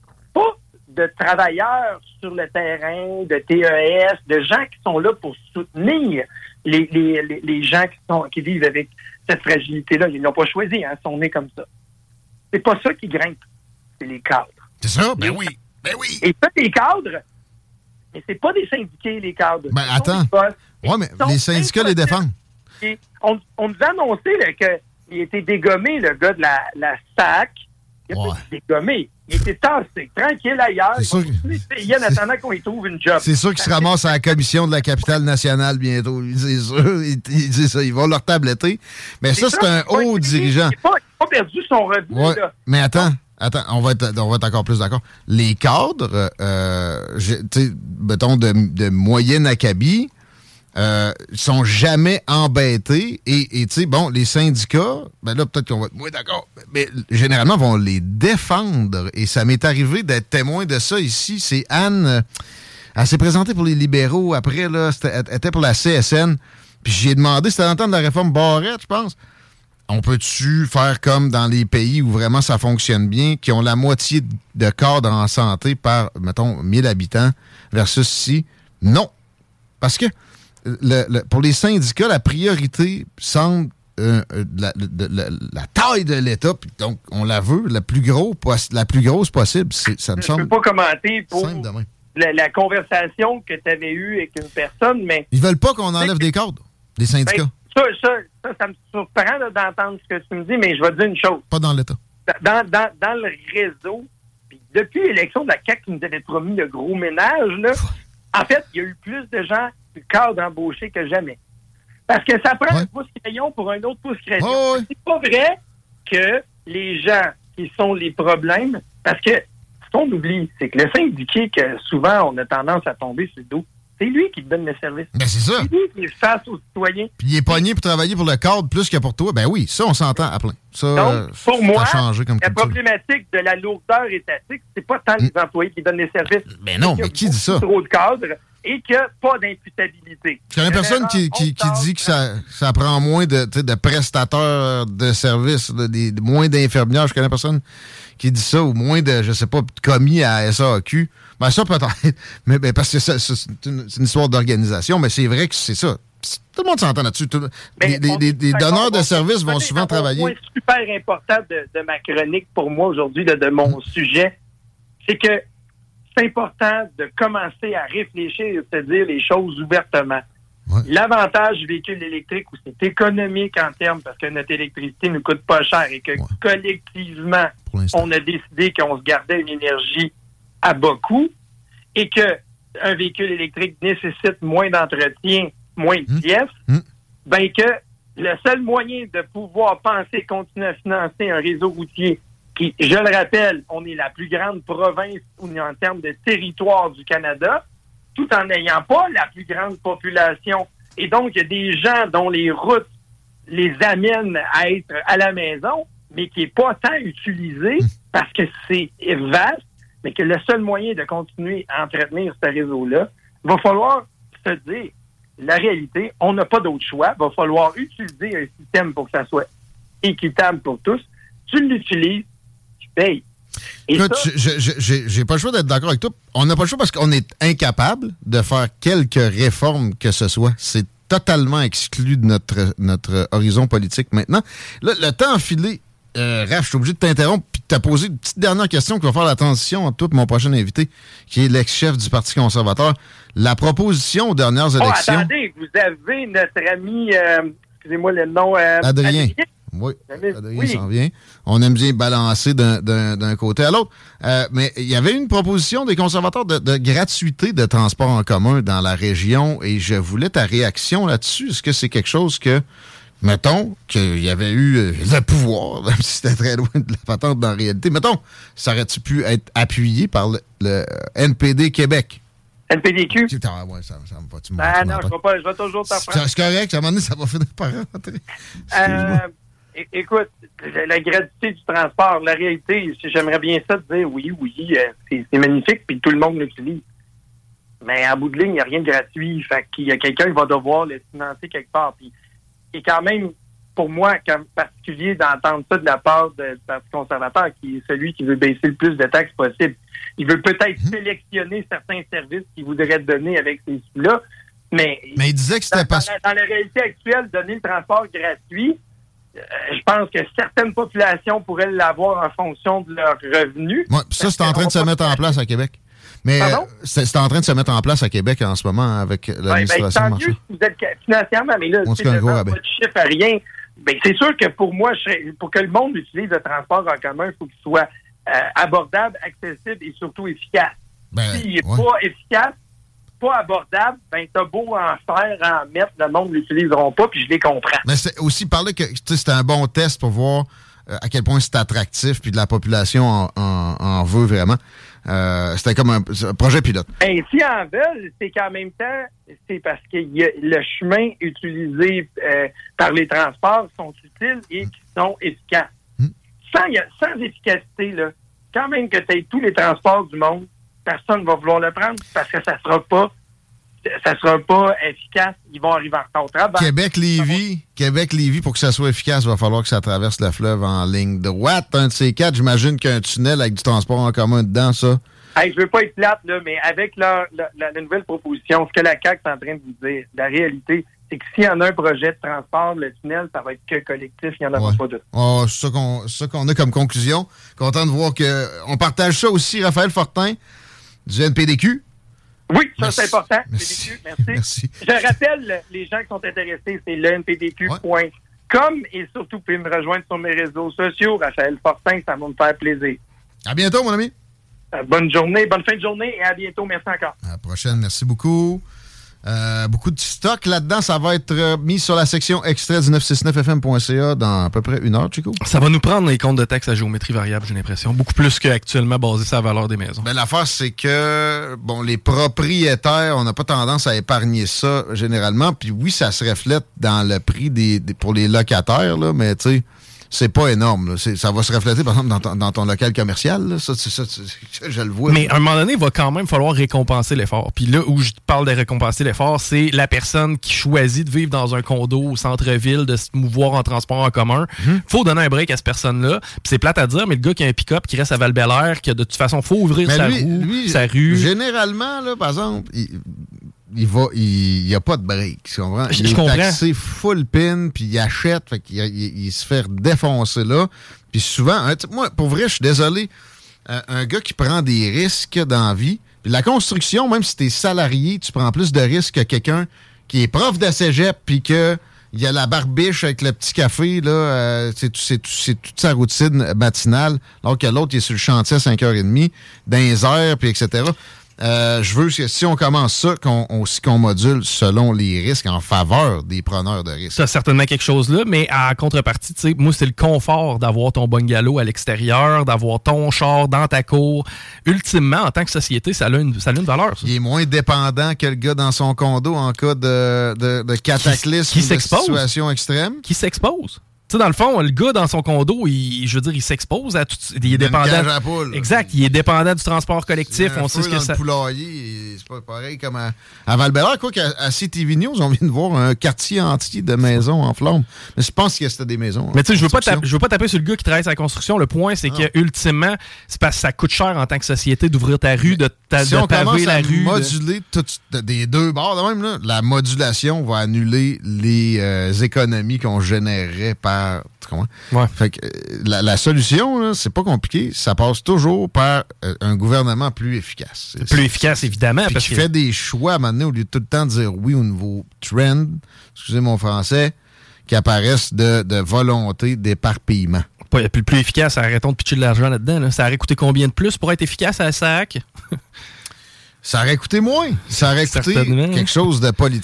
pas de travailleurs sur le terrain, de T E S, de gens qui sont là pour soutenir les, les, les, les gens qui, sont, qui vivent avec cette fragilité-là. Ils n'ont pas choisi, hein, ils sont nés comme ça. C'est pas ça qui grimpe, c'est les cadres. C'est ça? Ben oui, ben oui. Et ça, les cadres, mais c'est pas des syndiqués, les cadres. Ben attends. Oui, mais les syndicats les défendent. Et on, on nous a annoncé là, qu'il était dégommé, le gars de la, la S A C. Il a ouais. pas été dégommé. Il était tassé, tranquille ailleurs. C'est sûr que... Il en attendant qu'on y trouve une job. C'est sûr qu'ils se ramassent à la commission de la capitale nationale bientôt. C'est sûr. Ils, ils, ça, ils vont leur tabletter. Mais ça, c'est un haut dirigeant. Il n'a pas, pas perdu son revenu. Ouais. Là. Mais attends. Attends, on va être, on va être encore plus d'accord. Les cadres, euh, tu sais, mettons, de, de moyenne acabit, euh, sont jamais embêtés. Et, et tu sais, bon, les syndicats, ben là, peut-être qu'on va être moins d'accord, mais généralement, vont les défendre. Et ça m'est arrivé d'être témoin de ça ici. C'est Anne, euh, elle s'est présentée pour les libéraux. Après, là, c'était, elle était pour la C S N. Puis j'ai demandé, c'était dans le temps de la réforme Barrette, je pense. On peut-tu faire comme dans les pays où vraiment ça fonctionne bien, qui ont la moitié de cadres en santé par, mettons, mille habitants versus ici? Non. Parce que le, le, pour les syndicats, la priorité semble euh, la, la, la, la taille de l'État. Donc, on la veut, la plus, gros, la plus grosse possible. C'est, ça me Je semble. Je ne peux pas commenter pour la, la conversation que tu avais eue avec une personne, mais... Ils veulent pas qu'on enlève des cadres, les syndicats. Ben, Ça, ça, ça, ça me surprend là, d'entendre ce que tu me dis, mais je vais te dire une chose. Pas dans l'État. Dans, dans, dans le réseau, puis depuis l'élection de la C A Q qui nous avait promis le gros ménage, là, en fait, il y a eu plus de gens du cadre embauchés que jamais. Parce que ça prend ouais. un pouce-crayon pour un autre pouce-crayon. Oh, ouais. C'est pas vrai que les gens qui sont les problèmes, parce que ce qu'on oublie, c'est que le syndiqué, que souvent on a tendance à tomber sur le dos, c'est lui qui te donne le service. Ben, c'est ça. C'est lui qui est face aux citoyens. Puis il est pogné pour travailler pour le cadre plus que pour toi. Ben oui, ça, on s'entend à plein. Ça, donc, pour moi, changé comme la culture. problématique de la lourdeur étatique, c'est pas tant les employés qui donnent les services. Ben non, mais qui dit ça? Trop de cadres et qu'il n'y a pas d'imputabilité. Il y a une personne qui, qui, qui dit que ça, ça prend moins de, de prestataires de services, de, de, de, moins d'infirmières. Je connais personne qui dit ça, ou moins de, je sais pas, de commis à S A Q. Ben ça peut-être, mais ben, parce que ça, ça, c'est, une, c'est une histoire d'organisation, mais c'est vrai que c'est ça. Tout le monde s'entend là-dessus. Tout, les les, les, les donneurs de services vont souvent travailler. Un point super important de, de ma chronique pour moi aujourd'hui, de, de mon mmh. sujet, c'est que c'est important de commencer à réfléchir et de se dire les choses ouvertement. Ouais. L'avantage du véhicule électrique, où c'est économique en termes, parce que notre électricité ne coûte pas cher et que ouais. collectivement, on a décidé qu'on se gardait une énergie à bas coût et qu'un véhicule électrique nécessite moins d'entretien, moins de pièces, mmh. bien que le seul moyen de pouvoir penser continuer à financer un réseau routier qui, je le rappelle, on est la plus grande province en termes de territoire du Canada, tout en n'ayant pas la plus grande population. Et donc, il y a des gens dont les routes les amènent à être à la maison, mais qui n'est pas tant utilisé parce que c'est vaste, mais que le seul moyen de continuer à entretenir ce réseau-là, il va falloir se dire, la réalité, on n'a pas d'autre choix, il va falloir utiliser un système pour que ça soit équitable pour tous. Tu l'utilises, tu payes. Et Écoute, ça, je, je, j'ai, j'ai pas le choix d'être d'accord avec toi. On n'a pas le choix parce qu'on est incapable de faire quelques réformes que ce soit. C'est totalement exclu de notre, notre horizon politique maintenant. Là, le temps enfilé, euh, Raph, je suis obligé de t'interrompre et de te poser une petite dernière question qui va faire la transition entre toi et mon prochain invité, qui est l'ex-chef du Parti conservateur. La proposition aux dernières oh, élections... attendez, vous avez notre ami, euh, excusez-moi le nom... Euh, Adrien. Adrien. Oui, Adrien oui. s'en vient. On aime bien balancer d'un, d'un, d'un côté à l'autre. Euh, mais il y avait une proposition des conservateurs de, de gratuité de transport en commun dans la région et je voulais ta réaction là-dessus. Est-ce que c'est quelque chose que, mettons qu'il y avait eu le pouvoir, même si c'était très loin de la patente dans la réalité, mettons, ça aurait-tu pu être appuyé par le, le N P D Québec? N P D Q? Ah ouais, ça, ça me va. Tu ah non, je vais, pas, je vais toujours t'en prendre. C'est correct, à un moment donné, ça va finir par rentrer. Euh, é- écoute, la gratuité du transport, la réalité, j'aimerais bien ça te dire oui, oui, euh, c'est, c'est magnifique, puis tout le monde l'utilise. Mais en bout de ligne, il n'y a rien de gratuit. Fait qu'il y a quelqu'un qui va devoir le financer quelque part. Puis, c'est quand même, pour moi, comme particulier d'entendre ça de la part du Parti conservateur, qui est celui qui veut baisser le plus de taxes possible. Il veut peut-être mmh. sélectionner certains services qu'il voudrait donner avec ces sous-là, mais... Mais il disait que c'était dans, pas... Dans, dans la réalité actuelle, donner le transport gratuit, euh, je pense que certaines populations pourraient l'avoir en fonction de leurs revenus. Ouais, ça, c'est en train de se mettre en place à Québec. Mais euh, c'est, c'est en train de se mettre en place à Québec en ce moment avec l'administration ouais, ben, tant mieux si vous êtes financièrement, mais là, c'est devant votre chiffre à rien. Ben, c'est sûr que pour moi, je serais, pour que le monde utilise le transport en commun, il faut qu'il soit euh, abordable, accessible et surtout efficace. Ben, S'il n'est ouais. pas efficace, pas abordable, ben t'as beau en faire, en mettre, le monde ne l'utiliseront pas, puis je les comprends. Mais c'est aussi parler que c'était un bon test pour voir euh, à quel point c'est attractif, puis de la population en, en, en veut vraiment. Euh, c'était comme un, un projet pilote. Ben, si en veulent, c'est qu'en même temps, c'est parce que y a le chemin utilisé euh, par les transports sont utiles et qui sont efficaces. Mm. Sans, y a, sans efficacité, là, quand même que tu aies tous les transports du monde, personne ne va vouloir le prendre parce que ça sera pas ça sera pas efficace. Ils vont arriver en retard au travail. Québec-Lévis, Québec-Lévis, pour que ça soit efficace, il va falloir que ça traverse le fleuve en ligne droite. Un de ces quatre, j'imagine qu'un tunnel avec du transport en commun dedans, ça. Hey, je veux pas être plate, là, mais avec leur, la, la, la nouvelle proposition, ce que la C A Q est en train de vous dire, la réalité, c'est que s'il y en a un projet de transport, le tunnel, ça va être que collectif, il n'y en aura ouais. pas de. Oh, c'est ça qu'on, c'est ça qu'on a comme conclusion. Content de voir qu'on partage ça aussi, Raphaël Fortin, du N P D Q. Oui, ça merci. c'est important. Merci. P D Q, merci. merci. Je rappelle, les gens qui sont intéressés, c'est le N P D Q point com ouais. et surtout, vous pouvez me rejoindre sur mes réseaux sociaux. Raphaël Fortin, ça va me faire plaisir. À bientôt, mon ami. Euh, bonne journée, bonne fin de journée et à bientôt. Merci encore. À la prochaine, merci beaucoup. Euh, beaucoup de stock là-dedans. Ça va être euh, mis sur la section extrait du neuf cent soixante-neuf F M point C A dans à peu près une heure, Chico. Ça va nous prendre les comptes de taxes à géométrie variable, j'ai l'impression. Beaucoup plus qu'actuellement basé sur la valeur des maisons. Ben, l'affaire, c'est que bon, les propriétaires, on n'a pas tendance à épargner ça généralement. Puis oui, ça se reflète dans le prix des, des pour les locataires, là, mais tu sais, c'est pas énorme. Là. C'est, ça va se refléter, par exemple, dans ton, dans ton local commercial. Là. Ça, c'est, ça, c'est, je le vois. Mais à un moment donné, il va quand même falloir récompenser l'effort. Puis là où je parle de récompenser l'effort, c'est la personne qui choisit de vivre dans un condo au centre-ville, de se mouvoir en transport en commun. Il mm-hmm. faut donner un break à cette personne-là. Puis c'est plate à dire, mais le gars qui a un pick-up, qui reste à Val-Bélair, que de toute façon, il faut ouvrir mais sa lui, roue, lui, sa rue. Généralement, là, par exemple... Il... Il va, il n'y a pas de break, tu comprends? Je, il je est comprends. taxé full pin, puis il achète, fait qu'il il, il se fait défoncer là. Puis souvent, hein, moi, pour vrai, je suis désolé, euh, un gars qui prend des risques dans la vie, puis la construction, même si t'es salarié, tu prends plus de risques que quelqu'un qui est prof de cégep, puis que il y a la barbiche avec le petit café, là, euh, c'est, c'est, c'est toute sa routine matinale, alors que l'autre, il est sur le chantier à cinq heures trente, dans les airs, puis et cetera. Euh, je veux que si on commence ça, qu'on, aussi qu'on module selon les risques en faveur des preneurs de risques. Ça, certainement quelque chose là, mais à contrepartie, tu sais, moi, c'est le confort d'avoir ton bungalow à l'extérieur, d'avoir ton char dans ta cour. Ultimement, en tant que société, ça a une, ça a une valeur. Ça. Il est moins dépendant que le gars dans son condo en cas de, de, de cataclysme qui, qui ou de s'expose. situation extrême. Qui s'expose. Tu sais, dans le fond, le gars dans son condo, il, je veux dire, il s'expose à tout. Il est dépendant. Cage à poule, exact. Il est dépendant du transport collectif. On sait ce que dans ça. Le poulailler, c'est pas pareil comme à, à Val-Bélair. Quoi qu'à à C T V News, on vient de voir un quartier entier de maisons en flammes. Mais je pense que c'était des maisons. Mais tu sais, je veux pas taper, je veux pas taper sur le gars qui travaille sur la construction. Le point, c'est non. que ultimement, c'est parce que ça coûte cher en tant que société d'ouvrir ta rue, de, ta, si de on paver commence la à rue. moduler de... tout, des deux bords, de même, là, la modulation va annuler les euh, économies qu'on générerait par. Tu comprends? Ouais. Fait que, euh, la, la solution, là, c'est pas compliqué. Ça passe toujours par euh, un gouvernement plus efficace. C'est, plus efficace, évidemment. Puis parce qui que... fait des choix à un moment donné, au lieu de tout le temps dire oui au nouveau trend, excusez mon français, qui apparaissent de, de volonté d'éparpillement. Pas plus, plus efficace, arrêtons de pitcher de l'argent là-dedans. Là. Ça aurait coûté combien de plus pour être efficace à la S A C? Ça aurait coûté moins. Ça aurait coûté quelque chose de politique.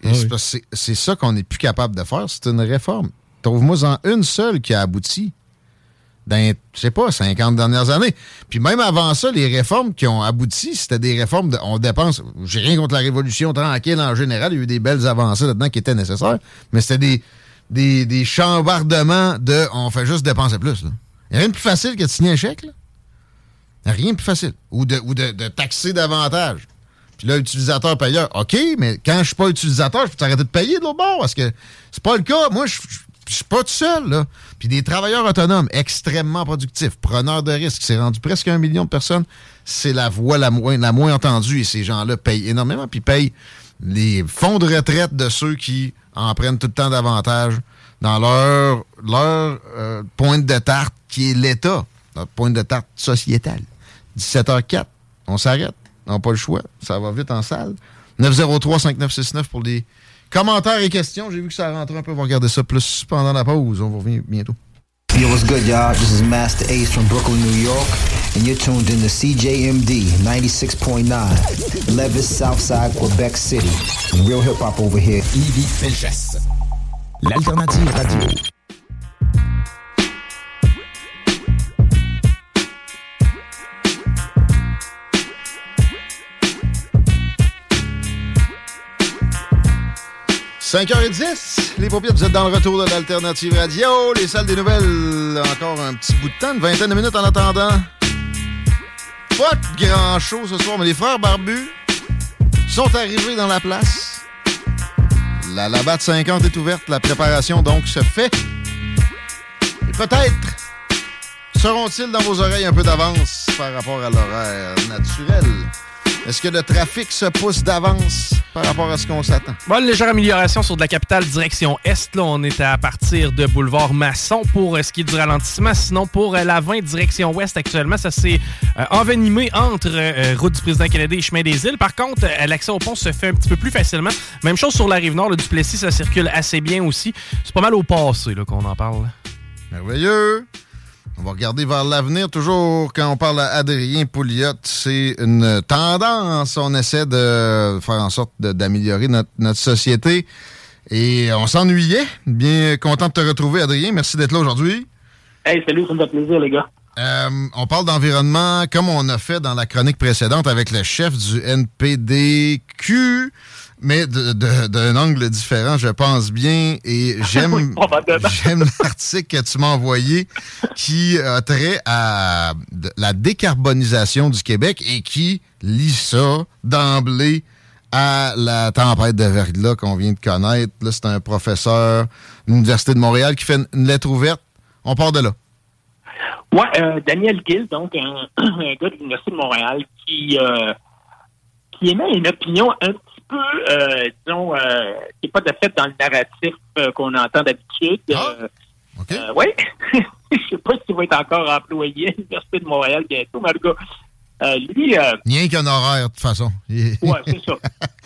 Et oui. c'est, parce que c'est, c'est ça qu'on n'est plus capable de faire. C'est une réforme. Trouve-moi-en une seule qui a abouti dans, je sais pas, cinquante dernières années. Puis même avant ça, les réformes qui ont abouti, c'était des réformes, de, on dépense, j'ai rien contre la révolution tranquille en général, il y a eu des belles avancées là-dedans qui étaient nécessaires, mais c'était des, des, des chambardements de, on fait juste dépenser plus. Il n'y a rien de plus facile que de signer un chèque, là. Rien de plus facile. Ou de, ou de, de taxer davantage. Puis là, utilisateur payeur, OK, mais quand je suis pas utilisateur, je peux t'arrêter de payer de l'autre bord, parce que c'est pas le cas. Moi, je Je suis pas tout seul, là. Puis des travailleurs autonomes extrêmement productifs, preneurs de risques, c'est rendu presque un million de personnes. C'est la voix la moins, la moins entendue. Et ces gens-là payent énormément. Puis payent les fonds de retraite de ceux qui en prennent tout le temps davantage dans leur, leur euh, pointe de tarte qui est l'État. Notre pointe de tarte sociétale. dix-sept heures quatre, on s'arrête. On n'a pas le choix. Ça va vite en salle. neuf zéro trois cinq neuf six neuf pour les commentaires et questions. J'ai vu que ça rentrait un peu. On va regarder ça plus pendant la pause. On va revenir bientôt. Yo, what's good, y'all? This is Master Ace from Brooklyn, New York, and you're tuned in to C J M D ninety-six point nine, Levis, Southside, Quebec City. Some real hip-hop over here. Yves Felchès. L'Alternative Radio. cinq heures dix, les paupières, vous êtes dans le retour de l'Alternative Radio. Les salles des nouvelles, encore un petit bout de temps, une vingtaine de minutes en attendant. Pas de grand show ce soir, mais les frères barbus sont arrivés dans la place. La Labatt cinquante est ouverte, la préparation donc se fait. Et peut-être seront-ils dans vos oreilles un peu d'avance par rapport à l'horaire naturel. Est-ce que le trafic se pousse d'avance par rapport à ce qu'on s'attend? Bon, une légère amélioration sur de la capitale direction Est. Là, on est à partir de boulevard Masson pour euh, ce qui est du ralentissement. Sinon, pour euh, la vingt direction Ouest actuellement, ça s'est euh, envenimé entre euh, route du président Kennedy et chemin des Îles. Par contre, euh, l'accès au pont se fait un petit peu plus facilement. Même chose sur la Rive-Nord, le Duplessis, ça circule assez bien aussi. C'est pas mal au passé là, qu'on en parle. Là. Merveilleux! On va regarder vers l'avenir. Toujours, quand on parle à Adrien Pouliot, c'est une tendance. On essaie de faire en sorte de, d'améliorer notre, notre société. Et on s'ennuyait. Bien content de te retrouver, Adrien. Merci d'être là aujourd'hui. Hey, salut, ça me fait plaisir, les gars. Euh, on parle d'environnement comme on a fait dans la chronique précédente avec le chef du N P D Q, mais de, de, d'un angle différent, je pense bien. Et j'aime, oui, j'aime l'article que tu m'as envoyé qui a trait à la décarbonisation du Québec et qui lit ça d'emblée à la tempête de verglas qu'on vient de connaître. Là, c'est un professeur de l'Université de Montréal qui fait une, une lettre ouverte. On part de là. Oui, euh, Daniel Gill, donc un, un gars de l'Université de Montréal qui, euh, qui émet une opinion un petit peu, euh, disons, euh, qui n'est pas de fait dans le narratif euh, qu'on entend d'habitude. Ah, euh, okay. euh, oui, je ne sais pas s'il va être encore employé à l'Université de Montréal bientôt, mais en tout cas, euh, lui... Euh, Rien qu'un horaire, de toute façon. Oui, c'est ça.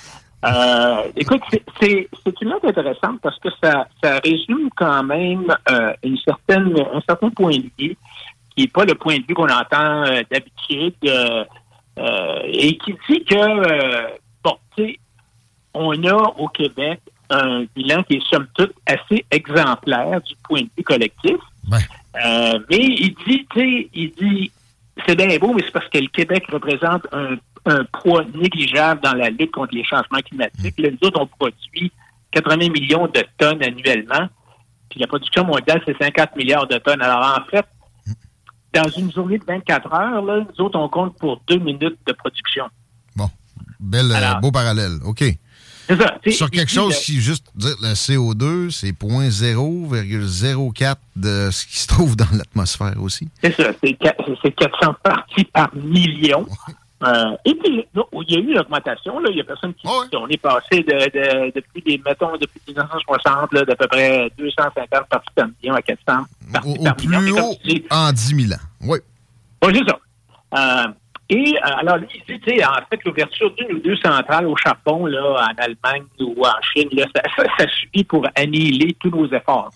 Euh, écoute, c'est, c'est, c'est une lettre intéressante parce que ça, ça résume quand même euh, une certaine, un certain point de vue qui n'est pas le point de vue qu'on entend euh, d'habitude euh, euh, et qui dit que, euh, bon, tu sais, on a au Québec un bilan qui est somme toute assez exemplaire du point de vue collectif. Ouais. Euh, mais il dit, tu sais, il dit, c'est bien beau, mais c'est parce que le Québec représente un un poids négligeable dans la lutte contre les changements climatiques. Là, nous autres, on produit quatre-vingts millions de tonnes annuellement, puis la production mondiale, c'est cinquante milliards de tonnes. Alors, en fait, dans une journée de vingt-quatre heures, là, nous autres, on compte pour deux minutes de production. Bon, bel, Alors, euh, beau parallèle. OK. C'est ça. C'est, Sur quelque chose le... qui, juste dire, le C O deux, c'est zéro virgule zéro zéro quatre de ce qui se trouve dans l'atmosphère aussi. C'est ça. C'est, c'est quatre cents parties par million. Euh, et puis, non, il y a eu une augmentation, là. Il y a personne qui oh, ouais. On est passé de, de, depuis des, mettons, depuis dix-neuf cent soixante, là, d'à peu près deux cent cinquante parties par million à quatre cents parties au, par au million. Plus haut dis, en dix mille ans, oui. Oui, c'est ça. Euh, et, euh, alors, lui, il dit, tu sais, en fait, l'ouverture d'une ou deux centrales au Japon, là, en Allemagne ou en Chine, là, ça, ça, ça suffit pour annihiler tous nos efforts.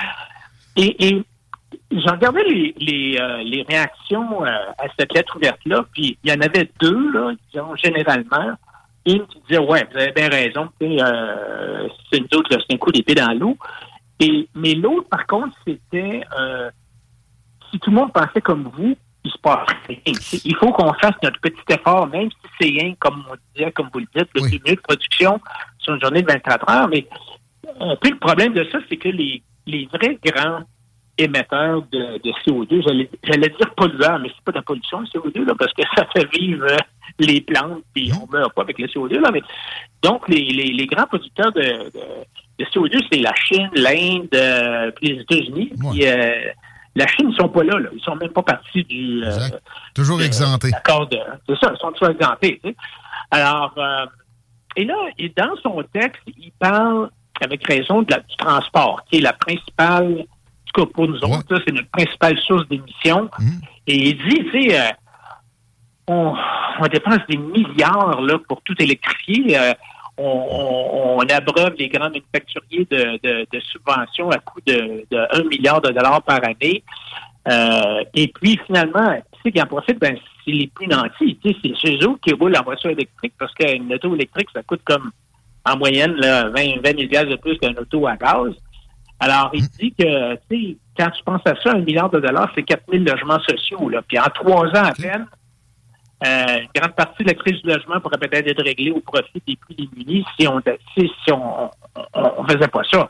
Et, et j'ai regardé les, les, euh, les réactions euh, à cette lettre ouverte-là, puis il y en avait deux, là, disons, généralement. une qui disait, ouais, vous avez bien raison, euh, c'est une autre, c'est un coup d'épée dans l'eau. Et, mais l'autre, par contre, c'était, euh, si tout le monde pensait comme vous, il se passe rien. Il faut qu'on fasse notre petit effort, même si c'est rien, comme on disait, comme vous le dites, le oui. minutes de production sur une journée de vingt-quatre heures. Mais un peu le problème de ça, c'est que les, les vrais grands émetteurs de, de C O deux, j'allais, j'allais dire pollueurs, mais c'est pas de la pollution, le C O deux, là, parce que ça fait vivre euh, les plantes, puis on meurt pas avec le C O deux, là, mais donc les, les, les grands producteurs de, de, de C O deux, c'est la Chine, l'Inde, euh, puis les États-Unis, ouais. puis euh, la Chine, ils sont pas là, là. Ils sont même pas partis du... Euh, toujours de, exemptés. D'accord, de, c'est ça, ils sont toujours exemptés. Tu sais. Alors, euh, et là, et dans son texte, il parle, avec raison, de la, du transport, qui est la principale, en tout cas pour nous autres, ouais. là, c'est notre principale source d'émissions. Mmh. Et il dit, tu sais, euh, on, on dépense des milliards là, pour tout électrifier. Euh, on, on, on abreuve les grands manufacturiers de, de, de subventions à coût de, de un milliard de dollars par année. Euh, et puis, finalement, tu sais, qui en profite, ben, c'est les plus nantis. Tu sais, c'est chez eux qui roulent en voiture électrique parce qu'une auto électrique, ça coûte comme, en moyenne, là, vingt, vingt mille dollars de plus qu'une auto à gaz. Alors, il dit que, tu sais, quand tu penses à ça, un milliard de dollars, c'est quatre mille logements sociaux, là. Puis en trois ans à peine, Euh, une grande partie de la crise du logement pourrait peut-être être réglée au profit des plus démunis si on si, si on, on, on faisait pas ça.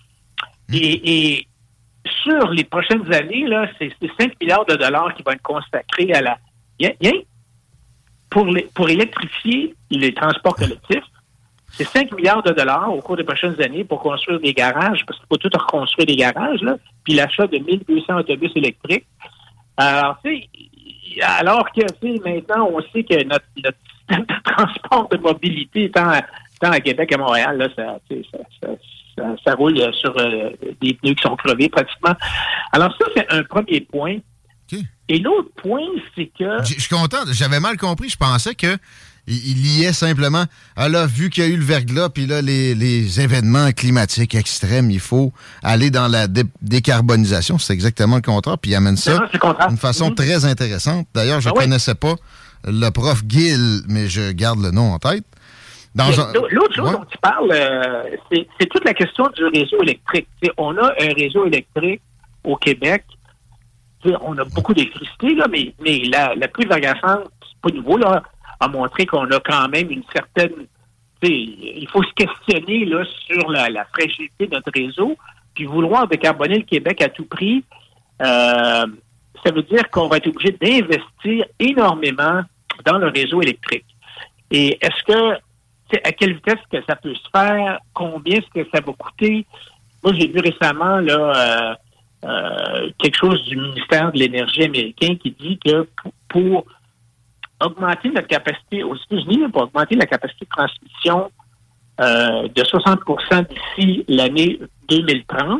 Et, et sur les prochaines années, là, c'est, c'est cinq milliards de dollars qui vont être consacrés à la bien, bien, pour les, pour électrifier les transports collectifs. C'est cinq milliards de dollars au cours des prochaines années pour construire des garages, parce qu'il faut tout reconstruire des garages, là, puis l'achat de mille deux cents autobus électriques. Alors, tu sais, alors que, tu sais, maintenant, on sait que notre, notre système de transport de mobilité, tant, tant à Québec qu'à Montréal, là, ça, ça, ça, ça, ça roule sur euh, des pneus qui sont crevés pratiquement. Alors ça, c'est un premier point. Okay. Et l'autre point, c'est que... Je suis content. J'avais mal compris. Je pensais que il liait simplement, ah là, vu qu'il y a eu le verglas, puis là, les, les événements climatiques extrêmes, il faut aller dans la dé- décarbonisation. C'est exactement le contraire. Puis il amène ça d'une façon mmh. très intéressante. D'ailleurs, je ne ah ouais. connaissais pas le prof Gill, mais je garde le nom en tête. Dans un... L'autre chose ouais. dont tu parles, euh, c'est, c'est toute la question du réseau électrique. T'sais, on a un réseau électrique au Québec. T'sais, on a beaucoup d'électricité, là, mais, mais la, la pluie verglaçante, c'est pas nouveau, là, a montré qu'on a quand même une certaine... Il faut se questionner là, sur la, la fragilité de notre réseau, puis vouloir décarboner le Québec à tout prix, euh, ça veut dire qu'on va être obligé d'investir énormément dans le réseau électrique. Et est-ce que... À quelle vitesse que ça peut se faire? Combien est-ce que ça va coûter? Moi, j'ai vu récemment là euh, euh, quelque chose du ministère de l'Énergie américain qui dit que pour... pour augmenter notre capacité aux États-Unis, pour augmenter la capacité de transmission euh, de soixante pour cent d'ici l'année deux mille trente,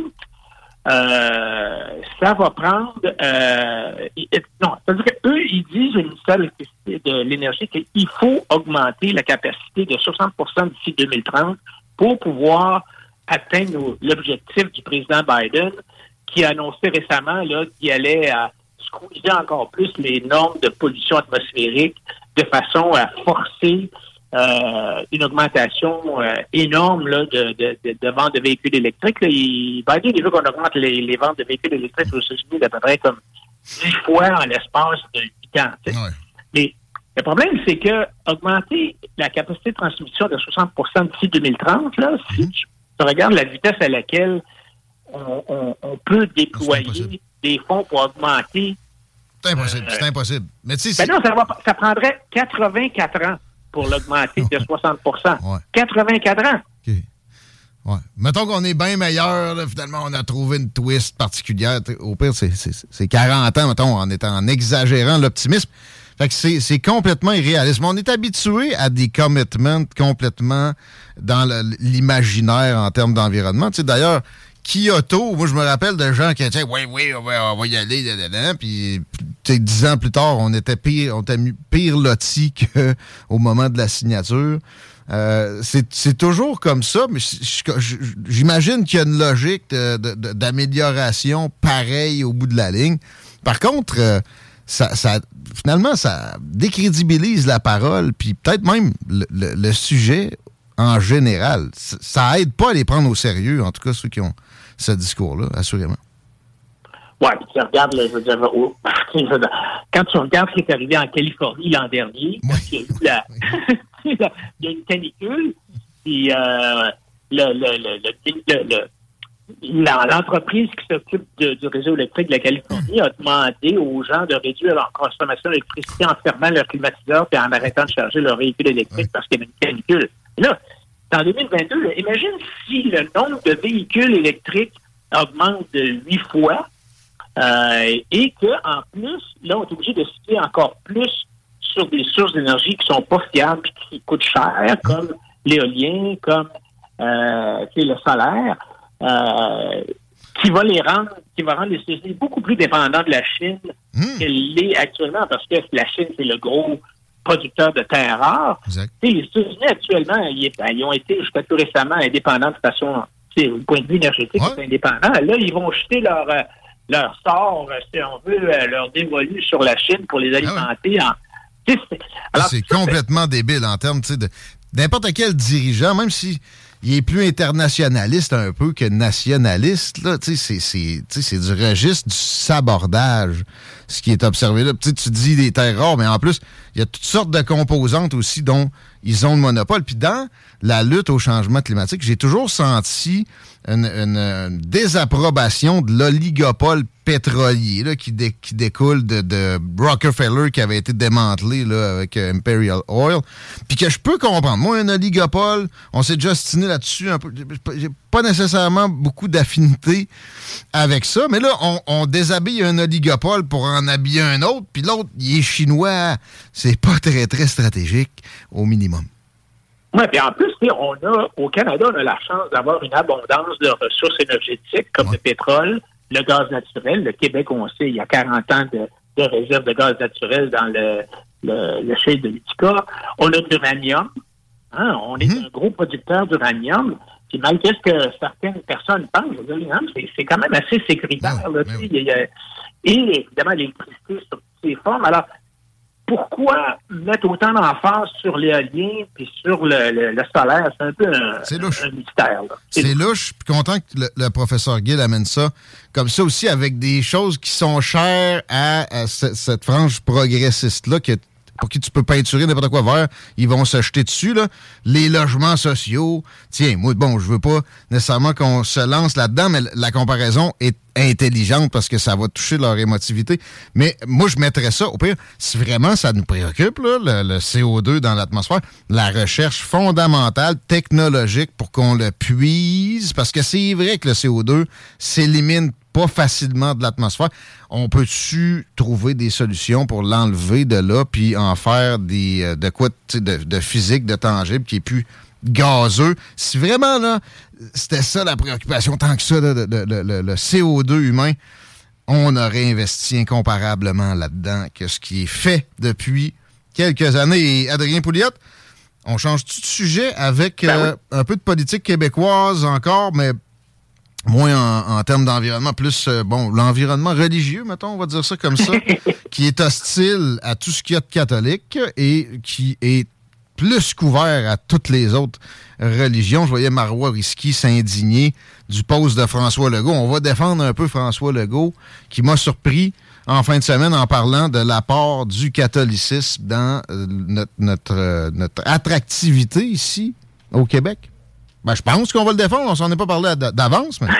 euh, ça va prendre... Euh, non, c'est-à-dire qu'eux, ils disent au ministère de l'Énergie qu'il faut augmenter la capacité de soixante pour cent d'ici deux mille trente pour pouvoir atteindre l'objectif du président Biden qui a annoncé récemment là, qu'il allait à squeezer encore plus les normes de pollution atmosphérique de façon à forcer euh, une augmentation euh, énorme là, de, de, de, de ventes de véhicules électriques. Là. Il, Biden, il veut qu'on augmente les, les ventes de véhicules électriques aux États-Unis d'à peu près comme dix fois en l'espace de huit ans. Ouais. Mais le problème, c'est que augmenter la capacité de transmission de soixante pour cent d'ici deux mille trente, là, mm-hmm. si tu regardes la vitesse à laquelle on, on, on peut déployer des fonds pour augmenter. C'est impossible, euh, c'est impossible. Mais tu sais, ben non, ça, va, ça prendrait quatre-vingt-quatre ans pour l'augmenter de soixante pour cent. Ouais. quatre-vingt-quatre ans. OK. Ouais. Mettons qu'on est bien meilleur, là, finalement, on a trouvé une twist particulière. Au pire, c'est, c'est, c'est quarante ans, mettons, en étant en exagérant l'optimisme. Fait que c'est, c'est complètement irréaliste. Mais on est habitué à des commitments complètement dans le, l'imaginaire en termes d'environnement. Tu sais, d'ailleurs, Kyoto, moi, je me rappelle de gens qui disaient « Oui, oui, on va, on va y aller. » Puis, dix ans plus tard, on était pire, on était pire lotis qu'au moment de la signature. Euh, c'est, c'est toujours comme ça, mais j'imagine qu'il y a une logique de, de, d'amélioration pareille au bout de la ligne. Par contre, euh, ça, ça, finalement, ça décrédibilise la parole, puis peut-être même le, le, le sujet en général. Ça, ça aide pas à les prendre au sérieux, en tout cas ceux qui ont ce discours-là, assurément. Oui, puis tu regardes, là, je veux dire, oh, quand tu regardes ce qui est arrivé en Californie l'an dernier, oui. il, y a eu la, il y a une canicule, puis euh, le, le, le, le, le, le, l'entreprise qui s'occupe de, du réseau électrique de la Californie a demandé aux gens de réduire leur consommation d'électricité en fermant leur climatiseur et en arrêtant de charger leur véhicule électrique oui. parce qu'il y avait une canicule. Et là, en deux mille vingt-deux, là, imagine si le nombre de véhicules électriques augmente de huit fois euh, et qu'en plus, là, on est obligé de citer encore plus sur des sources d'énergie qui sont pas fiables et qui coûtent cher, comme l'éolien, comme euh, le solaire, euh, qui va les rendre, qui va rendre les États-Unis beaucoup plus dépendants de la Chine mmh. qu'elle l'est actuellement, parce que la Chine, c'est le gros producteur de terres rares. Les États-Unis, actuellement, ils, ils ont été jusqu'à tout récemment indépendants de façon, au point de vue énergétique, ouais. c'est indépendant. Là, ils vont jeter leur, leur sort, si on veut, leur dévolu sur la Chine pour les alimenter. Ah ouais. en, c'est, alors, c'est complètement débile en termes de n'importe quel dirigeant, même si il est plus internationaliste un peu que nationaliste, là, c'est, c'est, c'est du registre du sabordage, ce qui est observé là. Tu dis des terres rares, mais en plus, il y a toutes sortes de composantes aussi dont ils ont le monopole. Puis dans la lutte au changement climatique, j'ai toujours senti une, une, une désapprobation de l'oligopole pétrolier là, qui, dé, qui découle de, de Rockefeller qui avait été démantelé là, avec euh, Imperial Oil. Puis que je peux comprendre. Moi, un oligopole, on s'est déjà stiné là-dessus un peu. J'ai pas nécessairement beaucoup d'affinité avec ça, mais là, on, on déshabille un oligopole pour en habiller un autre, puis l'autre, il est chinois. C'est pas très, très stratégique, au minimum. Oui, puis en plus, on a, au Canada, on a la chance d'avoir une abondance de ressources énergétiques comme ouais. le pétrole, le gaz naturel. Le Québec, on sait, il y a quarante ans de, de réserves de gaz naturel dans le, le, le shale de l'Utica. On a de l'uranium. Hein, on est mmh. un gros producteur d'uranium. Puis malgré ce que certaines personnes pensent, je veux dire, c'est, c'est quand même assez sécuritaire. Ouais, là, oui. il y a, et évidemment, l'électricité sur toutes ses formes. Alors, pourquoi mettre autant d'emphase sur l'éolien puis sur le, le, le solaire? C'est un peu un, c'est louche. un mystère. Là. C'est, c'est louche. Puis content que le, le professeur Gill amène ça comme ça aussi avec des choses qui sont chères à, à ce, cette frange progressiste-là que pour qui tu peux peinturer n'importe quoi vert, ils vont se jeter dessus, là. Les logements sociaux. Tiens, moi, bon, je veux pas nécessairement qu'on se lance là-dedans, mais la comparaison est intelligente parce que ça va toucher leur émotivité. Mais moi, je mettrais ça, au pire, si vraiment ça nous préoccupe, là, le, le C O deux dans l'atmosphère, la recherche fondamentale, technologique pour qu'on le puise, parce que c'est vrai que le C O deux s'élimine pas facilement de l'atmosphère. On peut-tu trouver des solutions pour l'enlever de là puis en faire des de quoi de, de physique, de tangible qui est plus gazeux? Si vraiment là, c'était ça la préoccupation, tant que ça, là, de, de, de, de, le C O deux humain, on aurait investi incomparablement là-dedans que ce qui est fait depuis quelques années. Et Adrien Pouliot, on change-tu de sujet avec ben euh, oui. un peu de politique québécoise encore, mais moins en, en termes d'environnement, plus, euh, bon, l'environnement religieux, mettons, on va dire ça comme ça, qui est hostile à tout ce qu'il y a de catholique et qui est plus couvert à toutes les autres religions. Je voyais Marois Risky s'indigner du poste de François Legault. On va défendre un peu François Legault, qui m'a surpris en fin de semaine en parlant de l'apport du catholicisme dans euh, notre, notre, euh, notre attractivité ici, au Québec. Ben, je pense qu'on va le défendre. On s'en est pas parlé d'avance, mais...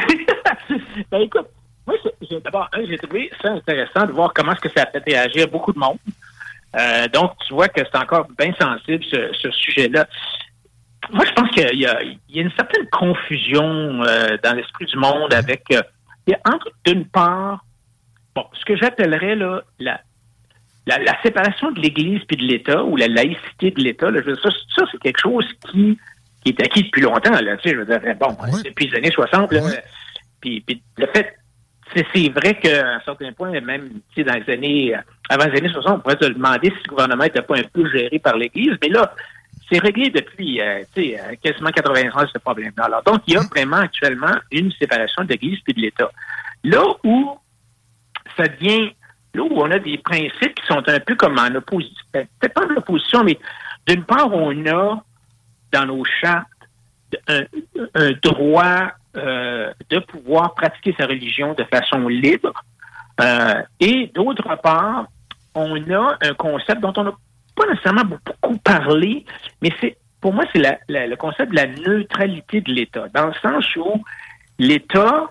ben, écoute, moi, j'ai, d'abord, hein, j'ai trouvé ça intéressant de voir comment est-ce que ça a fait réagir beaucoup de monde. Euh, donc, tu vois que c'est encore bien sensible, ce, ce sujet-là. Moi, je pense qu'il y a, il y a une certaine confusion euh, dans l'esprit du monde avec... Euh, il y a entre, d'une part, bon, ce que j'appellerais là, la, la, la séparation de l'Église puis de l'État, ou la laïcité de l'État, là, je veux dire, ça, ça, c'est quelque chose qui... qui est acquis depuis longtemps, là, tu sais, je veux dire, bon, ouais. depuis les années soixante, là, ouais. puis, puis le fait, c'est, c'est vrai qu'à un certain point, même, tu sais, dans les années, avant les années soixante, on pourrait se demander si le gouvernement n'était pas un peu géré par l'Église, mais là, c'est réglé depuis, euh, tu sais, quasiment quatre-vingts ans, ce problème-là. Alors, donc, il y a vraiment actuellement une séparation de l'Église et de l'État. Là où ça devient là où on a des principes qui sont un peu comme en opposition, peut-être pas en opposition, mais d'une part, on a dans nos chartes un, un droit euh, de pouvoir pratiquer sa religion de façon libre, euh, et d'autre part, on a un concept dont on n'a pas nécessairement beaucoup parlé, mais c'est pour moi, c'est la, la, le concept de la neutralité de l'État, dans le sens où l'État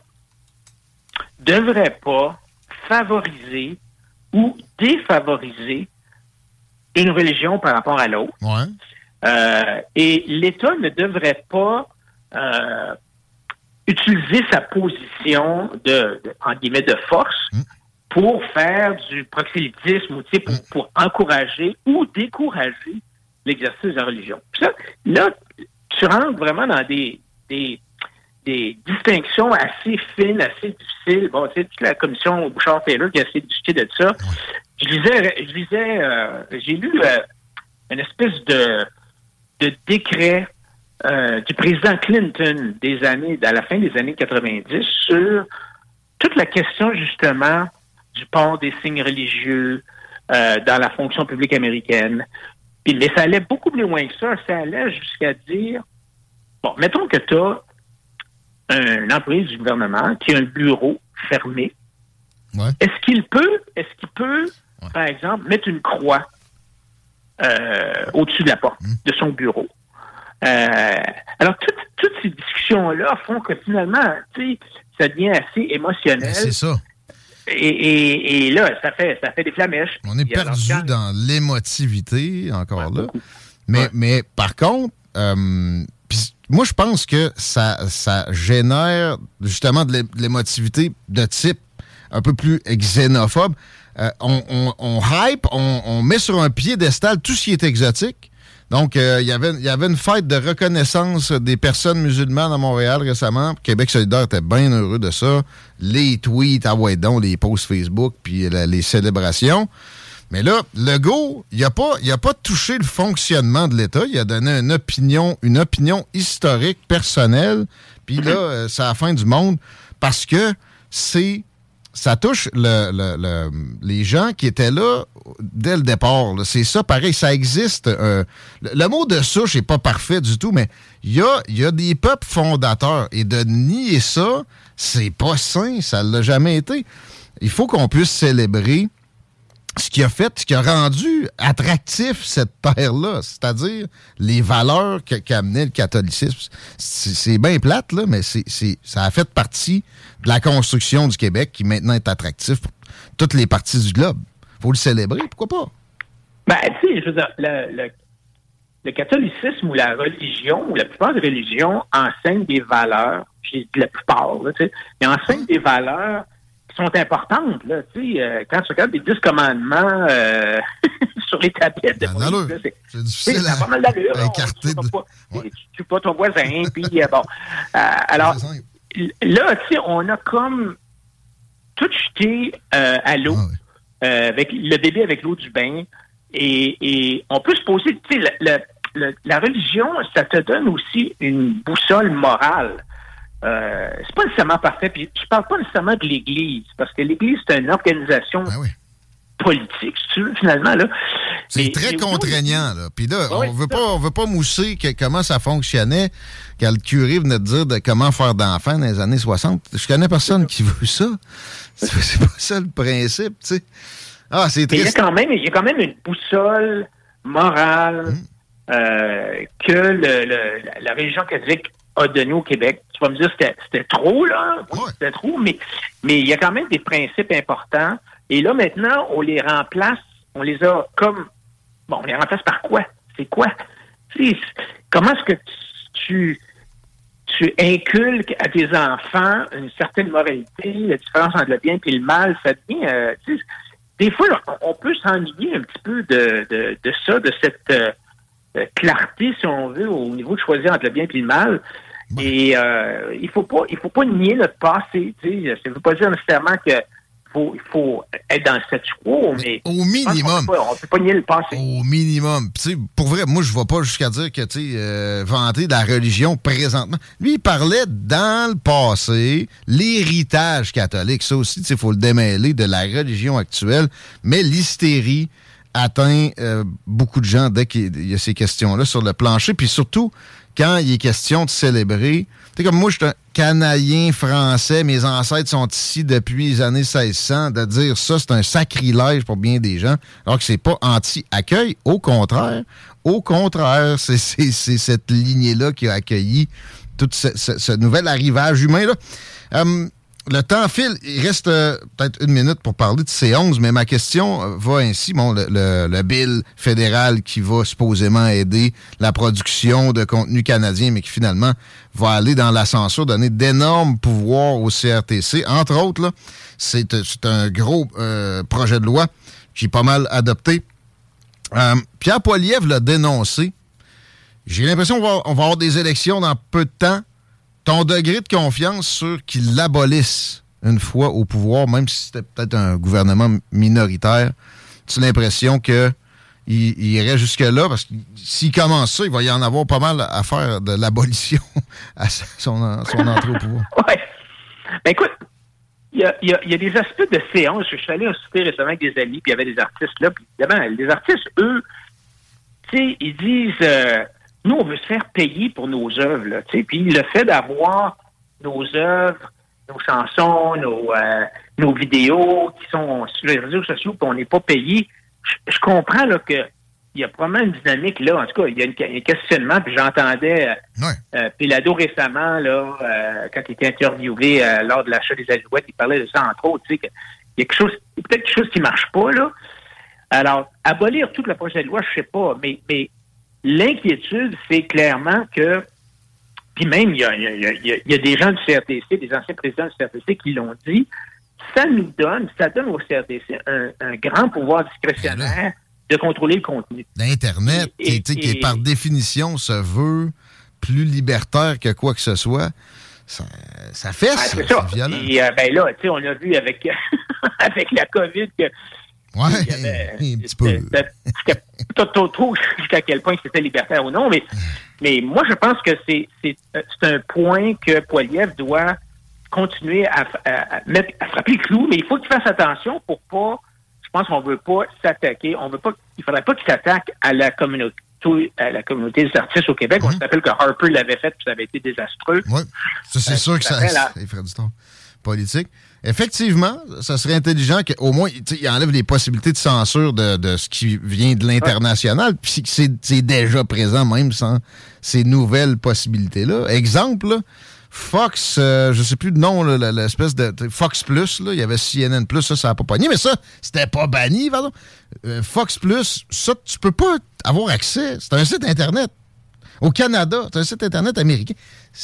devrait pas favoriser ou défavoriser une religion par rapport à l'autre. Ouais. Euh, et l'État ne devrait pas euh, utiliser sa position de, de en guillemets de force mm. pour faire du proxélytisme ou pour, mm. pour encourager ou décourager l'exercice de la religion. Puis ça, là, tu rentres vraiment dans des, des, des distinctions assez fines, assez difficiles. Bon, tu sais, toute la commission Bouchard-Taylor qui a essayé de discuter de ça. Je lisais, je lisais, euh, j'ai lu euh, une espèce de, de décret euh, du président Clinton des années, à la fin des années quatre-vingt-dix sur toute la question, justement, du port des signes religieux euh, dans la fonction publique américaine. Puis, mais ça allait beaucoup plus loin que ça. Ça allait jusqu'à dire, bon, mettons que tu as un employé du gouvernement qui a un bureau fermé. Ouais. Est-ce qu'il peut, est-ce qu'il peut, ouais. par exemple, mettre une croix euh, au-dessus de la porte mmh. de son bureau? Euh, alors, toutes, toutes ces discussions-là font que finalement, tu sais, ça devient assez émotionnel. Mais c'est ça. Et, et, et là, ça fait, ça fait des flamèches. On est perdu quand... dans l'émotivité, encore ouais, là. Mais, ouais. mais par contre, euh, moi, je pense que ça, ça génère justement de l'émotivité de type un peu plus xénophobe. Euh, on, on, on hype, on, on met sur un piédestal tout ce qui est exotique. Donc, euh, y avait, y avait une fête de reconnaissance des personnes musulmanes à Montréal récemment. Québec solidaire était bien heureux de ça. Les tweets, ah ouais donc, les posts Facebook, puis la, les célébrations. Mais là, Legault, il n'a pas, il a pas touché le fonctionnement de l'État. Il a donné une opinion, une opinion historique, personnelle. Puis là, euh, c'est la fin du monde parce que c'est... ça touche le, le, le, les gens qui étaient là dès le départ. Là. C'est ça, pareil, ça existe. Euh, le, le mot de souche n'est pas parfait du tout, mais il y a, y a des peuples fondateurs. Et de nier ça, c'est pas sain, ça ne l'a jamais été. Il faut qu'on puisse célébrer ce qui a fait, ce qui a rendu attractif cette terre-là, c'est-à-dire les valeurs qu'amenait le catholicisme. C'est, c'est bien plate, là, mais c'est, c'est, ça a fait partie de la construction du Québec qui maintenant est attractif pour toutes les parties du globe. Faut le célébrer, pourquoi pas? Ben, tu sais, je veux dire, le, le, le catholicisme ou la religion, ou la plupart des religions enseignent des valeurs, puis la plupart, là, tu sais, ils enseignent des valeurs sont importantes, là, tu sais, euh, quand tu regardes les dix commandements euh, sur les tablettes de Moïse, là, c'est, c'est difficile c'est, ça a pas mal d'allure, à écarter. Tu ne ouais. tues pas ton voisin, puis euh, bon. Euh, alors, là, tu sais, on a comme tout jeté euh, à l'eau, ah, oui. euh, avec le bébé avec l'eau du bain, et, et on peut se poser, tu sais, la, la, la religion, ça te donne aussi une boussole morale. Euh, c'est pas nécessairement parfait. Puis je parle pas nécessairement de l'Église, parce que l'Église, c'est une organisation ben oui. politique, si tu veux, finalement. Là. C'est Mais, très c'est contraignant. Là. Puis là, oui, on veut pas, on veut pas mousser que, comment ça fonctionnait quand le curé venait de dire de comment faire d'enfants dans les années soixante. Je connais personne qui veut ça. C'est, c'est pas ça le principe, tu sais. Ah, c'est triste. Mais il y a quand même, il y a quand même une boussole morale hum. euh, que le, le, la religion catholique a donné au Québec. Tu vas me dire c'était, c'était trop, là. Oui, ouais. C'était trop, mais, mais il y a quand même des principes importants. Et là, maintenant, on les remplace, on les a comme... Bon, on les remplace par quoi? C'est quoi? C'est, comment est-ce que tu, tu inculques à tes enfants une certaine moralité, la différence entre le bien et le mal? Ça devient... Euh, tu sais, des fois, on peut s'ennuyer un petit peu de, de, de ça, de cette... Euh, Euh, clarté, si on veut, au niveau de choisir entre le bien et le mal. Ouais. Et euh, il faut pas, il faut pas nier notre passé. Tu sais, ça ne veut pas dire nécessairement que faut, il faut être dans le statu quo, mais... Au minimum. On ne peut pas nier le passé. Au minimum. Puis, pour vrai, moi, je ne vais pas jusqu'à dire que, tu sais, euh, vanter de la religion présentement. Lui, il parlait dans le passé, l'héritage catholique. Ça aussi, tu sais, il faut le démêler de la religion actuelle. Mais l'hystérie atteint euh, beaucoup de gens dès qu'il y a ces questions-là sur le plancher. Puis surtout, quand il est question de célébrer... Tu sais, comme moi, je suis un Canadien français, mes ancêtres sont ici depuis les années seize cents, de dire ça, c'est un sacrilège pour bien des gens, alors que c'est pas anti-accueil. Au contraire, au contraire, c'est, c'est, c'est cette lignée-là qui a accueilli tout ce, ce, ce nouvel arrivage humain-là. Euh, le temps file, il reste euh, peut-être une minute pour parler de C onze, mais ma question euh, va ainsi. Bon, le, le, le bill fédéral qui va supposément aider la production de contenu canadien, mais qui finalement va aller dans la censure, donner d'énormes pouvoirs au C R T C. Entre autres, là, c'est, c'est un gros euh, projet de loi qui est pas mal adopté. Euh, Pierre Poilievre l'a dénoncé. J'ai l'impression qu'on va, on va avoir des élections dans peu de temps. Ton degré de confiance sur qu'il l'abolisse une fois au pouvoir, même si c'était peut-être un gouvernement minoritaire, tu as l'impression qu'il il irait jusque-là? Parce que s'il commence ça, il va y en avoir pas mal à faire de l'abolition à son, son entrée au pouvoir. Oui. Ben écoute, il y a, y, a, y a des aspects de C onze. Je suis allé au souper récemment avec des amis, puis il y avait des artistes là. Puis évidemment, les artistes, eux, tu sais, ils disent... Euh, nous, on veut se faire payer pour nos œuvres, là, tu sais. Puis le fait d'avoir nos œuvres, nos chansons, nos, euh, nos vidéos qui sont sur les réseaux sociaux, puis on n'est pas payé, je, je comprends là que il y a probablement une dynamique là. En tout cas, il y a une, un questionnement. Puis j'entendais euh, ouais. euh, Pelado récemment là, euh, quand il était interviewé euh, lors de l'achat des Alouettes, il parlait de ça entre autres. Tu sais, qu'il y a quelque chose, peut-être quelque chose qui marche pas là. Alors, abolir tout le projet de loi, je sais pas, mais mais l'inquiétude, c'est clairement que, puis même, il y a, il y, a, il y a des gens du C R T C, des anciens présidents du C R T C qui l'ont dit, ça nous donne, ça donne au C R T C un, un grand pouvoir discrétionnaire de contrôler le contenu. L'Internet, et, qui, et, qui par définition se veut plus libertaire que quoi que ce soit, ça, ça fait ah, ça, c'est, ça. C'est violent. Et euh, ben là, tu sais, on a vu avec, avec la COVID que Oui, un petit peu. C'était pas trop, trop jusqu'à quel point c'était libertaire ou non, mais, mais moi, je pense que c'est, c'est, c'est un point que Poilievre doit continuer à, à, à, mettre, à frapper le clou, mais il faut qu'il fasse attention pour pas, je pense qu'on veut pas s'attaquer, on veut pas, il faudrait pas qu'il s'attaque à la communauté, à la communauté des artistes au Québec. Mm-hmm. On se rappelle que Harper l'avait fait, puis ça avait été désastreux. Oui, ça, c'est euh, sûr que ça, ça ferait du temps politique. Effectivement, ça serait intelligent qu'au moins, il enlève les possibilités de censure de, de ce qui vient de l'international, puis c'est, c'est déjà présent même sans ces nouvelles possibilités-là. Exemple, là, Fox, euh, je sais plus le nom, là, l'espèce de Fox Plus, là, il y avait C N N Plus, ça, ça n'a pas pogné, mais ça, c'était pas banni, pardon. Euh, Fox Plus, ça, tu peux pas avoir accès. C'est un site Internet. Au Canada, c'est un site Internet américain.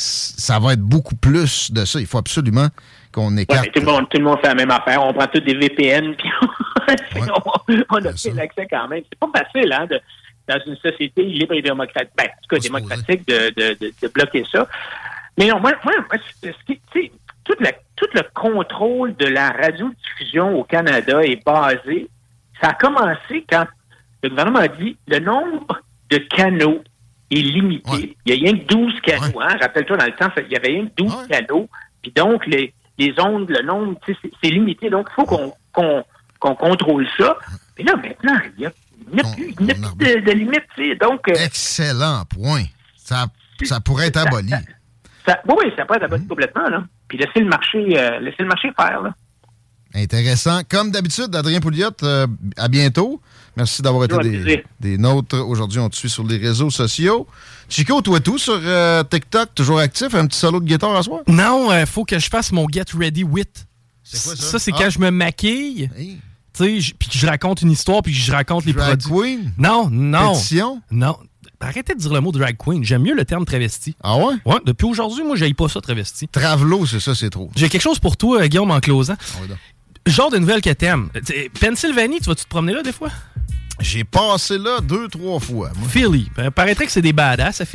Ça va être beaucoup plus de ça. Il faut absolument qu'on écarte. Ouais, tout, le monde, tout le monde fait la même affaire. On prend tous des V P N, puis on, ouais, on, on a fait l'accès quand même. C'est pas facile, hein, de, dans une société libre et démocratique, ben, en tout cas démocratique, de, de, de, de bloquer ça. Mais non, moi, moi, moi ce qui, tu sais, tout, la, tout le contrôle de la radiodiffusion au Canada est basé. Ça a commencé quand le gouvernement a dit le nombre de canaux est limité. Ouais. Il y a rien que douze canaux. Ouais. Hein? Rappelle-toi, dans le temps, il y avait rien que douze ouais. canaux. Puis donc, les, les ondes, le nombre, c'est, c'est limité. Donc, il faut qu'on, qu'on, qu'on contrôle ça. Puis là, maintenant, il n'y a, a on, plus, il a plus de, de limite. T'sais. Donc, euh, excellent point. Ça, ça pourrait être aboli. Ça, ça, oui, ça pourrait être aboli mmh. complètement. Là. Puis laisser le marché, euh, laisser le marché faire. Là. Intéressant. Comme d'habitude, Adrien Pouliot, euh, à bientôt. Merci d'avoir été des, des nôtres. Aujourd'hui, on te suit sur les réseaux sociaux. Chico, toi tout sur euh, TikTok, toujours actif, un petit solo de guitare à soir? Non, il euh, faut que je fasse mon Get Ready With. C'est quoi ça? Ça, c'est ah. quand je me maquille, hey. tu sais, puis que je raconte une histoire, puis que je raconte les drag produits. Queen? Non, non. Pétition? Non. Arrêtez de dire le mot drag queen. J'aime mieux le terme travesti. Ah ouais? Ouais, depuis aujourd'hui, moi, j'aille pas ça, travesti. Travelo, c'est ça, c'est trop. J'ai quelque chose pour toi, Guillaume, en closant. Ah oui, genre de nouvelles que t'aimes. Pennsylvanie, tu vas-tu te promener là des fois? J'ai passé là deux, trois fois. Moi. Philly. Paraîtrait que c'est des badass à Philly.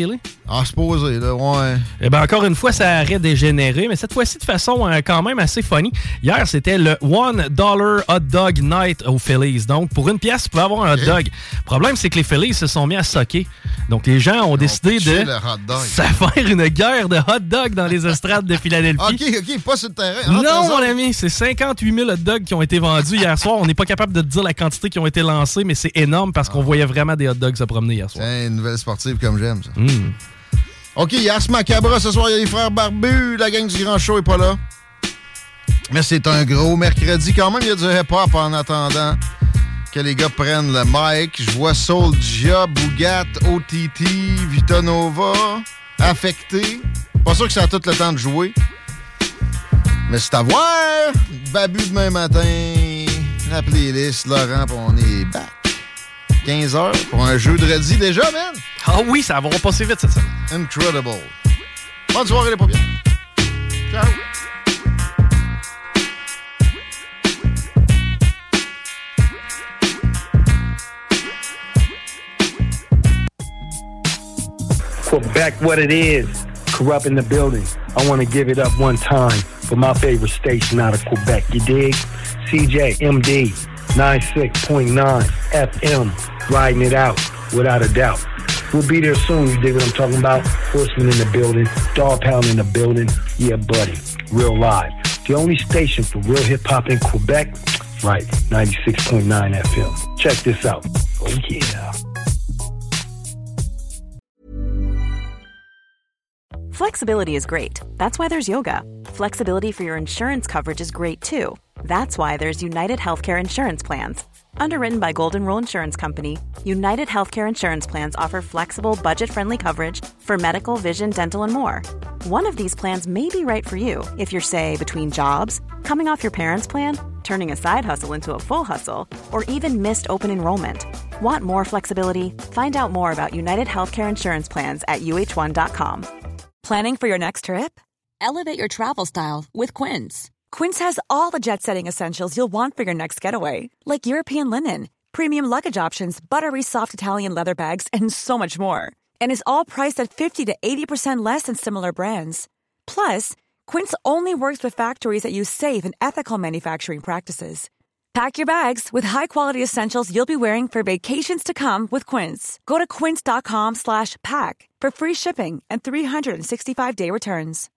Ah, c'est posé, là, ouais. Eh bien, encore une fois, ça aurait dégénéré, mais cette fois-ci de façon euh, quand même assez funny. Hier, c'était le one dollar hot dog night au Phillies. Donc, pour une pièce, tu pouvais avoir un hot dog. Le problème, c'est que les Phillies se sont mis à socker. Donc, les gens ont Ils décidé de ça faire une guerre de hot dogs dans les estrades de Philadelphie. OK, OK, pas sur le terrain. Ah, non, mon ami, c'est cinquante-huit mille hot dogs qui ont été vendus hier soir. On n'est pas capable de te dire la quantité qui ont été lancés, mais c'est énorme parce qu'on ah. voyait vraiment des hot dogs se promener hier soir. C'est une nouvelle sportive comme j'aime, ça. Mm. OK, Yas Macabra, ce soir, il y a les frères Barbus. La gang du Grand Show est pas là. Mais c'est un gros mercredi. Quand même, il y a du hip-hop en attendant que les gars prennent le mic. Je vois Soulja, Bougat, O T T, Vita Nova, Affecté. Pas sûr que ça a tout le temps de jouer. Mais c'est à voir. Babu demain matin. La playlist, Laurent, pis on est back. quinze heures pour un jeu de redis déjà, man. Ah oui, ça va passer vite, ça. Incredible. Bonne soirée, les paupières. Ciao. Quebec, what it is. Corrupt in the building. I want to give it up one time for my favorite station out of Quebec. You dig? C J M D ninety-six point nine F M. Riding it out, without a doubt. We'll be there soon, you dig what I'm talking about? Horseman in the building, Dog Pound in the building. Yeah, buddy. Real live. The only station for real hip-hop in Quebec? Right, ninety-six point nine F M. Check this out. Oh, yeah. Flexibility is great. That's why there's yoga. Flexibility for your insurance coverage is great, too. That's why there's United Healthcare Insurance Plans. Underwritten by Golden Rule Insurance Company, United Healthcare Insurance Plans offer flexible, budget-friendly coverage for medical, vision, dental, and more. One of these plans may be right for you if you're, say, between jobs, coming off your parents' plan, turning a side hustle into a full hustle, or even missed open enrollment. Want more flexibility? Find out more about United Healthcare Insurance Plans at U H one dot com. Planning for your next trip? Elevate your travel style with Quince. Quince has all the jet-setting essentials you'll want for your next getaway, like European linen, premium luggage options, buttery soft Italian leather bags, and so much more. And is all priced at fifty to eighty percent less than similar brands. Plus, Quince only works with factories that use safe and ethical manufacturing practices. Pack your bags with high-quality essentials you'll be wearing for vacations to come with Quince. Go to quince.com slash pack for free shipping and three sixty-five day returns.